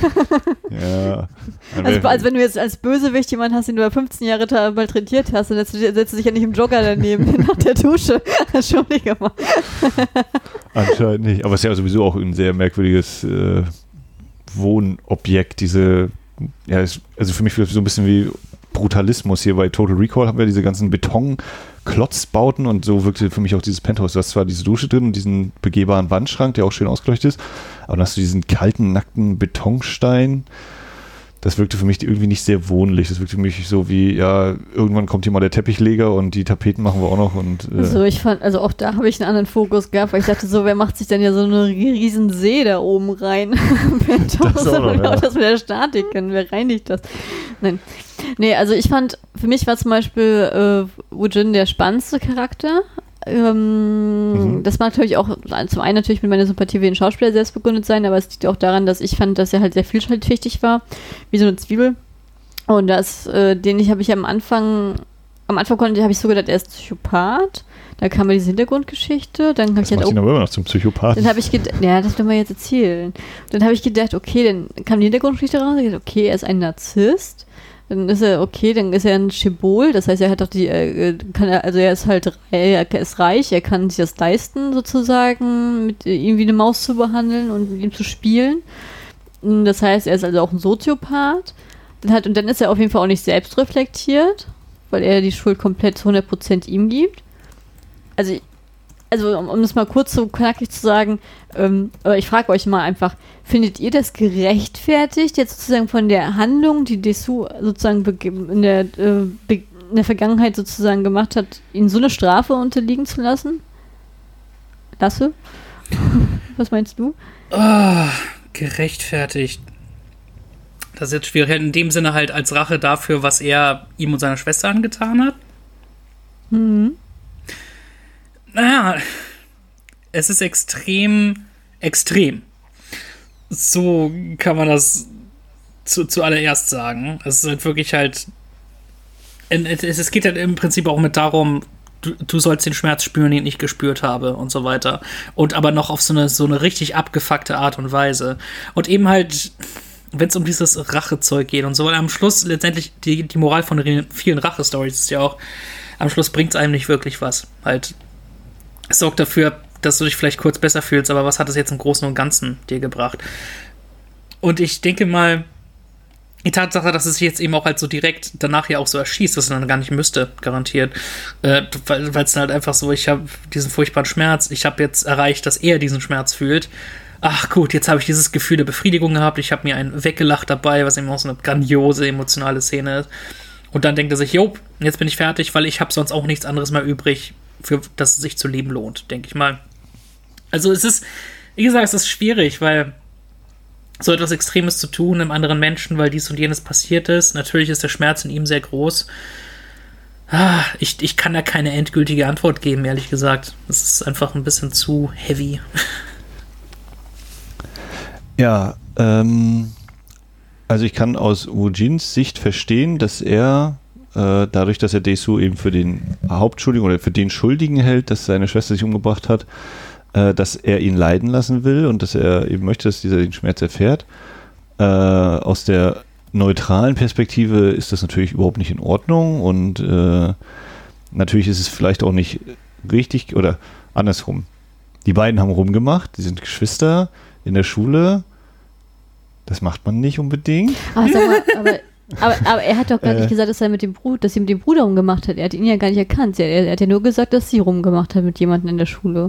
B: Ja.
A: Also, also wenn du jetzt als Bösewicht jemanden hast, den du über fünfzehn Jahre malträtiert hast, dann setzt du, setzt du dich ja nicht im Jogger daneben nach der Dusche. Entschuldige mal.
B: Anscheinend nicht. Aber es ist ja sowieso auch ein sehr merkwürdiges äh, Wohnobjekt, diese, ja, ist, also für mich so ein bisschen wie Brutalismus. Hier bei Total Recall haben wir diese ganzen Betonklotzbauten und so wirkte für mich auch dieses Penthouse. Du hast zwar diese Dusche drin und diesen begehbaren Wandschrank, der auch schön ausgeleuchtet ist, aber dann hast du diesen kalten, nackten Betonstein. Das wirkte für mich irgendwie nicht sehr wohnlich. Das wirkte für mich so wie, ja, irgendwann kommt hier mal der Teppichleger und die Tapeten machen wir auch noch. Und, äh
A: also ich fand, also auch da habe ich einen anderen Fokus gehabt, weil ich dachte so, wer macht sich denn ja so eine riesen See da oben rein? Das, auch noch, ja. Das mit der Statik, wer reinigt das? Nein. Nee, also ich fand, für mich war zum Beispiel äh, Woo-Jin der spannendste Charakter. Ähm, mhm. Das mag natürlich auch zum einen natürlich mit meiner Sympathie wie ein Schauspieler selbst begründet sein, aber es liegt auch daran, dass ich fand, dass er halt sehr vielschichtig war, wie so eine Zwiebel. Und das, äh, den ich habe ich am Anfang, am Anfang konnte, habe ich so gedacht, er ist Psychopath. Da kam mir diese Hintergrundgeschichte. Dann habe ich
B: halt,
A: macht
B: ihn aber immer noch zum Psychopathen.
A: Dann habe ich gedacht, ja, das will man jetzt erzählen. Dann habe ich gedacht, okay, dann kam die Hintergrundgeschichte raus. Ich gedacht, okay, er ist ein Narzisst. Dann ist er, okay, dann ist er ein Schibol. Das heißt, er hat doch die, äh, kann er, also er ist halt, er ist reich, er kann sich das leisten, sozusagen, mit ihm wie eine Maus zu behandeln und mit ihm zu spielen. Das heißt, er ist also auch ein Soziopath. Dann hat, und dann ist er auf jeden Fall auch nicht selbst reflektiert, weil er die Schuld komplett zu hundert Prozent ihm gibt. Also, also um, um das mal kurz so knackig zu sagen, ähm, aber ich frage euch mal einfach, findet ihr das gerechtfertigt, jetzt sozusagen von der Handlung, die Dessous sozusagen in der, äh, in der Vergangenheit sozusagen gemacht hat, ihn so eine Strafe unterliegen zu lassen? Lasse? Was meinst du?
C: Oh, gerechtfertigt. Das ist jetzt schwierig. In dem Sinne halt als Rache dafür, was er ihm und seiner Schwester angetan hat.
A: Mhm.
C: Naja, es ist extrem, extrem. So kann man das zu, zuallererst sagen. Es ist halt wirklich halt, es, es geht halt im Prinzip auch mit darum, du, du sollst den Schmerz spüren, den ich gespürt habe und so weiter. Und aber noch auf so eine, so eine richtig abgefuckte Art und Weise. Und eben halt, wenn es um dieses Rachezeug geht und so, weil am Schluss letztendlich die, die Moral von den vielen Rache-Stories ist ja auch, am Schluss bringt es einem nicht wirklich was. Halt, es sorgt dafür, dass du dich vielleicht kurz besser fühlst, aber was hat es jetzt im Großen und Ganzen dir gebracht? Und ich denke mal, die Tatsache, dass es sich jetzt eben auch halt so direkt danach ja auch so erschießt, dass es dann gar nicht müsste, garantiert. Äh, weil es dann halt einfach so, ich habe diesen furchtbaren Schmerz, ich habe jetzt erreicht, dass er diesen Schmerz fühlt. Ach gut, jetzt habe ich dieses Gefühl der Befriedigung gehabt, ich habe mir einen weggelacht dabei, was eben auch so eine grandiose, emotionale Szene ist. Und dann denkt er sich, jo, jetzt bin ich fertig, weil ich habe sonst auch nichts anderes mehr übrig, für das es sich zu leben lohnt, denke ich mal. Also es ist, wie gesagt, es ist schwierig, weil so etwas Extremes zu tun im anderen Menschen, weil dies und jenes passiert ist. Natürlich ist der Schmerz in ihm sehr groß. Ah, ich, ich kann da keine endgültige Antwort geben, ehrlich gesagt. Es ist einfach ein bisschen zu heavy.
B: Ja, ähm, also ich kann aus Woo-Jins Sicht verstehen, dass er äh, dadurch, dass er Dessous eben für den Hauptschuldigen oder für den Schuldigen hält, dass seine Schwester sich umgebracht hat, äh, dass er ihn leiden lassen will und dass er eben möchte, dass dieser den Schmerz erfährt. Äh, aus der neutralen Perspektive ist das natürlich überhaupt nicht in Ordnung und äh, natürlich ist es vielleicht auch nicht richtig oder andersrum. Die beiden haben rumgemacht, die sind Geschwister in der Schule. Das macht man nicht unbedingt.
A: Aber, sag mal, aber, aber, aber er hat doch gar nicht äh, gesagt, dass er mit dem Bruder, dass sie mit dem Bruder rumgemacht hat. Er hat ihn ja gar nicht erkannt. Er, er hat ja nur gesagt, dass sie rumgemacht hat mit jemandem in der Schule.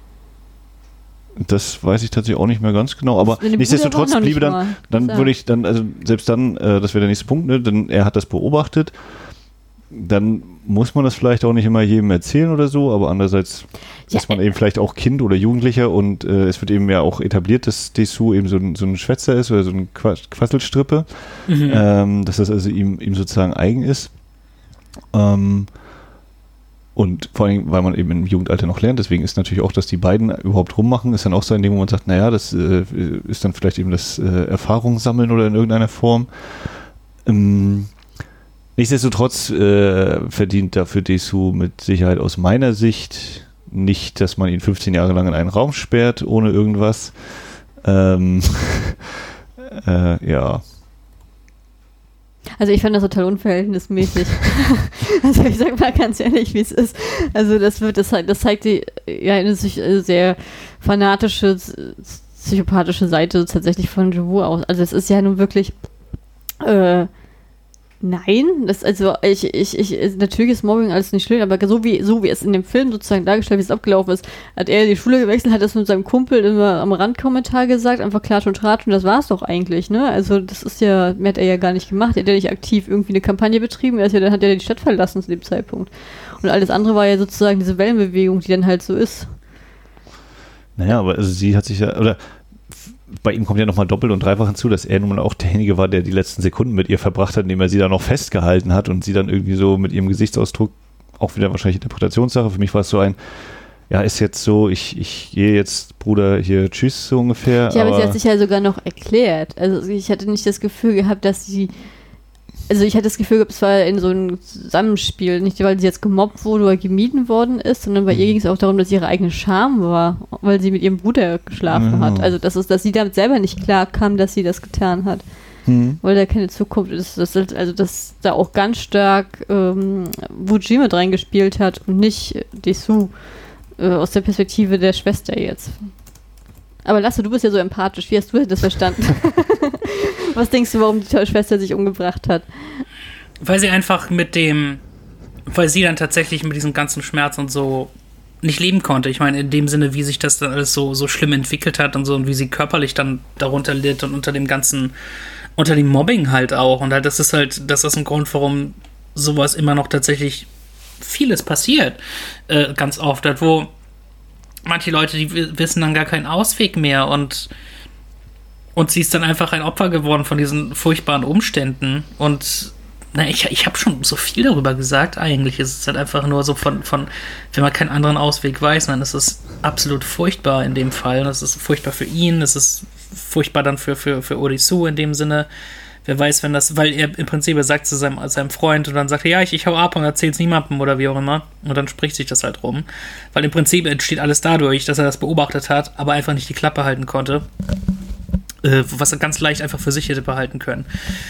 B: Das weiß ich tatsächlich auch nicht mehr ganz genau, aber nichtsdestotrotz bliebe dann, dann würde ich dann, also selbst dann, äh, das wäre der nächste Punkt, ne, denn er hat das beobachtet, dann muss man das vielleicht auch nicht immer jedem erzählen oder so, aber andererseits ja, ist man eben vielleicht auch Kind oder Jugendlicher und äh, es wird eben ja auch etabliert, dass Dessous eben so ein, so ein Schwätzer ist oder so ein Quasselstrippe, mhm. ähm, dass das also ihm, ihm sozusagen eigen ist. Ähm, Und vor allem, weil man eben im Jugendalter noch lernt, deswegen ist natürlich auch, dass die beiden überhaupt rummachen, ist dann auch so in dem, wo man sagt, naja, das äh, ist dann vielleicht eben das äh, Erfahrungssammeln oder in irgendeiner Form. Ähm, nichtsdestotrotz äh, verdient dafür Dessous mit Sicherheit aus meiner Sicht nicht, dass man ihn fünfzehn Jahre lang in einen Raum sperrt, ohne irgendwas. Ähm, äh, ja.
A: Also ich fand das total unverhältnismäßig. Also ich sag mal ganz ehrlich, wie es ist. Also das wird, das, das zeigt die ja eine sehr fanatische, psychopathische Seite tatsächlich von Jin-Woo aus. Also es ist ja nun wirklich äh, nein, das, also ich, ich, ich, natürlich ist Mobbing alles nicht schlimm, aber so wie, so wie es in dem Film sozusagen dargestellt, wie es abgelaufen ist, hat er die Schule gewechselt, hat das mit seinem Kumpel immer am Randkommentar gesagt, einfach Klatsch und Tratsch und das war es doch eigentlich, ne? Also das ist ja, mehr hat er ja gar nicht gemacht, er hat ja nicht aktiv irgendwie eine Kampagne betrieben, er ist ja, dann hat er die Stadt verlassen zu dem Zeitpunkt. Und alles andere war ja sozusagen diese Wellenbewegung, die dann halt so ist.
B: Naja, aber also sie hat sich ja, oder bei ihm kommt ja nochmal doppelt und dreifach hinzu, dass er nun mal auch derjenige war, der die letzten Sekunden mit ihr verbracht hat, indem er sie da noch festgehalten hat und sie dann irgendwie so mit ihrem Gesichtsausdruck, auch wieder wahrscheinlich Interpretationssache, für mich war es so ein, ja, ist jetzt so, ich, ich gehe jetzt, Bruder, hier, tschüss, so ungefähr.
A: Ja, aber,
B: aber
A: sie hat sich ja sogar noch erklärt. Also ich hatte nicht das Gefühl gehabt, dass sie, also ich hatte das Gefühl gehabt, es war in so einem Zusammenspiel, nicht weil sie jetzt gemobbt wurde oder gemieden worden ist, sondern bei mhm. ihr ging es auch darum, dass ihre eigene Scham war, weil sie mit ihrem Bruder geschlafen mhm. hat. Also das ist, dass sie damit selber nicht klar kam, dass sie das getan hat. Mhm. Weil da keine Zukunft ist. Das ist also, dass da auch ganz stark ähm, Wooji mit reingespielt hat und nicht Dessous. Aus der Perspektive der Schwester jetzt. Aber Lasse, du bist ja so empathisch. Wie hast du das verstanden? Was denkst du, warum die Schwester sich umgebracht hat?
C: Weil sie einfach mit dem, weil sie dann tatsächlich mit diesem ganzen Schmerz und so nicht leben konnte. Ich meine, in dem Sinne, wie sich das dann alles so, so schlimm entwickelt hat und so und wie sie körperlich dann darunter litt und unter dem ganzen, unter dem Mobbing halt auch. Und halt, das ist halt, das ist ein Grund, warum sowas immer noch tatsächlich vieles passiert, äh, ganz oft, halt, wo manche Leute, die w- wissen dann gar keinen Ausweg mehr und und sie ist dann einfach ein Opfer geworden von diesen furchtbaren Umständen und na, ich, ich habe schon so viel darüber gesagt, eigentlich ist es halt einfach nur so von, von, wenn man keinen anderen Ausweg weiß, dann ist es absolut furchtbar in dem Fall und es ist furchtbar für ihn, es ist furchtbar dann für, für, für Orisu in dem Sinne. Wer weiß, wenn das, weil er im Prinzip, er sagt zu seinem, seinem Freund und dann sagt er, ja, ich, ich hau ab und erzähl's niemandem oder wie auch immer. Und dann spricht sich das halt rum. Weil im Prinzip entsteht alles dadurch, dass er das beobachtet hat, aber einfach nicht die Klappe halten konnte. Äh, was er ganz leicht einfach für sich hätte behalten können.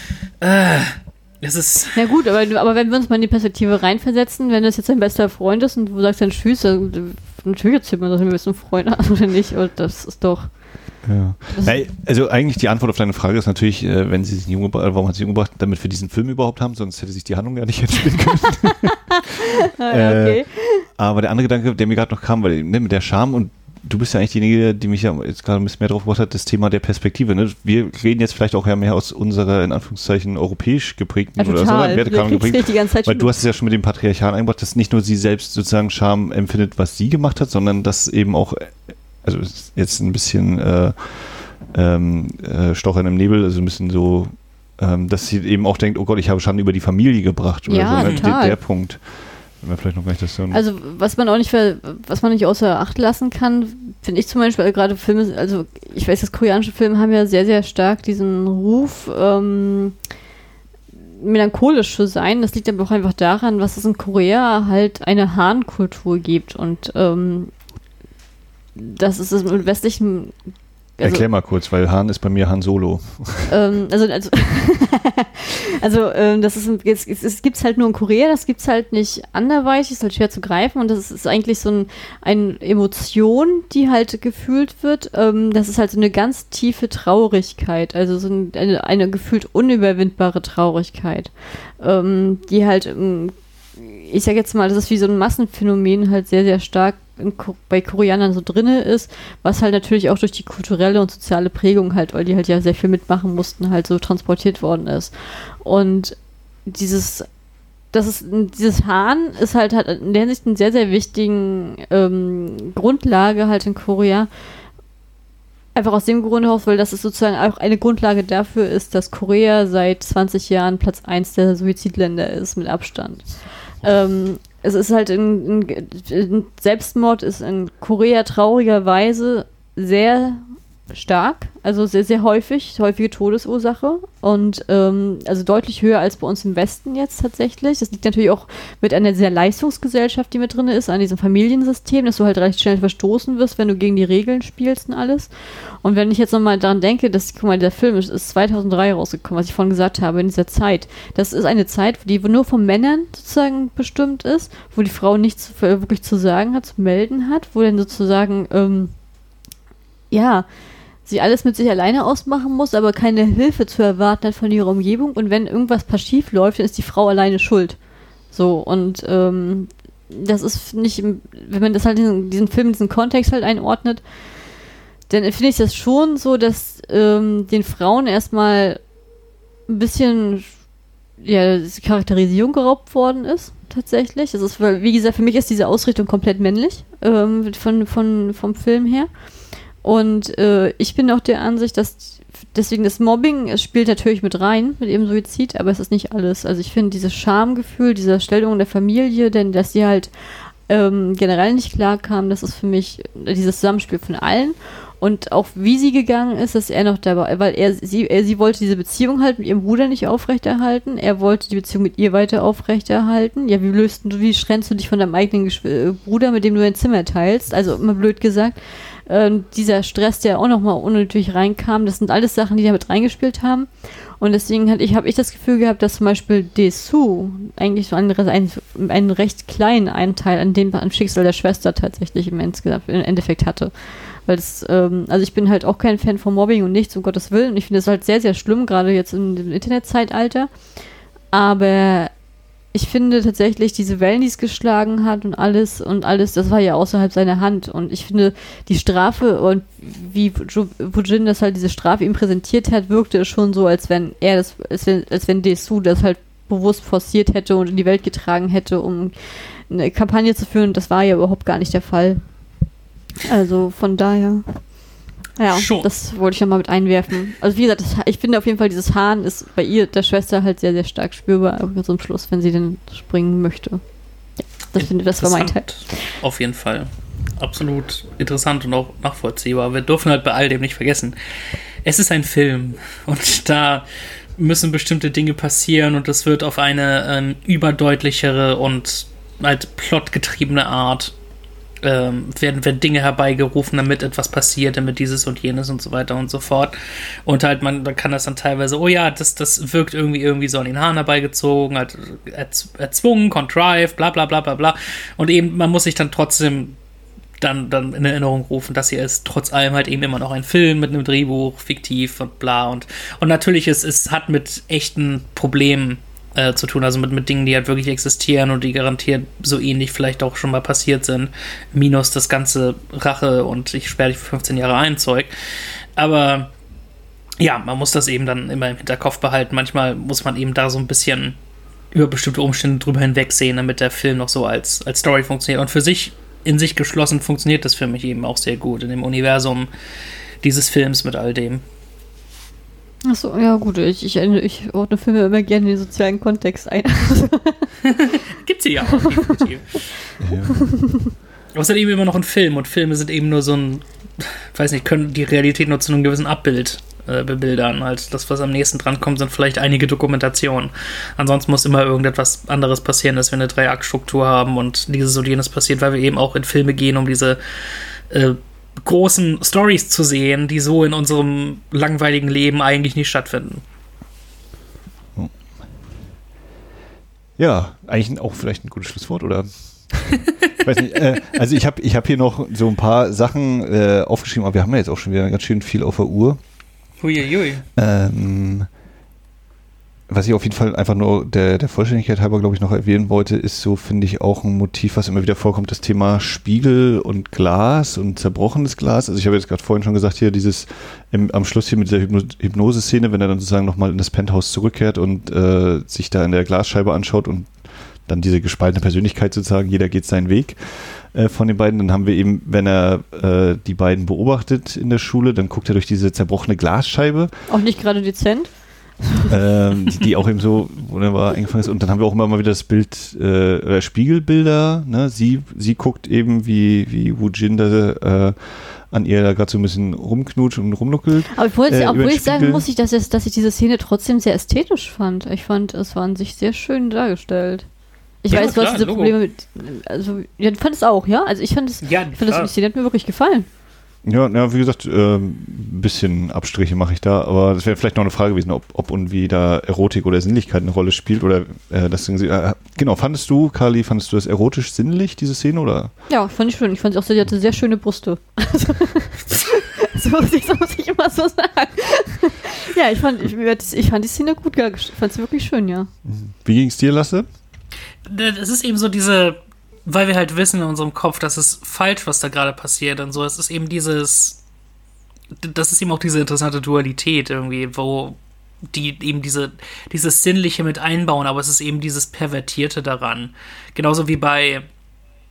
C: Äh, es ist...
A: Ja gut, aber, aber wenn wir uns mal in die Perspektive reinversetzen, wenn das jetzt dein bester Freund ist und du sagst dann tschüss, dann natürlich erzählt man das mit besten Freund an oder nicht. Und das ist doch...
B: Ja. Nein, also eigentlich die Antwort auf deine Frage ist natürlich, äh, wenn sie sich nicht umgebracht, warum hat sie sich umgebracht, damit wir diesen Film überhaupt haben, sonst hätte sich die Handlung ja nicht entspielen können.
A: ah, okay.
B: äh, aber der andere Gedanke, der mir gerade noch kam, weil ne, mit der Scham und du bist ja eigentlich diejenige, die mich ja jetzt gerade ein bisschen mehr drauf gebracht hat, das Thema der Perspektive. Ne? Wir reden jetzt vielleicht auch ja mehr aus unserer, in Anführungszeichen, europäisch geprägten
A: ja,
B: oder so, Wertekanon geprägt,
A: die ganze Zeit
B: weil du hast es ja schon mit dem Patriarchat eingebracht, dass nicht nur sie selbst sozusagen Scham empfindet, was sie gemacht hat, sondern dass eben auch also jetzt ein bisschen äh, ähm, äh, Stochern im Nebel, also ein bisschen so, ähm, dass sie eben auch denkt, oh Gott, ich habe Schande über die Familie gebracht oder
A: ja,
B: so. Ne?
A: Total.
B: Der, der Punkt. Wenn wir vielleicht noch gleich das so
A: also was man auch nicht, ver- was man nicht außer Acht lassen kann, finde ich zum Beispiel, also gerade Filme, also ich weiß, dass koreanische Filme haben ja sehr, sehr stark diesen Ruf, ähm, melancholisch zu sein. Das liegt aber auch einfach daran, was es in Korea halt eine Han-Kultur gibt und ähm, das ist es mit westlichen. Also,
B: erklär mal kurz, weil Han ist bei mir Han Solo.
A: Ähm, also, also, also ähm, das ist, es, es gibt es halt nur in Korea, das gibt es halt nicht anderweitig, ist halt schwer zu greifen und das ist eigentlich so ein, eine Emotion, die halt gefühlt wird. Ähm, das ist halt so eine ganz tiefe Traurigkeit, also so ein, eine, eine gefühlt unüberwindbare Traurigkeit, ähm, die halt, ich sag jetzt mal, das ist wie so ein Massenphänomen halt sehr, sehr stark in, bei Koreanern so drinne ist, was halt natürlich auch durch die kulturelle und soziale Prägung halt, weil die halt ja sehr viel mitmachen mussten, halt so transportiert worden ist. Und dieses, das ist, dieses Han ist halt, hat in der Hinsicht eine sehr, sehr wichtigen ähm, Grundlage halt in Korea. Einfach aus dem Grund heraus, weil das ist sozusagen auch eine Grundlage dafür ist, dass Korea seit zwanzig Jahren Platz eins der Suizidländer ist, mit Abstand. Ähm, es ist halt in, in, in Selbstmord ist in Korea traurigerweise sehr stark, also sehr, sehr häufig, häufige Todesursache und ähm, also deutlich höher als bei uns im Westen jetzt tatsächlich. Das liegt natürlich auch mit einer sehr Leistungsgesellschaft, die mit drin ist, an diesem Familiensystem, dass du halt recht schnell verstoßen wirst, wenn du gegen die Regeln spielst und alles. Und wenn ich jetzt nochmal daran denke, dass, guck mal, der Film ist, ist zweitausenddrei rausgekommen, was ich vorhin gesagt habe, in dieser Zeit. Das ist eine Zeit, die nur von Männern sozusagen bestimmt ist, wo die Frau nichts wirklich zu sagen hat, zu melden hat, wo dann sozusagen, ähm, ja, sie alles mit sich alleine ausmachen muss, aber keine Hilfe zu erwarten hat von ihrer Umgebung und wenn irgendwas schief läuft, dann ist die Frau alleine schuld. So, und ähm, das ist nicht, wenn man das halt in diesen Film, in diesen Kontext halt einordnet, dann finde ich das schon so, dass ähm, den Frauen erstmal ein bisschen ja, Charakterisierung geraubt worden ist, tatsächlich. Das ist, weil, wie gesagt, für mich ist diese Ausrichtung komplett männlich, ähm, von, von, vom Film her. Und äh, ich bin auch der Ansicht, dass deswegen das Mobbing, es spielt natürlich mit rein, mit ihrem Suizid, aber es ist nicht alles. Also ich finde dieses Schamgefühl, diese Stellung der Familie, denn dass sie halt ähm, generell nicht klar kam, das ist für mich dieses Zusammenspiel von allen. Und auch wie sie gegangen ist, dass er noch dabei, weil er sie, er, sie wollte diese Beziehung halt mit ihrem Bruder nicht aufrechterhalten, er wollte die Beziehung mit ihr weiter aufrechterhalten. Ja, wie löst du, wie trennst du dich von deinem eigenen Geschw- Bruder, mit dem du ein Zimmer teilst? Also immer blöd gesagt. Ähm, dieser Stress, der auch nochmal unnötig reinkam, das sind alles Sachen, die da mit reingespielt haben. Und deswegen hatte ich, habe ich das Gefühl gehabt, dass zum Beispiel Dessous eigentlich so einen, einen, einen recht kleinen Anteil an dem am Schicksal der Schwester tatsächlich im, insgesamt, im Endeffekt hatte. Weil das, ähm, also ich bin halt auch kein Fan von Mobbing und nichts, um Gottes Willen. Und ich finde das halt sehr, sehr schlimm, gerade jetzt im Internetzeitalter. Aber ich finde tatsächlich, diese Wellen, die es geschlagen hat und alles und alles, das war ja außerhalb seiner Hand. Und ich finde, die Strafe und wie Woo-jin das halt diese Strafe ihm präsentiert hat, wirkte es schon so, als wenn er das, als wenn, als wenn Dessous das halt bewusst forciert hätte und in die Welt getragen hätte, um eine Kampagne zu führen. Das war ja überhaupt gar nicht der Fall. Also von daher, ja, schon. Das wollte ich nochmal mit einwerfen. Also wie gesagt, das, ich finde auf jeden Fall, dieses Hahn ist bei ihr, der Schwester, halt sehr, sehr stark spürbar, aber zum Schluss, wenn sie denn springen möchte. Ja, das, finde, das war mein Teil.
C: Auf jeden Fall. Absolut interessant und auch nachvollziehbar. Wir dürfen halt bei all dem nicht vergessen, es ist ein Film und da müssen bestimmte Dinge passieren und es wird auf eine ähm, überdeutlichere und halt plotgetriebene Art Ähm, werden, werden Dinge herbeigerufen, damit etwas passiert, damit dieses und jenes und so weiter und so fort. Und halt, man, man kann das dann teilweise, oh ja, das, das wirkt irgendwie irgendwie so an den Haaren herbeigezogen, halt erz, erzwungen, contrived, bla bla bla bla bla. Und eben, man muss sich dann trotzdem dann, dann in Erinnerung rufen, dass hier ist trotz allem halt eben immer noch ein Film mit einem Drehbuch, fiktiv und bla. Und, und natürlich, es, es hat mit echten Problemen Äh, zu tun, also mit, mit Dingen, die halt wirklich existieren und die garantiert so ähnlich vielleicht auch schon mal passiert sind, minus das ganze Rache und ich sperre dich für fünfzehn Jahre ein Zeug. Aber ja, man muss das eben dann immer im Hinterkopf behalten. Manchmal muss man eben da so ein bisschen über bestimmte Umstände drüber hinwegsehen, damit der Film noch so als, als Story funktioniert. Und für sich, in sich geschlossen, funktioniert das für mich eben auch sehr gut in dem Universum dieses Films mit all dem.
A: Achso, ja gut, ich, ich, ich ordne Filme immer gerne in den sozialen Kontext ein.
C: Gibt's hier ja auch, definitiv. Ja. Aber es ist halt eben immer noch ein Film und Filme sind eben nur so ein, weiß nicht, können die Realität nur zu einem gewissen Abbild äh, bebildern. Halt das, was am nächsten dran kommt, sind vielleicht einige Dokumentationen. Ansonsten muss immer irgendetwas anderes passieren, dass wir eine Drei-Akt-Struktur haben und dieses und jenes passiert, weil wir eben auch in Filme gehen, um diese äh, großen Storys zu sehen, die so in unserem langweiligen Leben eigentlich nicht stattfinden.
B: Ja, eigentlich auch vielleicht ein gutes Schlusswort, oder? Ich weiß nicht, äh, also ich habe ich hab hier noch so ein paar Sachen äh, aufgeschrieben, aber wir haben ja jetzt auch schon wieder ganz schön viel auf der Uhr.
C: Huiuiui.
B: Ähm, was ich auf jeden Fall einfach nur der, der Vollständigkeit halber, glaube ich, noch erwähnen wollte, ist so, finde ich, auch ein Motiv, was immer wieder vorkommt, das Thema Spiegel und Glas und zerbrochenes Glas. Also ich habe jetzt gerade vorhin schon gesagt, hier dieses im, am Schluss hier mit dieser Hypno- Hypnose-Szene, wenn er dann sozusagen nochmal in das Penthouse zurückkehrt und äh, sich da in der Glasscheibe anschaut und dann diese gespaltene Persönlichkeit sozusagen, jeder geht seinen Weg äh, von den beiden. Dann haben wir eben, wenn er äh, die beiden beobachtet in der Schule, dann guckt er durch diese zerbrochene Glasscheibe.
A: Auch nicht gerade dezent.
B: ähm, die, die auch eben so wunderbar eingefangen ist. Und dann haben wir auch immer mal wieder das Bild, äh, oder Spiegelbilder. Ne? Sie, sie guckt eben, wie, wie Woo-jin da äh, an ihr da gerade so ein bisschen rumknutscht und rumnuckelt.
A: Aber obwohl,
B: äh,
A: obwohl ich sagen muss, ich, dass, es, dass ich diese Szene trotzdem sehr ästhetisch fand. Ich fand, es war an sich sehr schön dargestellt. Ich ja, weiß, du hast diese Logo. Probleme mit, also, ja, du fandest auch, ja? Also ich fand es,
C: ja,
A: ich fand das, die Szene hat mir wirklich gefallen.
B: Ja, ja, wie gesagt, ein äh, bisschen Abstriche mache ich da, aber das wäre vielleicht noch eine Frage gewesen, ob, ob und wie da Erotik oder Sinnlichkeit eine Rolle spielt oder äh, das äh, genau, fandest du, Carly, fandest du das erotisch sinnlich, diese Szene, oder?
A: Ja, fand ich schön. Ich fand sie auch, sie hatte sehr schöne Brüste. Also, so, muss ich, so muss ich immer so sagen. Ja, ich fand, ich, ich fand die Szene gut, ich fand sie wirklich schön, ja.
B: Wie ging es dir, Lasse?
C: Es ist eben so diese, weil wir halt wissen in unserem Kopf, das ist falsch, was da gerade passiert und so. Es ist eben dieses, das ist eben auch diese interessante Dualität irgendwie, wo die eben diese, dieses Sinnliche mit einbauen, aber es ist eben dieses Pervertierte daran. Genauso wie bei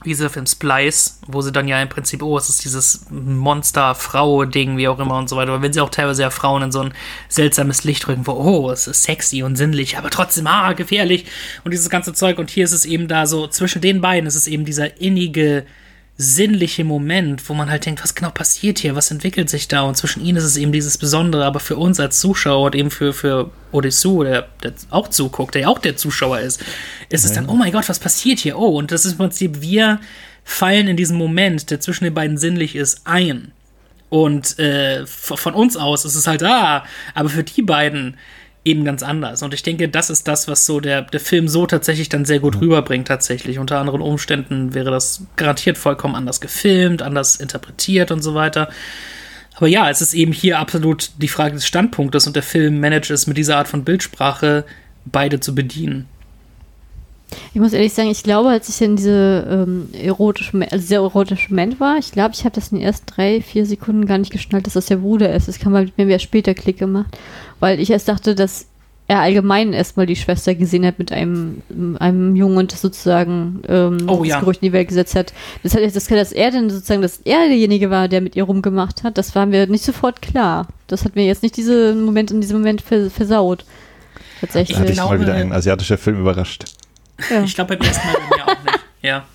C: wie dieser Film Splice, wo sie dann ja im Prinzip, oh, es ist dieses Monster-Frau-Ding, wie auch immer und so weiter. Aber wenn sie auch teilweise ja Frauen in so ein seltsames Licht drücken, wo, oh, es ist sexy und sinnlich, aber trotzdem, ah, gefährlich und dieses ganze Zeug. Und hier ist es eben da so, zwischen den beiden ist es eben dieser innige, sinnliche Moment, wo man halt denkt, was genau passiert hier, was entwickelt sich da? Und zwischen ihnen ist es eben dieses Besondere, aber für uns als Zuschauer und eben für, für Odessu, der, der auch zuguckt, der ja auch der Zuschauer ist, ist es dann, oh mein Gott, was passiert hier? Oh, und das ist im Prinzip, wir fallen in diesen Moment, der zwischen den beiden sinnlich ist, ein. Und äh, von uns aus ist es halt, ah, aber für die beiden eben ganz anders. Und ich denke, das ist das, was so der, der Film so tatsächlich dann sehr gut rüberbringt tatsächlich. Unter anderen Umständen wäre das garantiert vollkommen anders gefilmt, anders interpretiert und so weiter. Aber ja, es ist eben hier absolut die Frage des Standpunktes und der Film managt es mit dieser Art von Bildsprache, beide zu bedienen.
A: Ich muss ehrlich sagen, ich glaube, als ich in diese ähm, erotische, also dieser erotische Moment war, ich glaube, ich habe das in den ersten drei, vier Sekunden gar nicht geschnallt, dass das der Bruder ist. Das kann man mir erst später Klick gemacht, weil ich erst dachte, dass er allgemein erstmal die Schwester gesehen hat mit einem, einem Jungen und das sozusagen ähm,
C: oh,
A: das
C: ja.
A: Gerücht in die Welt gesetzt hat. Das heißt, das, dass er dann sozusagen, dass er derjenige war, der mit ihr rumgemacht hat, das war mir nicht sofort klar. Das hat mir jetzt nicht diesen Moment in diesem Moment vers- versaut. Tatsächlich.
B: Da hat dich mal wieder ein asiatischer Film überrascht.
A: Ja.
C: Ich glaube beim ersten Mal bei mir auch nicht. Ja.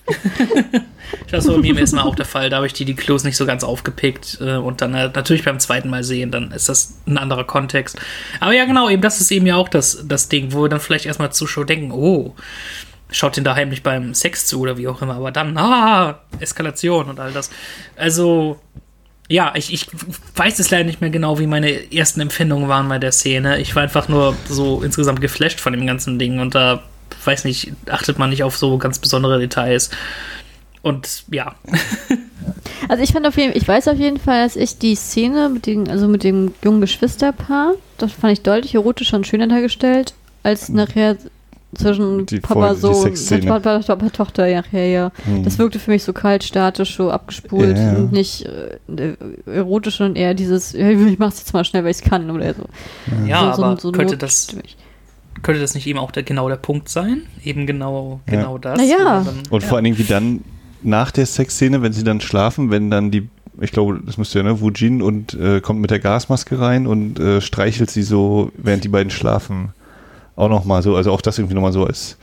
C: Das war bei mir im ersten Mal auch der Fall. Da habe ich die, die Clues nicht so ganz aufgepickt. Äh, und dann äh, natürlich beim zweiten Mal sehen, dann ist das ein anderer Kontext. Aber ja, genau, eben das ist eben ja auch das, das Ding, wo wir dann vielleicht erstmal als Zuschauer denken, oh, schaut den da heimlich beim Sex zu oder wie auch immer. Aber dann, ah, Eskalation und all das. Also, ja, ich, ich weiß es leider nicht mehr genau, wie meine ersten Empfindungen waren bei der Szene. Ich war einfach nur so insgesamt geflasht von dem ganzen Ding und da weiß nicht, achtet man nicht auf so ganz besondere Details. Und ja.
A: Also ich fand auf jeden ich weiß auf jeden Fall, dass ich die Szene mit den, also mit dem jungen Geschwisterpaar, das fand ich deutlich erotischer und schöner dargestellt, als nachher zwischen
B: die
A: Papa
B: Folge,
A: so
B: die
A: Papa, Papa, Tochter nachher, ja.
B: Mhm.
A: Das wirkte für mich so kalt, statisch, so abgespult
B: ja, ja.
A: und nicht äh, erotisch und eher dieses, ja, ich mach's jetzt mal schnell, weil ich es kann oder so.
C: Ja,
A: so, so,
C: aber
A: so
C: könnte das Könnte das nicht eben auch der, genau der Punkt sein? Eben genau, genau
B: ja.
C: das.
A: Na ja.
C: Dann,
B: und
C: ja.
B: vor allen Dingen, wie dann nach der Sexszene, wenn sie dann schlafen, wenn dann die, ich glaube, das müsste ja, ne, Woo-Jin und äh, kommt mit der Gasmaske rein und äh, streichelt sie so, während die beiden schlafen. Auch nochmal so, also auch das irgendwie nochmal so als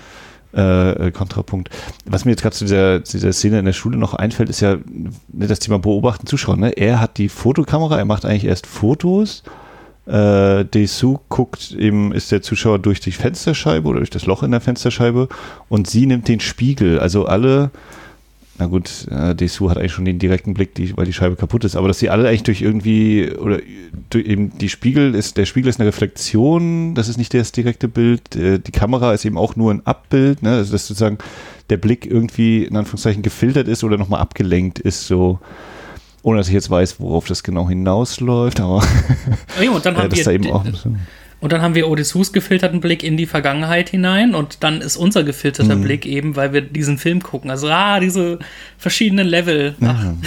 B: äh, Kontrapunkt. Was mir jetzt gerade zu dieser, zu dieser Szene in der Schule noch einfällt, ist ja ne, das Thema Beobachten, Zuschauen. Ne? Er hat die Fotokamera, er macht eigentlich erst Fotos. Äh, Dae-Soo guckt eben, ist der Zuschauer durch die Fensterscheibe oder durch das Loch in der Fensterscheibe und sie nimmt den Spiegel. Also alle, na gut, äh, Dae-Soo hat eigentlich schon den direkten Blick, die, weil die Scheibe kaputt ist, aber dass sie alle eigentlich durch irgendwie, oder durch eben die Spiegel ist, der Spiegel ist eine Reflexion, das ist nicht das direkte Bild, äh, die Kamera ist eben auch nur ein Abbild, ne? Also dass sozusagen der Blick irgendwie in Anführungszeichen gefiltert ist oder nochmal abgelenkt ist, so. Ohne dass ich jetzt weiß, worauf das genau hinausläuft, aber
C: ja, und dann haben
B: ja, das
C: wir
B: da eben auch so.
C: Und dann haben wir Odessus gefilterten Blick in die Vergangenheit hinein und dann ist unser gefilterter
B: mhm.
C: Blick eben, weil wir diesen Film gucken. Also, ah, diese verschiedenen Level. Ach.
B: Ja.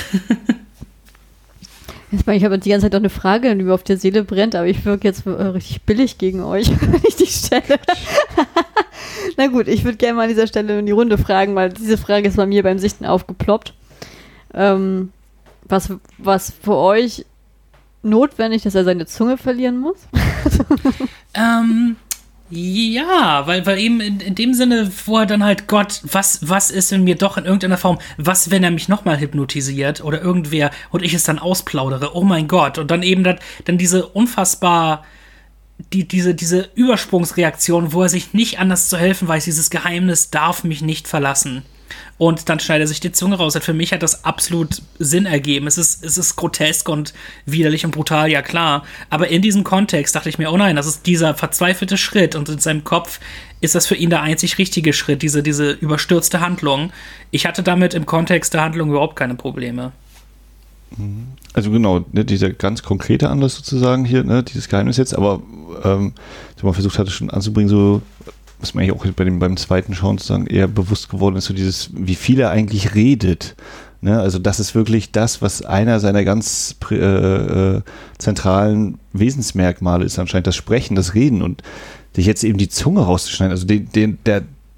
A: Ich habe die ganze Zeit noch eine Frage, die mir auf der Seele brennt, aber ich wirke jetzt äh, richtig billig gegen euch, wenn ich die stelle. Na gut, ich würde gerne mal an dieser Stelle in die Runde fragen, weil diese Frage ist bei mir beim Sichten aufgeploppt. Ähm, was, was für euch notwendig, dass er seine Zunge verlieren muss?
C: ähm, ja, weil, weil eben in, in dem Sinne, wo er dann halt, Gott, was, was ist in mir doch in irgendeiner Form, was, wenn er mich nochmal hypnotisiert oder irgendwer und ich es dann ausplaudere, oh mein Gott, und dann eben dat, dann diese unfassbar, die, diese, diese Übersprungsreaktion, wo er sich nicht anders zu helfen weiß, dieses Geheimnis darf mich nicht verlassen. Und dann schneidet er sich die Zunge raus. Für mich hat das absolut Sinn ergeben. Es ist, es ist grotesk und widerlich und brutal, ja klar. Aber in diesem Kontext dachte ich mir, oh nein, das ist dieser verzweifelte Schritt. Und in seinem Kopf ist das für ihn der einzig richtige Schritt, diese, diese überstürzte Handlung. Ich hatte damit im Kontext der Handlung überhaupt keine Probleme.
B: Also genau, ne, dieser ganz konkrete Anlass sozusagen hier, ne, dieses Geheimnis jetzt. Aber ähm, ich mal versucht hatte schon anzubringen, so was mir eigentlich auch bei dem, beim zweiten Schauen sozusagen eher bewusst geworden ist, so dieses, wie viel er eigentlich redet. Ne? Also das ist wirklich das, was einer seiner ganz äh, äh, zentralen Wesensmerkmale ist anscheinend, das Sprechen, das Reden und sich jetzt eben die Zunge rauszuschneiden. Also den, den, der,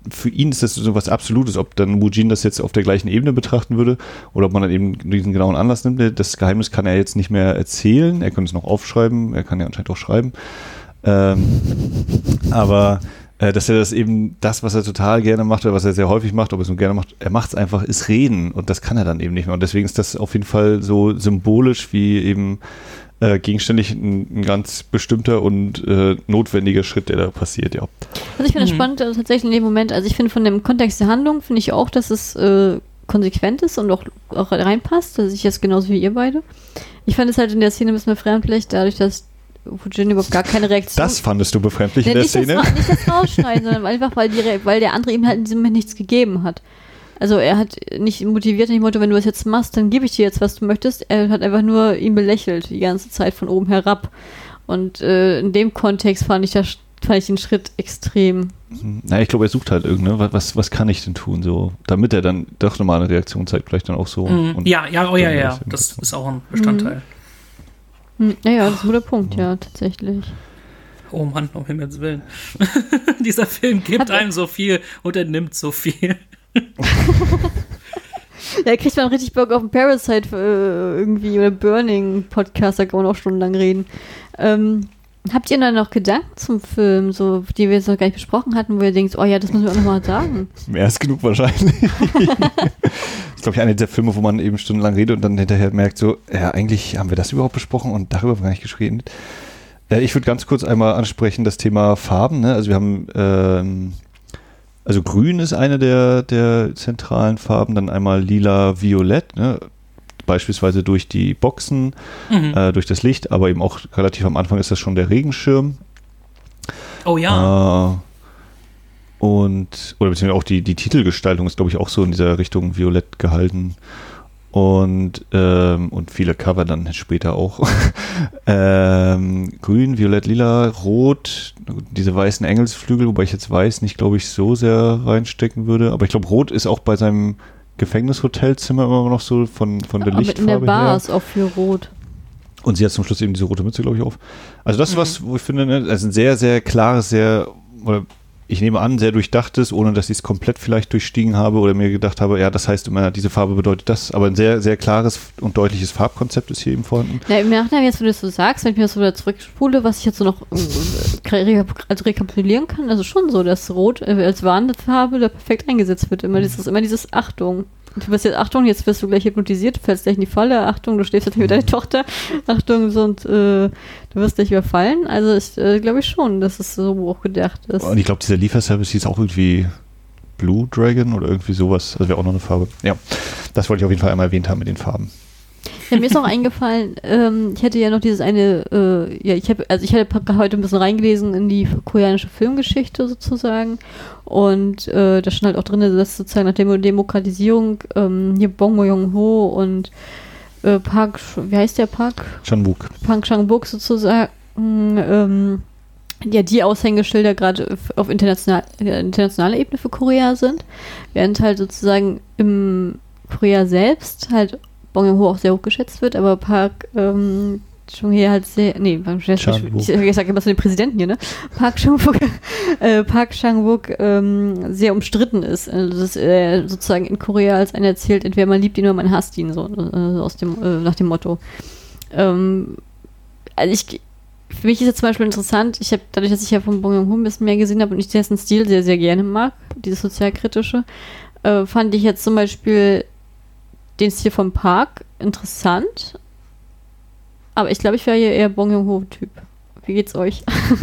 B: für ihn ist das so was Absolutes, ob dann Muujin das jetzt auf der gleichen Ebene betrachten würde oder ob man dann eben diesen genauen Anlass nimmt. Das Geheimnis kann er jetzt nicht mehr erzählen, er könnte es noch aufschreiben, er kann ja anscheinend auch schreiben. Ähm, aber äh, dass er das eben, das, was er total gerne macht oder was er sehr häufig macht, ob er es nur gerne macht, er macht es einfach, ist reden und das kann er dann eben nicht mehr. Und deswegen ist das auf jeden Fall so symbolisch wie eben Äh, gegenständig ein, ein ganz bestimmter und äh, notwendiger Schritt, der da passiert, ja.
A: Also ich finde es mhm. spannend, also tatsächlich in dem Moment, also ich finde von dem Kontext der Handlung, finde ich auch, dass es äh, konsequent ist und auch, auch reinpasst, dass ich jetzt genauso wie ihr beide. Ich fand es halt in der Szene ein bisschen befremdlich, dadurch, dass Muujin überhaupt gar keine Reaktion...
B: Das fandest du befremdlich
A: ja,
B: in der
A: nicht
B: Szene?
A: Das, nicht das Rausschneiden, sondern einfach, weil, die, weil der andere ihm halt in diesem Moment nichts gegeben hat. Also er hat nicht motiviert, nicht Motto, wenn du es jetzt machst, dann gebe ich dir jetzt, was du möchtest. Er hat einfach nur ihn belächelt, die ganze Zeit von oben herab. Und äh, in dem Kontext fand ich, das, fand ich den Schritt extrem.
B: Na, ich glaube, er sucht halt irgendeine, was, was kann ich denn tun, so, damit er dann doch nochmal eine Reaktion zeigt, vielleicht dann auch so.
C: Mhm. Und ja, ja, oh ja, ja, das ist auch ein Bestandteil.
A: Mhm. Ja, ja, das ist ein guter Punkt, ja, tatsächlich.
C: Oh Mann, um Himmels Willen. Dieser Film gibt hat einem so viel und er nimmt so viel.
A: Da kriegt man richtig Bock auf einen Parasite äh, irgendwie oder Burning-Podcast, da kann man auch stundenlang reden. Ähm, habt ihr dann noch Gedanken zum Film, so, die wir jetzt noch gar nicht besprochen hatten, wo ihr denkt, oh ja, das müssen wir auch nochmal sagen?
B: Mehr ist genug wahrscheinlich. Das ist, glaube ich, einer der Filme, wo man eben stundenlang redet und dann hinterher merkt so, ja, eigentlich haben wir das überhaupt besprochen und darüber haben wir gar nicht geschrieben. Äh, ich würde ganz kurz einmal ansprechen das Thema Farben, ne? Also wir haben ähm, Also grün ist eine der, der zentralen Farben, dann einmal lila, violett, ne? Beispielsweise durch die Boxen, mhm. äh, durch das Licht, aber eben auch relativ am Anfang ist das schon der Regenschirm.
C: Oh ja.
B: Äh, und, oder beziehungsweise auch die, die Titelgestaltung ist, glaube ich, auch so in dieser Richtung violett gehalten. Und, ähm, und viele Cover dann später auch. ähm, grün, violett, lila, rot, diese weißen Engelsflügel, wobei ich jetzt weiß nicht, glaube ich, so sehr reinstecken würde. Aber ich glaube, rot ist auch bei seinem Gefängnishotelzimmer immer noch so von, von der
A: aber
B: Lichtfarbe her.
A: In der Bar her. Ist auch viel rot.
B: Und sie hat zum Schluss eben diese rote Mütze, glaube ich, auf. Also das ist mhm. was, wo ich finde, ne, also ein sehr, sehr klares, sehr, oder ich nehme an, sehr durchdachtes, ohne dass ich es komplett vielleicht durchstiegen habe oder mir gedacht habe, ja, das heißt immer, diese Farbe bedeutet das, aber ein sehr, sehr klares und deutliches Farbkonzept ist hier eben vorhanden.
A: Na, im Nachhinein, jetzt, wenn du das so sagst, wenn ich mir das so wieder zurückspule, was ich jetzt so noch äh, also rekapitulieren kann, also schon so, dass Rot äh, als warnende Farbe da perfekt eingesetzt wird. Immer dieses, immer dieses Achtung. Du wirst jetzt, Achtung, jetzt wirst du gleich hypnotisiert, du fällst gleich in die Falle, Achtung, du stehst jetzt mit deiner Tochter, Achtung, so, und äh, du wirst gleich überfallen. Also ich äh, glaube ich schon, dass es so auch gedacht ist.
B: Und ich glaube, dieser Lieferservice hieß auch irgendwie Blue Dragon oder irgendwie sowas. Das wäre auch noch eine Farbe. Ja, das wollte ich auf jeden Fall einmal erwähnt haben mit den Farben.
A: Ja, mir ist auch eingefallen, ähm, ich hätte ja noch dieses eine, äh, ja, ich habe, also ich hatte heute ein bisschen reingelesen in die koreanische Filmgeschichte sozusagen und äh, da stand halt auch drin, dass sozusagen nach der Demokratisierung ähm, hier Bong Joon-ho und äh, Park, wie heißt der Park?
B: Chan-wook.
A: Park Chan-wook sozusagen, ähm, ja, die Aushängeschilder gerade auf international, äh, internationaler Ebene für Korea sind, während halt sozusagen im Korea selbst halt Bong Joon-ho auch sehr hoch geschätzt wird, aber Park ähm, Chung-hee halt sehr, nee, ich, ich, ich sage immer so den Präsidenten hier, ne? Park Chan-wook, äh, Park Chan-wook ähm, sehr umstritten ist. Also das äh, sozusagen in Korea als einer erzählt, entweder man liebt ihn oder man hasst ihn, so äh, aus dem, äh, nach dem Motto. Ähm, also ich, für mich ist jetzt zum Beispiel interessant, ich habe dadurch, dass ich ja von Bong Joon-ho ein bisschen mehr gesehen habe und ich dessen Stil sehr, sehr gerne mag, dieses sozialkritische, äh, fand ich jetzt zum Beispiel den Stil vom Park interessant, aber ich glaube, ich wäre hier eher Bong Joon-ho-Typ. Wie geht's euch?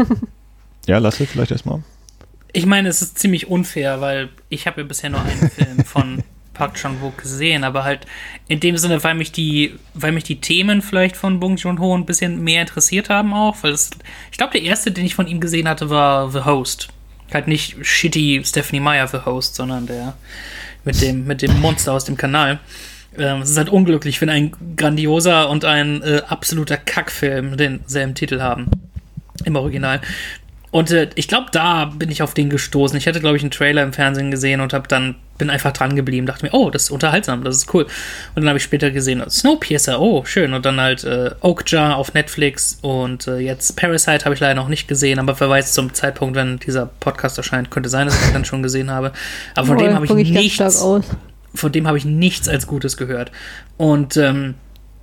B: Ja, Lasse, vielleicht erstmal.
C: Ich meine, es ist ziemlich unfair, weil ich habe ja bisher nur einen Film von Park Chan-wook gesehen, aber halt in dem Sinne, weil mich die, weil mich die Themen vielleicht von Bong Joon-ho ein bisschen mehr interessiert haben auch, weil das, ich glaube, der erste, den ich von ihm gesehen hatte, war The Host. Halt nicht shitty Stephenie Meyer The Host, sondern der mit dem, mit dem Monster aus dem Kanal. Ähm, es ist halt unglücklich, wenn ein grandioser und ein äh, absoluter Kackfilm denselben Titel haben. Im Original. Und äh, ich glaube, da bin ich auf den gestoßen. Ich hatte, glaube ich, einen Trailer im Fernsehen gesehen und habe dann bin einfach dran geblieben, dachte mir, oh, das ist unterhaltsam, das ist cool. Und dann habe ich später gesehen, Snowpiercer, oh, schön. Und dann halt äh, Okja auf Netflix und äh, jetzt Parasite habe ich leider noch nicht gesehen, aber wer weiß, zum Zeitpunkt, wenn dieser Podcast erscheint, könnte sein, dass ich ihn dann schon gesehen habe. Aber von oh, dem habe ich, ich nichts, von dem habe ich nichts als Gutes gehört. Und ähm,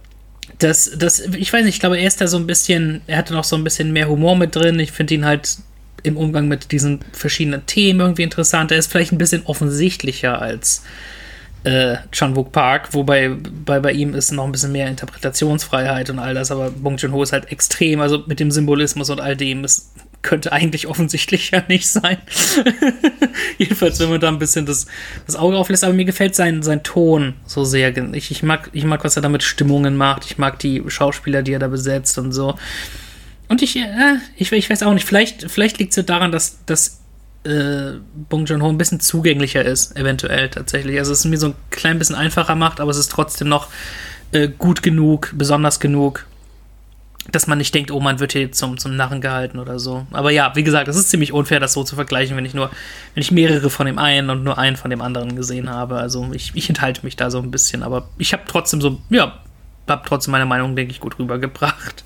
C: das, das, ich weiß nicht, ich glaube, er ist da so ein bisschen, er hatte noch so ein bisschen mehr Humor mit drin. Ich finde ihn halt im Umgang mit diesen verschiedenen Themen irgendwie interessant. Er ist vielleicht ein bisschen offensichtlicher als äh, Chan-wook Park, wobei bei, bei ihm ist noch ein bisschen mehr Interpretationsfreiheit und all das, aber Bong Joon-ho ist halt extrem, also mit dem Symbolismus und all dem, es könnte eigentlich offensichtlicher nicht sein. Jedenfalls, wenn man da ein bisschen das, das Auge auflässt, aber mir gefällt sein, sein Ton so sehr. Ich, ich, mag, ich mag, was er da mit Stimmungen macht, ich mag die Schauspieler, die er da besetzt und so. Und ich, äh, ich, ich weiß auch nicht, vielleicht, vielleicht liegt es ja daran, dass, dass äh, Bong Joon-ho ein bisschen zugänglicher ist, eventuell tatsächlich. Also es mir so ein klein bisschen einfacher macht, aber es ist trotzdem noch äh, gut genug, besonders genug, dass man nicht denkt, oh, man wird hier zum, zum Narren gehalten oder so. Aber ja, wie gesagt, es ist ziemlich unfair, das so zu vergleichen, wenn ich nur, wenn ich mehrere von dem einen und nur einen von dem anderen gesehen habe. Also ich, ich enthalte mich da so ein bisschen, aber ich habe trotzdem so, ja, habe trotzdem meine Meinung, denke ich, gut rübergebracht.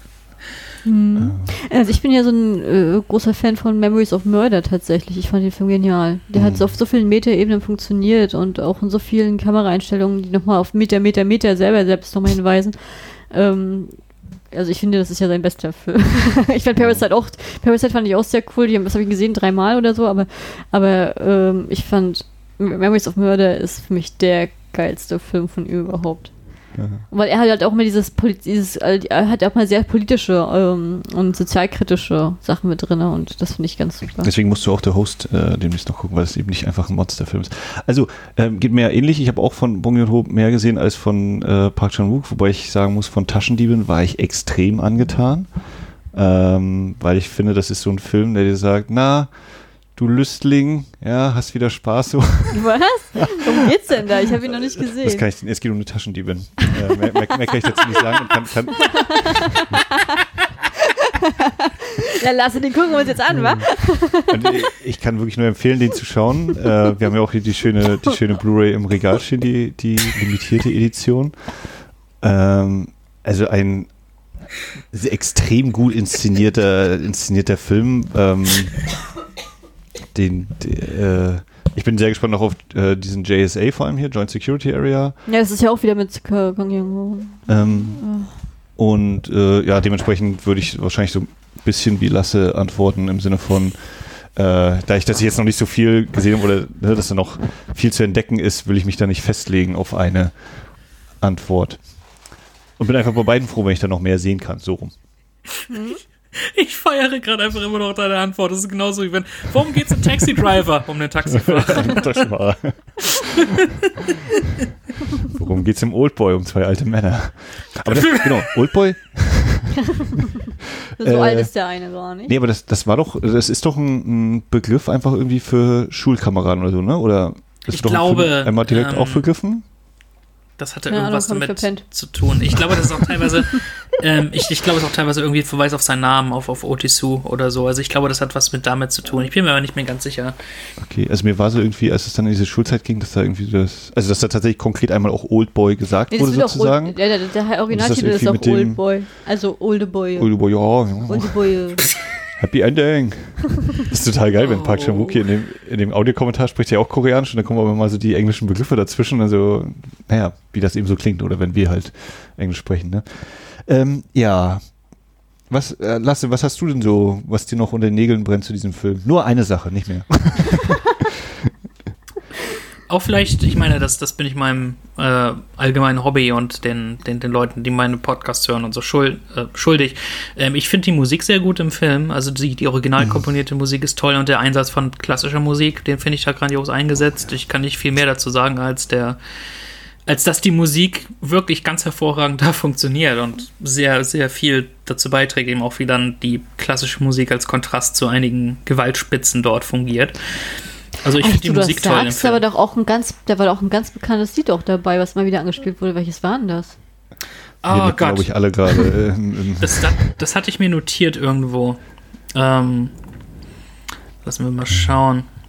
A: Hm. Also ich bin ja so ein äh, großer Fan von Memories of Murder tatsächlich. Ich fand den Film genial. Der mhm. hat so auf so vielen Metaebenen funktioniert und auch in so vielen Kameraeinstellungen, die nochmal auf Meter, Meter, Meter selber selbst nochmal hinweisen. Ähm, also ich finde, das ist ja sein bester Film. Ich fand Parasite auch, Parasite fand ich auch sehr cool. Die haben, das habe ich gesehen, dreimal oder so, aber, aber ähm, ich fand Memories of Murder ist für mich der geilste Film von ihm überhaupt. Ja. Weil er hat halt auch mal dieses, dieses er hat auch mal sehr politische ähm, und sozialkritische Sachen mit drin und das finde ich ganz super.
B: Deswegen musst du auch der Host äh, demnächst noch gucken, weil es eben nicht einfach ein Monsterfilm ist. Also, ähm, geht mir ja ähnlich. Ich habe auch von Bong Joon-ho mehr gesehen als von äh, Park Chan-wook, wobei ich sagen muss, von Taschendieben war ich extrem angetan, ähm, weil ich finde, das ist so ein Film, der dir sagt, na, du Lüstling, ja, hast wieder Spaß so.
A: Was? Worum geht's denn da? Ich habe ihn noch nicht gesehen.
B: Das kann ich, es geht um eine Taschendiebin. Äh, mehr, mehr, mehr kann ich dazu nicht sagen. Und kann, kann
A: ja, lass den gucken wir uns jetzt an, wa?
B: Und ich kann wirklich nur empfehlen, den zu schauen. Äh, wir haben ja auch hier die schöne, die schöne Blu-ray im Regal stehen, die, die limitierte Edition. Ähm, also ein extrem gut inszenierter, inszenierter Film. Ähm, Den, die, äh, ich bin sehr gespannt auch auf äh, diesen J S A vor allem hier, Joint Security Area.
A: Ja, das ist ja auch wieder mit Kang Young-ho.
B: Ähm, ja. Und äh, ja, dementsprechend würde ich wahrscheinlich so ein bisschen wie Lasse antworten im Sinne von, äh, da ich, dass ich jetzt noch nicht so viel gesehen habe oder ne, dass da noch viel zu entdecken ist, will ich mich da nicht festlegen auf eine Antwort. Und bin einfach bei beiden froh, wenn ich da noch mehr sehen kann, so rum.
C: Mhm. Ich feiere gerade einfach immer noch deine Antwort. Das ist genauso wie wenn, worum geht's im Taxi Driver? Um den Taxifahrer.
B: Worum geht's im Oldboy? Um zwei alte Männer. Aber das, genau, Oldboy.
A: So äh, alt ist der eine gar nicht.
B: Nee, aber das, das war doch, das ist doch ein, ein Begriff einfach irgendwie für Schulkameraden oder so, ne? Oder ist
C: ich
B: doch
C: glaube,
B: ein einmal direkt ähm, auch begriffen?
C: Das hatte ja, irgendwas damit zu tun. Ich glaube, das ist auch teilweise, ähm, ich, ich glaube, es ist auch teilweise irgendwie ein Verweis auf seinen Namen, auf, auf Otisu oder so. Also ich glaube, das hat was mit damit zu tun. Ich bin mir aber nicht mehr ganz sicher.
B: Okay, also mir war so irgendwie, als es dann in diese Schulzeit ging, dass da irgendwie das, also dass da tatsächlich konkret einmal auch Oldboy gesagt nee, wurde sozusagen.
A: Old, der, der, der Originaltitel ist auch Oldboy. Also Oldboy.
B: Oldboy, ja. ja.
A: Oldboy.
B: Happy Ending. Das ist total geil, wenn Park Chan-wook hier in dem, in dem Audiokommentar spricht ja auch Koreanisch und dann kommen aber mal so die englischen Begriffe dazwischen, also naja, wie das eben so klingt oder wenn wir halt Englisch sprechen, ne? Ähm, ja. Was, äh, Lasse, was hast du denn so, was dir noch unter den Nägeln brennt zu diesem Film? Nur eine Sache, nicht mehr.
C: Auch vielleicht, ich meine, das, das bin ich meinem äh, allgemeinen Hobby und den, den, den Leuten, die meine Podcasts hören und so schuld, äh, schuldig. Ähm, ich finde die Musik sehr gut im Film. Also die, die original komponierte mhm. Musik ist toll und der Einsatz von klassischer Musik, den finde ich da grandios eingesetzt. Ich kann nicht viel mehr dazu sagen, als der, als dass die Musik wirklich ganz hervorragend da funktioniert und sehr, sehr viel dazu beiträgt, eben auch wie dann die klassische Musik als Kontrast zu einigen Gewaltspitzen dort fungiert. Also ich finde die Musik toll im Film.
A: Aber doch auch ein ganz, da war doch ein ganz bekanntes Lied auch dabei, was mal wieder angespielt wurde. Welches war denn das?
C: Oh Gott.
B: glaube ich alle gerade. Äh,
C: das, das, das hatte ich mir notiert irgendwo. Ähm, lassen wir mal schauen.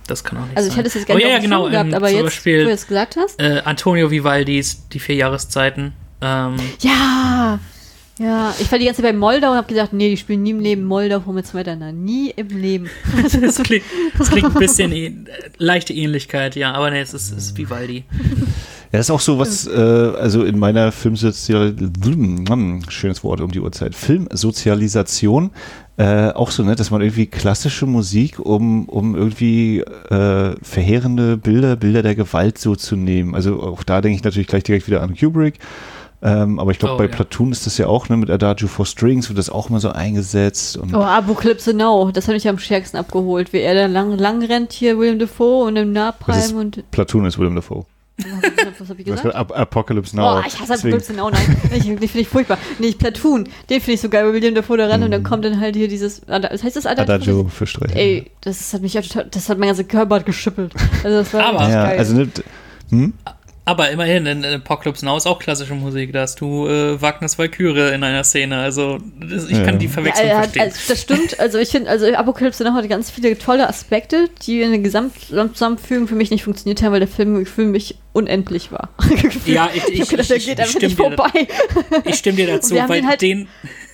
C: Das kann auch nicht
A: Also ich
C: sein.
A: hätte es jetzt gar
C: oh,
A: nicht
C: ja,
A: auf
C: ja,
A: dem
C: genau,
A: Schirm gehabt,
C: ähm,
A: aber
C: zum
A: jetzt,
C: Beispiel,
A: wo du es gesagt hast.
C: Äh, Antonio Vivaldis Die vier Jahreszeiten. Ähm,
A: Ja, ja. Ich war die ganze Zeit bei Moldau und habe gedacht, nee, die spielen nie im Leben Moldau von mit Smetana. Nie im Leben.
C: das, klingt, das klingt ein bisschen äh, leichte Ähnlichkeit, ja, aber nee, es ist, es ist Vivaldi.
B: Ja, das ist auch so was, äh, also in meiner Filmsozialisation, schönes Wort um die Uhrzeit, Filmsozialisation, äh, auch so, ne, dass man irgendwie klassische Musik, um, um irgendwie äh, verheerende Bilder, Bilder der Gewalt so zu nehmen. Also auch da denke ich natürlich gleich direkt wieder an Kubrick. Ähm, aber ich glaube,
C: Oh,
B: bei
C: ja.
B: Platoon ist das ja auch, ne, mit Adagio for Strings wird das auch immer so eingesetzt. Und
A: Oh, Apocalypse Now, das hat mich am stärksten abgeholt, wie er da lang, lang rennt hier, William Dafoe und im
B: Das ist-
A: Napalm und...
B: Platoon ist William Dafoe.
A: Was habe ich
B: Du hast
A: gesagt?
B: gesagt, Ap- Apocalypse Now.
A: Oh, ich hasse
B: Deswegen-
A: Apocalypse Now, nein. Ich, den finde ich furchtbar. Nee, Platoon, den finde ich so geil, weil William Dafoe da ran und dann kommt dann halt hier dieses... Was heißt das?
B: Adagio für Streicher.
A: Ey, das hat mich ja total... Das hat mein ganzer Körper geschippelt. Also das war
C: Aber-
A: richtig
B: Ja,
A: geil.
B: also ne, hm?
C: Aber immerhin, in, in Apocalypse Now ist auch klassische Musik. Da hast du äh, Wagners Walküre in einer Szene. Also das, ich
B: Ja.
C: kann die Verwechslung
A: Ja, er hat-
C: verstehen.
A: also, das stimmt. Also ich finde, also Apocalypse Now hat ganz viele tolle Aspekte, die in der Gesamtzusammenfügung für mich nicht funktioniert haben, weil der Film für mich unendlich war.
C: Ja, ich-
A: ich,
C: ich-
A: hab gedacht, der
C: ich-
A: geht
C: ich
A: einfach nicht
C: stimme dir da-
A: vorbei.
C: Ich stimme dir dazu,
A: wir haben
C: weil
A: den halt-
C: den,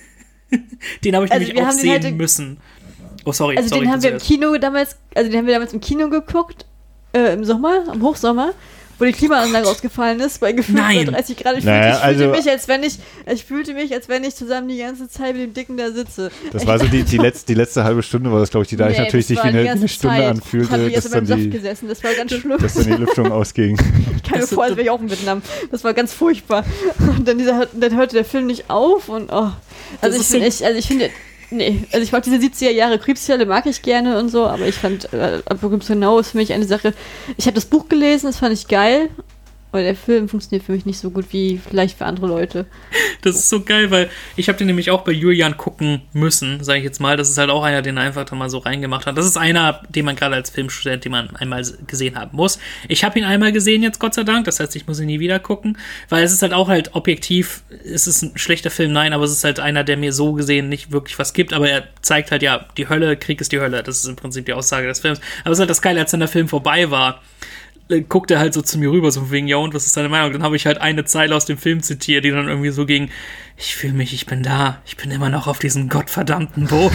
C: den habe ich
A: Also
C: nämlich
A: wir
C: auch
A: haben den
C: sehen
A: halt-
C: müssen. Oh, sorry.
A: Also
C: sorry,
A: den haben wir im
C: zuerst.
A: Kino damals, also den haben wir damals im Kino geguckt, äh, im Sommer, im Hochsommer, wo die Klimaanlage ausgefallen ist, bei gefühlt
C: Nein.
A: dreißig Grad. Ich,
B: Naja,
A: fühlte, ich, fühlte
B: also-
A: mich, als wenn ich, ich fühlte mich, als wenn ich zusammen die ganze Zeit mit dem Dicken da sitze.
B: Das war so die, die, letzte, die letzte halbe Stunde, war das, glaube ich, die dadurch
A: Nee,
B: natürlich
A: das
B: sich wie
A: war die
B: eine,
A: ganze
B: eine Stunde
A: Zeit.
B: anfühlte,
A: Ich habe
B: dass
A: jetzt beim
B: dann,
A: Saft
B: die,
A: gesessen, das war ganz schlimm.
B: dass dann die Lüftung ausging.
A: Ich kam mir
C: Das-
A: vor, als wäre ich auch in Vietnam. Das war ganz furchtbar. Und dann, dieser, dann hörte der Film nicht auf und oh. Also
C: Das
A: ich
C: ist
A: finde,
C: so-
A: ich, also ich finde, nee, also ich mag diese siebziger Jahre Creepsfälle, mag ich gerne und so, aber ich fand äh, Apocalypse Now ist für mich eine Sache. Ich habe das Buch gelesen, das fand ich geil. Aber der Film funktioniert für mich nicht so gut wie vielleicht für andere Leute.
C: Das ist so geil, weil ich habe den nämlich auch bei Julian gucken müssen, sage ich jetzt mal. Das ist halt auch einer, den er einfach da mal so reingemacht hat. Das ist einer, den man gerade als Filmstudent, den man einmal gesehen haben muss. Ich habe ihn einmal gesehen jetzt, Gott sei Dank. Das heißt, ich muss ihn nie wieder gucken, weil es ist halt auch halt objektiv, es ist ein schlechter Film, nein, aber es ist halt einer, der mir so gesehen nicht wirklich was gibt. Aber er zeigt halt, ja, die Hölle, Krieg ist die Hölle. Das ist im Prinzip die Aussage des Films. Aber es ist halt das Geile, als dann der Film vorbei war, guckt er halt so zu mir rüber, so wegen, ja und, was ist deine Meinung? Dann habe ich halt eine Zeile aus dem Film zitiert, die dann irgendwie so ging, ich fühle mich, ich bin da, ich bin immer noch auf diesem gottverdammten Boot.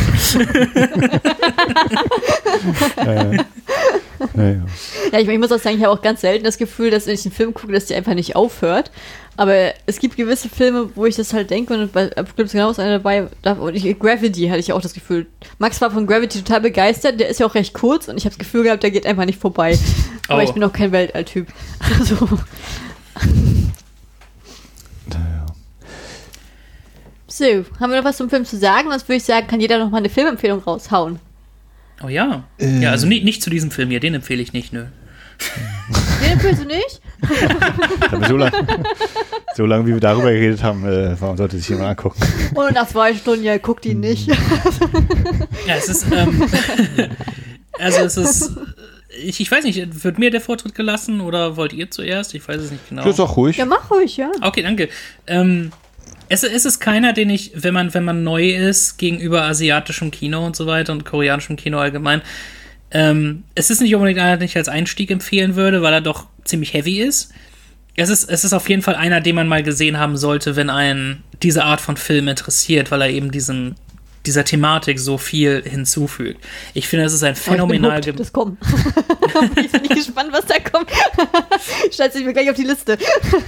B: Äh, naja.
A: Ja, ich, ich muss auch sagen, ich habe auch ganz selten das Gefühl, dass wenn ich einen Film gucke, dass der einfach nicht aufhört. Aber es gibt gewisse Filme, wo ich das halt denke und bei Apocalypse Now ist einer dabei. Da, und ich, Gravity hatte ich auch das Gefühl. Max war von Gravity total begeistert. Der ist ja auch recht kurz und ich habe das Gefühl gehabt, der geht einfach nicht vorbei. Aber
C: Oh.
A: ich bin auch kein Weltalltyp. Also,
B: Naja.
A: so, haben wir noch was zum Film zu sagen? Sonst würde ich sagen, kann jeder noch mal eine Filmempfehlung raushauen.
C: Oh ja.
B: Äh.
C: Ja, also nicht, nicht zu diesem Film hier, den empfehle ich nicht, nö.
A: Den empfiehlst du nicht?
B: Aber so lange, so lang, wie wir darüber geredet haben, äh, warum sollte sich jemand angucken?
A: Und nach zwei Stunden, ja, guckt ihn nicht.
C: Ja, es ist, ähm, also es ist, ich, ich weiß nicht, wird mir der Vortritt gelassen oder wollt ihr zuerst? Ich weiß es nicht genau.
B: Das ist auch ruhig.
A: Ja, mach ruhig, ja.
C: Okay, danke. Ähm, es, es ist keiner, den ich, wenn man, wenn man neu ist gegenüber asiatischem Kino und so weiter und koreanischem Kino allgemein, ähm, es ist nicht unbedingt einer, den ich als Einstieg empfehlen würde, weil er doch ziemlich heavy ist. Es ist, es ist auf jeden Fall einer, den man mal gesehen haben sollte, wenn einen diese Art von Film interessiert, weil er eben diesen, dieser Thematik so viel hinzufügt. Ich finde, es ist ein phänomenal...
A: Oh, ich bin hooked, das kommt. Ich bin nicht gespannt, was da kommt. Schreibt sich mir gleich auf die Liste.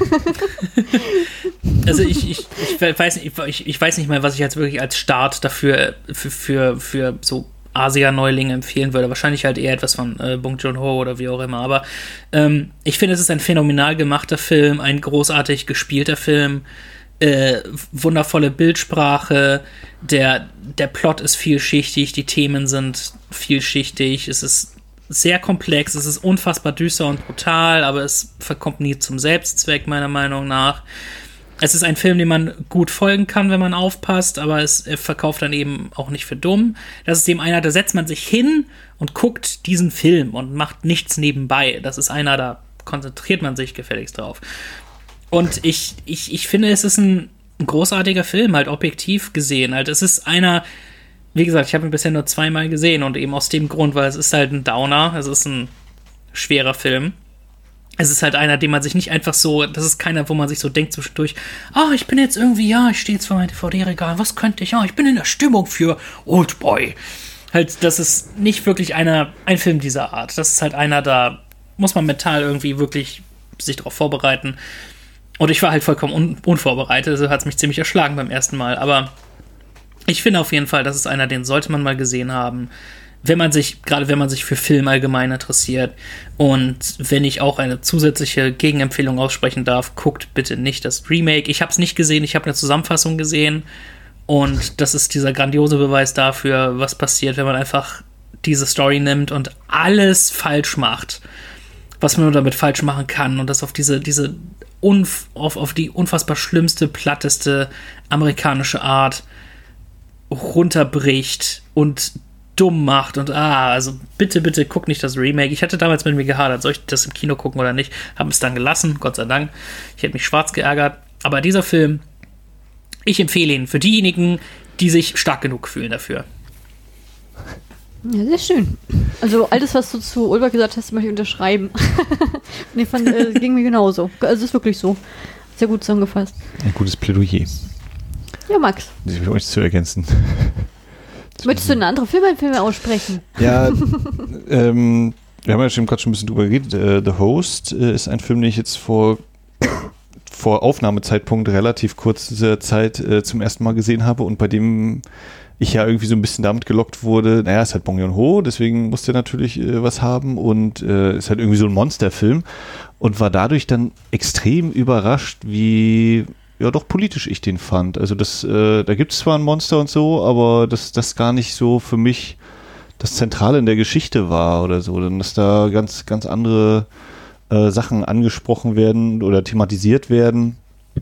C: Also ich, ich, ich weiß nicht, ich, ich weiß nicht mal, was ich jetzt wirklich als Start dafür für, für, für so Asia-Neulinge empfehlen würde. Wahrscheinlich halt eher etwas von äh, Bong Joon-ho oder wie auch immer. Aber ähm, ich finde, es ist ein phänomenal gemachter Film, ein großartig gespielter Film, äh, wundervolle Bildsprache, der, der Plot ist vielschichtig, die Themen sind vielschichtig, es ist sehr komplex, es ist unfassbar düster und brutal, aber es verkommt nie zum Selbstzweck, meiner Meinung nach. Es ist ein Film, dem man gut folgen kann, wenn man aufpasst, aber es er verkauft dann eben auch nicht für dumm. Das ist eben einer, da setzt man sich hin und guckt diesen Film und macht nichts nebenbei. Das ist einer, da konzentriert man sich gefälligst drauf. Und ich, ich, ich finde, es ist ein großartiger Film, halt objektiv gesehen. Halt, es ist einer, wie gesagt, ich habe ihn bisher nur zweimal gesehen und eben aus dem Grund, weil es ist halt ein Downer, es ist ein schwerer Film. Es ist halt einer, den man sich nicht einfach so, das ist keiner, wo man sich so denkt zwischendurch, ah, oh, ich bin jetzt irgendwie, ja, ich stehe jetzt vor meinem D V D-Regal, was könnte ich, ja, oh, ich bin in der Stimmung für Oldboy. Halt, das ist nicht wirklich einer, ein Film dieser Art. Das ist halt einer, da muss man mental irgendwie wirklich sich darauf vorbereiten. Und ich war halt vollkommen un- unvorbereitet, also hat es mich ziemlich erschlagen beim ersten Mal. Aber ich finde auf jeden Fall, das ist einer, den sollte man mal gesehen haben. Wenn man sich, gerade wenn man sich für Film allgemein interessiert und wenn ich auch eine zusätzliche Gegenempfehlung aussprechen darf, guckt bitte nicht das Remake. Ich habe es nicht gesehen, ich habe eine Zusammenfassung gesehen und das ist dieser grandiose Beweis dafür, was passiert, wenn man einfach diese Story nimmt und alles falsch macht, was man nur damit falsch machen kann und das auf diese, diese unf- auf, auf die unfassbar schlimmste, platteste amerikanische Art runterbricht und dumm macht und ah, also bitte, bitte guck nicht das Remake. Ich hatte damals mit mir gehadert, soll ich das im Kino gucken oder nicht? Haben es dann gelassen, Gott sei Dank. Ich hätte mich schwarz geärgert. Aber dieser Film, ich empfehle ihn für diejenigen, die sich stark genug fühlen dafür.
A: Ja, sehr schön. Also alles, was du zu Ulbach gesagt hast, möchte ich unterschreiben. Nee, fand, äh, ging mir genauso. Also es ist wirklich so. Sehr gut zusammengefasst.
B: Ein gutes Plädoyer.
A: Ja, Max.
B: Das will ich zu ergänzen.
A: Möchtest du eine andere Filmempfehlung aussprechen?
B: Ja, ähm, wir haben ja schon gerade schon ein bisschen drüber geredet. Äh, The Host äh, ist ein Film, den ich jetzt vor, vor Aufnahmezeitpunkt relativ kurzer Zeit äh, zum ersten Mal gesehen habe und bei dem ich ja irgendwie so ein bisschen damit gelockt wurde, naja, ist halt Bong Joon-ho, deswegen muss der natürlich äh, was haben und äh, ist halt irgendwie so ein Monsterfilm und war dadurch dann extrem überrascht, wie ja doch politisch ich den fand. Also das, äh, da gibt es zwar ein Monster und so, aber dass das gar nicht so für mich das Zentrale in der Geschichte war oder so, denn dass da ganz, ganz andere äh, Sachen angesprochen werden oder thematisiert werden.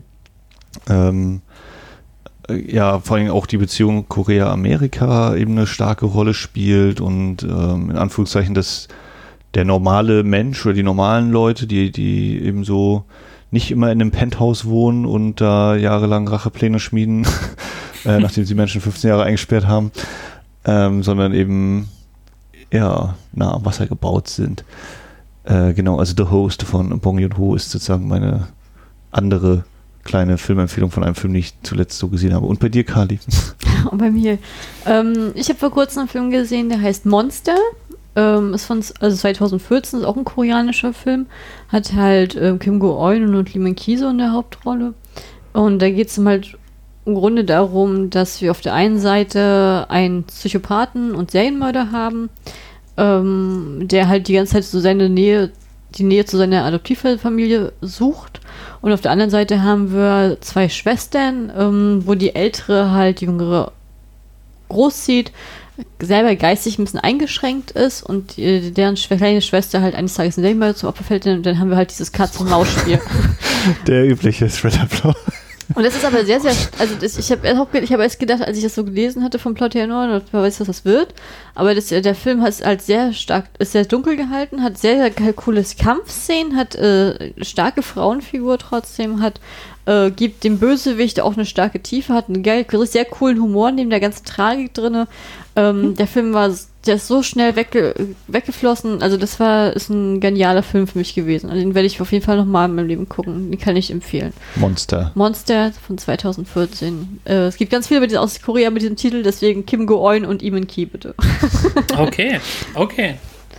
B: Ähm, äh, ja, vor allem auch die Beziehung Korea-Amerika eben eine starke Rolle spielt und ähm, in Anführungszeichen, dass der normale Mensch oder die normalen Leute, die, die eben so nicht immer in einem Penthouse wohnen und da jahrelang Rachepläne schmieden, äh, nachdem sie Menschen fünfzehn Jahre eingesperrt haben, ähm, sondern eben ja, nah am Wasser gebaut sind. Äh, genau, also The Host von Bong Joon-ho ist sozusagen meine andere kleine Filmempfehlung von einem Film, den ich zuletzt so gesehen habe. Und bei dir, Kali?
A: Und bei mir. Ähm, ich habe vor kurzem einen Film gesehen, der heißt Monster. Ähm, ist von also zwanzig vierzehn, ist auch ein koreanischer Film. Hat halt ähm, Kim Go-eun und Lee Min-ki so in der Hauptrolle. Und da geht es halt im Grunde darum, dass wir auf der einen Seite einen Psychopathen und Serienmörder haben, ähm, der halt die ganze Zeit so seine Nähe, die Nähe zu seiner Adoptivfamilie sucht. Und auf der anderen Seite haben wir zwei Schwestern, ähm, wo die ältere halt die jüngere großzieht, selber geistig ein bisschen eingeschränkt ist und äh, deren Schw- kleine Schwester halt eines Tages in Serienmörder zum Opfer fällt, und dann haben wir halt dieses Katz-und-Maus-Spiel.
B: Der übliche Thriller-Plot.
A: Und das ist aber sehr, sehr, also das, ich habe ich hab erst gedacht, als ich das so gelesen hatte vom Plot her nur, man weiß, was das wird, aber das, der Film hat halt sehr stark, ist sehr dunkel gehalten, hat sehr, sehr coole Kampfszenen, hat äh, starke Frauenfigur trotzdem, hat äh, gibt dem Bösewicht auch eine starke Tiefe, hat einen geil, sehr coolen Humor neben der ganzen Tragik drinne. Ähm, der Film war, der ist so schnell wegge, weggeflossen, also das war, ist ein genialer Film für mich gewesen. Also den werde ich auf jeden Fall nochmal in meinem Leben gucken, den kann ich empfehlen.
B: Monster.
A: Monster von zwanzig vierzehn. Äh, es gibt ganz viele mit diesen, aus Korea mit diesem Titel, deswegen Kim Go-eun und Lee Min-ki, bitte.
C: Okay, okay.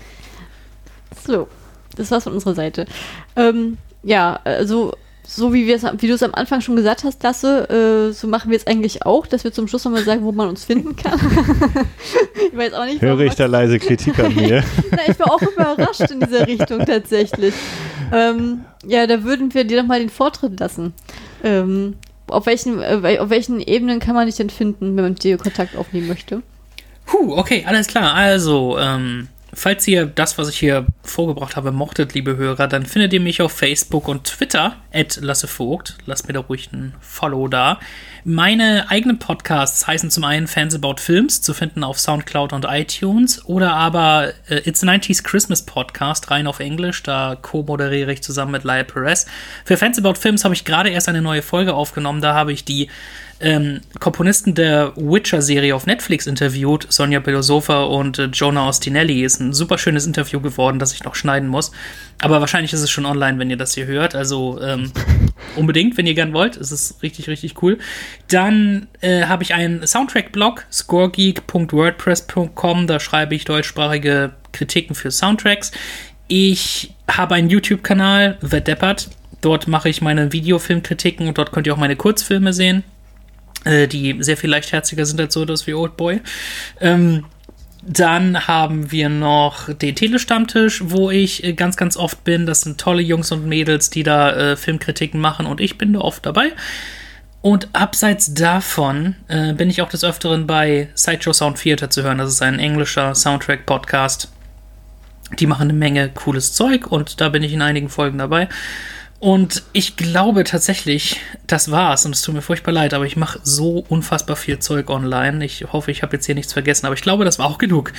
A: So, das war's von unserer Seite. Ähm, ja, also so wie, wir's, wie du es am Anfang schon gesagt hast, Lasse, äh, so machen wir es eigentlich auch, dass wir zum Schluss nochmal sagen, wo man uns finden kann. Ich weiß auch nicht,
B: höre ich da leise Kritik an mir.
A: Na, ich war auch überrascht in dieser Richtung tatsächlich. Ähm, ja, da würden wir dir nochmal den Vortritt lassen. Ähm, auf, welchen, äh, auf welchen Ebenen kann man dich denn finden, wenn man mit dir Kontakt aufnehmen möchte?
C: Puh, okay, alles klar. Also, ähm, falls ihr das, was ich hier vorgebracht habe, mochtet, liebe Hörer, dann findet ihr mich auf Facebook und Twitter, at lassevogt. Lasst mir da ruhig ein Follow da. Meine eigenen Podcasts heißen zum einen Fans About Films, zu finden auf Soundcloud und iTunes, oder aber äh, It's a nineties Christmas Podcast, rein auf Englisch, da co-moderiere ich zusammen mit Lyle Perez. Für Fans About Films habe ich gerade erst eine neue Folge aufgenommen, da habe ich die ähm, Komponisten der Witcher-Serie auf Netflix interviewt, Sonja Belosofa und äh, Jonah Ostinelli. Ist ein super schönes Interview geworden, das ich noch schneiden muss. Aber wahrscheinlich ist es schon online, wenn ihr das hier hört. Also ähm, unbedingt, wenn ihr gern wollt. Es ist richtig, richtig cool. Dann äh, habe ich einen Soundtrack-Blog, scoregeek punkt wordpress punkt com. Da schreibe ich deutschsprachige Kritiken für Soundtracks. Ich habe einen YouTube-Kanal, Verdeppert. Dort mache ich meine Videofilmkritiken und dort könnt ihr auch meine Kurzfilme sehen, äh, die sehr viel leichtherziger sind als so etwas wie Oldboy. Ähm, Dann haben wir noch den Telestammtisch, wo ich äh, ganz, ganz oft bin. Das sind tolle Jungs und Mädels, die da äh, Filmkritiken machen und ich bin da oft dabei. Und abseits davon äh, bin ich auch des Öfteren bei Sideshow Sound Theater zu hören. Das ist ein englischer Soundtrack-Podcast. Die machen eine Menge cooles Zeug und da bin ich in einigen Folgen dabei. Und ich glaube tatsächlich, das war's. Und es tut mir furchtbar leid, aber ich mache so unfassbar viel Zeug online. Ich hoffe, ich habe jetzt hier nichts vergessen, aber ich glaube, das war auch genug.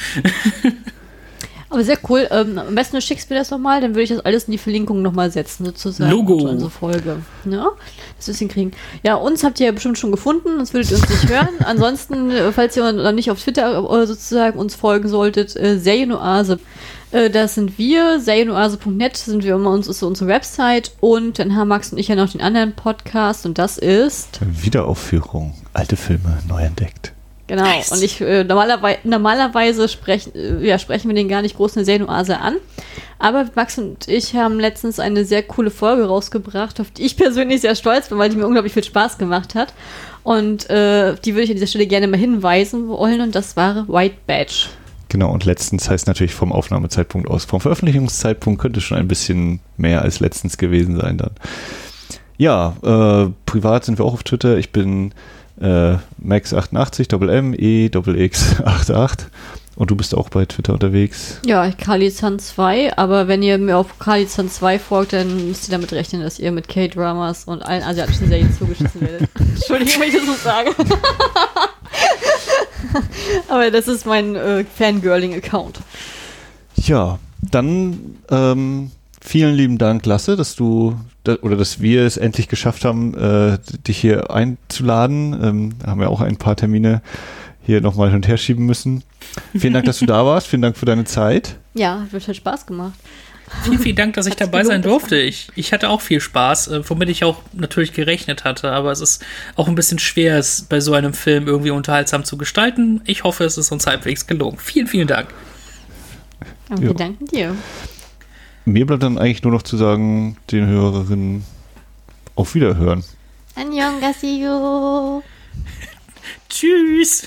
A: Aber sehr cool. Ähm, am besten du schickst mir das nochmal, dann würde ich das alles in die Verlinkung nochmal setzen, sozusagen.
C: Logo.
A: Unter unsere Folge. Ja, das wir hinkriegen. Ja, uns habt ihr ja bestimmt schon gefunden, sonst würdet ihr uns nicht hören. Ansonsten, falls ihr noch nicht auf Twitter äh, sozusagen uns folgen solltet, äh, Serienoase. Äh, das sind wir, serienoase punkt net sind wir immer, uns ist so unsere Website. Und dann haben Max und ich ja noch den anderen Podcast und das ist
B: Wiederaufführung. Alte Filme neu entdeckt.
A: Genau,
C: Nice.
A: und ich äh, normalerweise, normalerweise sprechen, äh, ja, sprechen wir den gar nicht groß eine Serienoase an. Aber Max und ich haben letztens eine sehr coole Folge rausgebracht, auf die ich persönlich sehr stolz bin, weil die mir unglaublich viel Spaß gemacht hat. Und äh, die würde ich an dieser Stelle gerne mal hinweisen wollen und das war White Badge.
B: Genau, und letztens heißt natürlich vom Aufnahmezeitpunkt aus. Vom Veröffentlichungszeitpunkt könnte schon ein bisschen mehr als letztens gewesen sein dann. Ja, äh, privat sind wir auch auf Twitter. Ich bin äh, Max achtundachtzig, Doppel M, E, Doppel X achtundachtzig. Und du bist auch bei Twitter unterwegs.
A: Ja, Kali-san zwei, aber wenn ihr mir auf Kali-san zwei folgt, dann müsst ihr damit rechnen, dass ihr mit K-Dramas und allen asiatischen Serien zugeschissen werdet. Entschuldigung, wenn ich das so sage. Aber das ist mein äh, Fangirling-Account.
B: Ja, dann ähm, vielen lieben Dank, Lasse, dass du da, oder dass wir es endlich geschafft haben, äh, dich hier einzuladen. Ähm, haben wir auch ein paar Termine hier nochmal hin und her schieben müssen. Vielen Dank, dass du da warst. Vielen Dank für deine Zeit.
A: Ja, hat wirklich Spaß gemacht.
C: Vielen, vielen Dank, dass ich
A: Hat's
C: dabei sein
A: gelohnt,
C: durfte. Ich, ich hatte auch viel Spaß, äh, womit ich auch natürlich gerechnet hatte, aber es ist auch ein bisschen schwer, es bei so einem Film irgendwie unterhaltsam zu gestalten. Ich hoffe, es ist uns halbwegs gelungen. Vielen, vielen Dank.
A: Und
B: Ja.
A: wir danken dir.
B: Mir bleibt dann eigentlich nur noch zu sagen, den Hörerinnen auf Wiederhören.
A: Annyeonghaseyo.
C: Tschüss.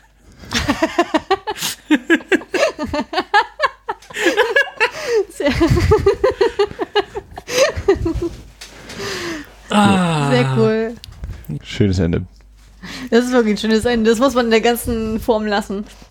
A: Sehr,
C: Ah.
A: sehr cool.
B: Schönes Ende.
A: Das ist wirklich ein schönes Ende. Das muss man in der ganzen Form lassen.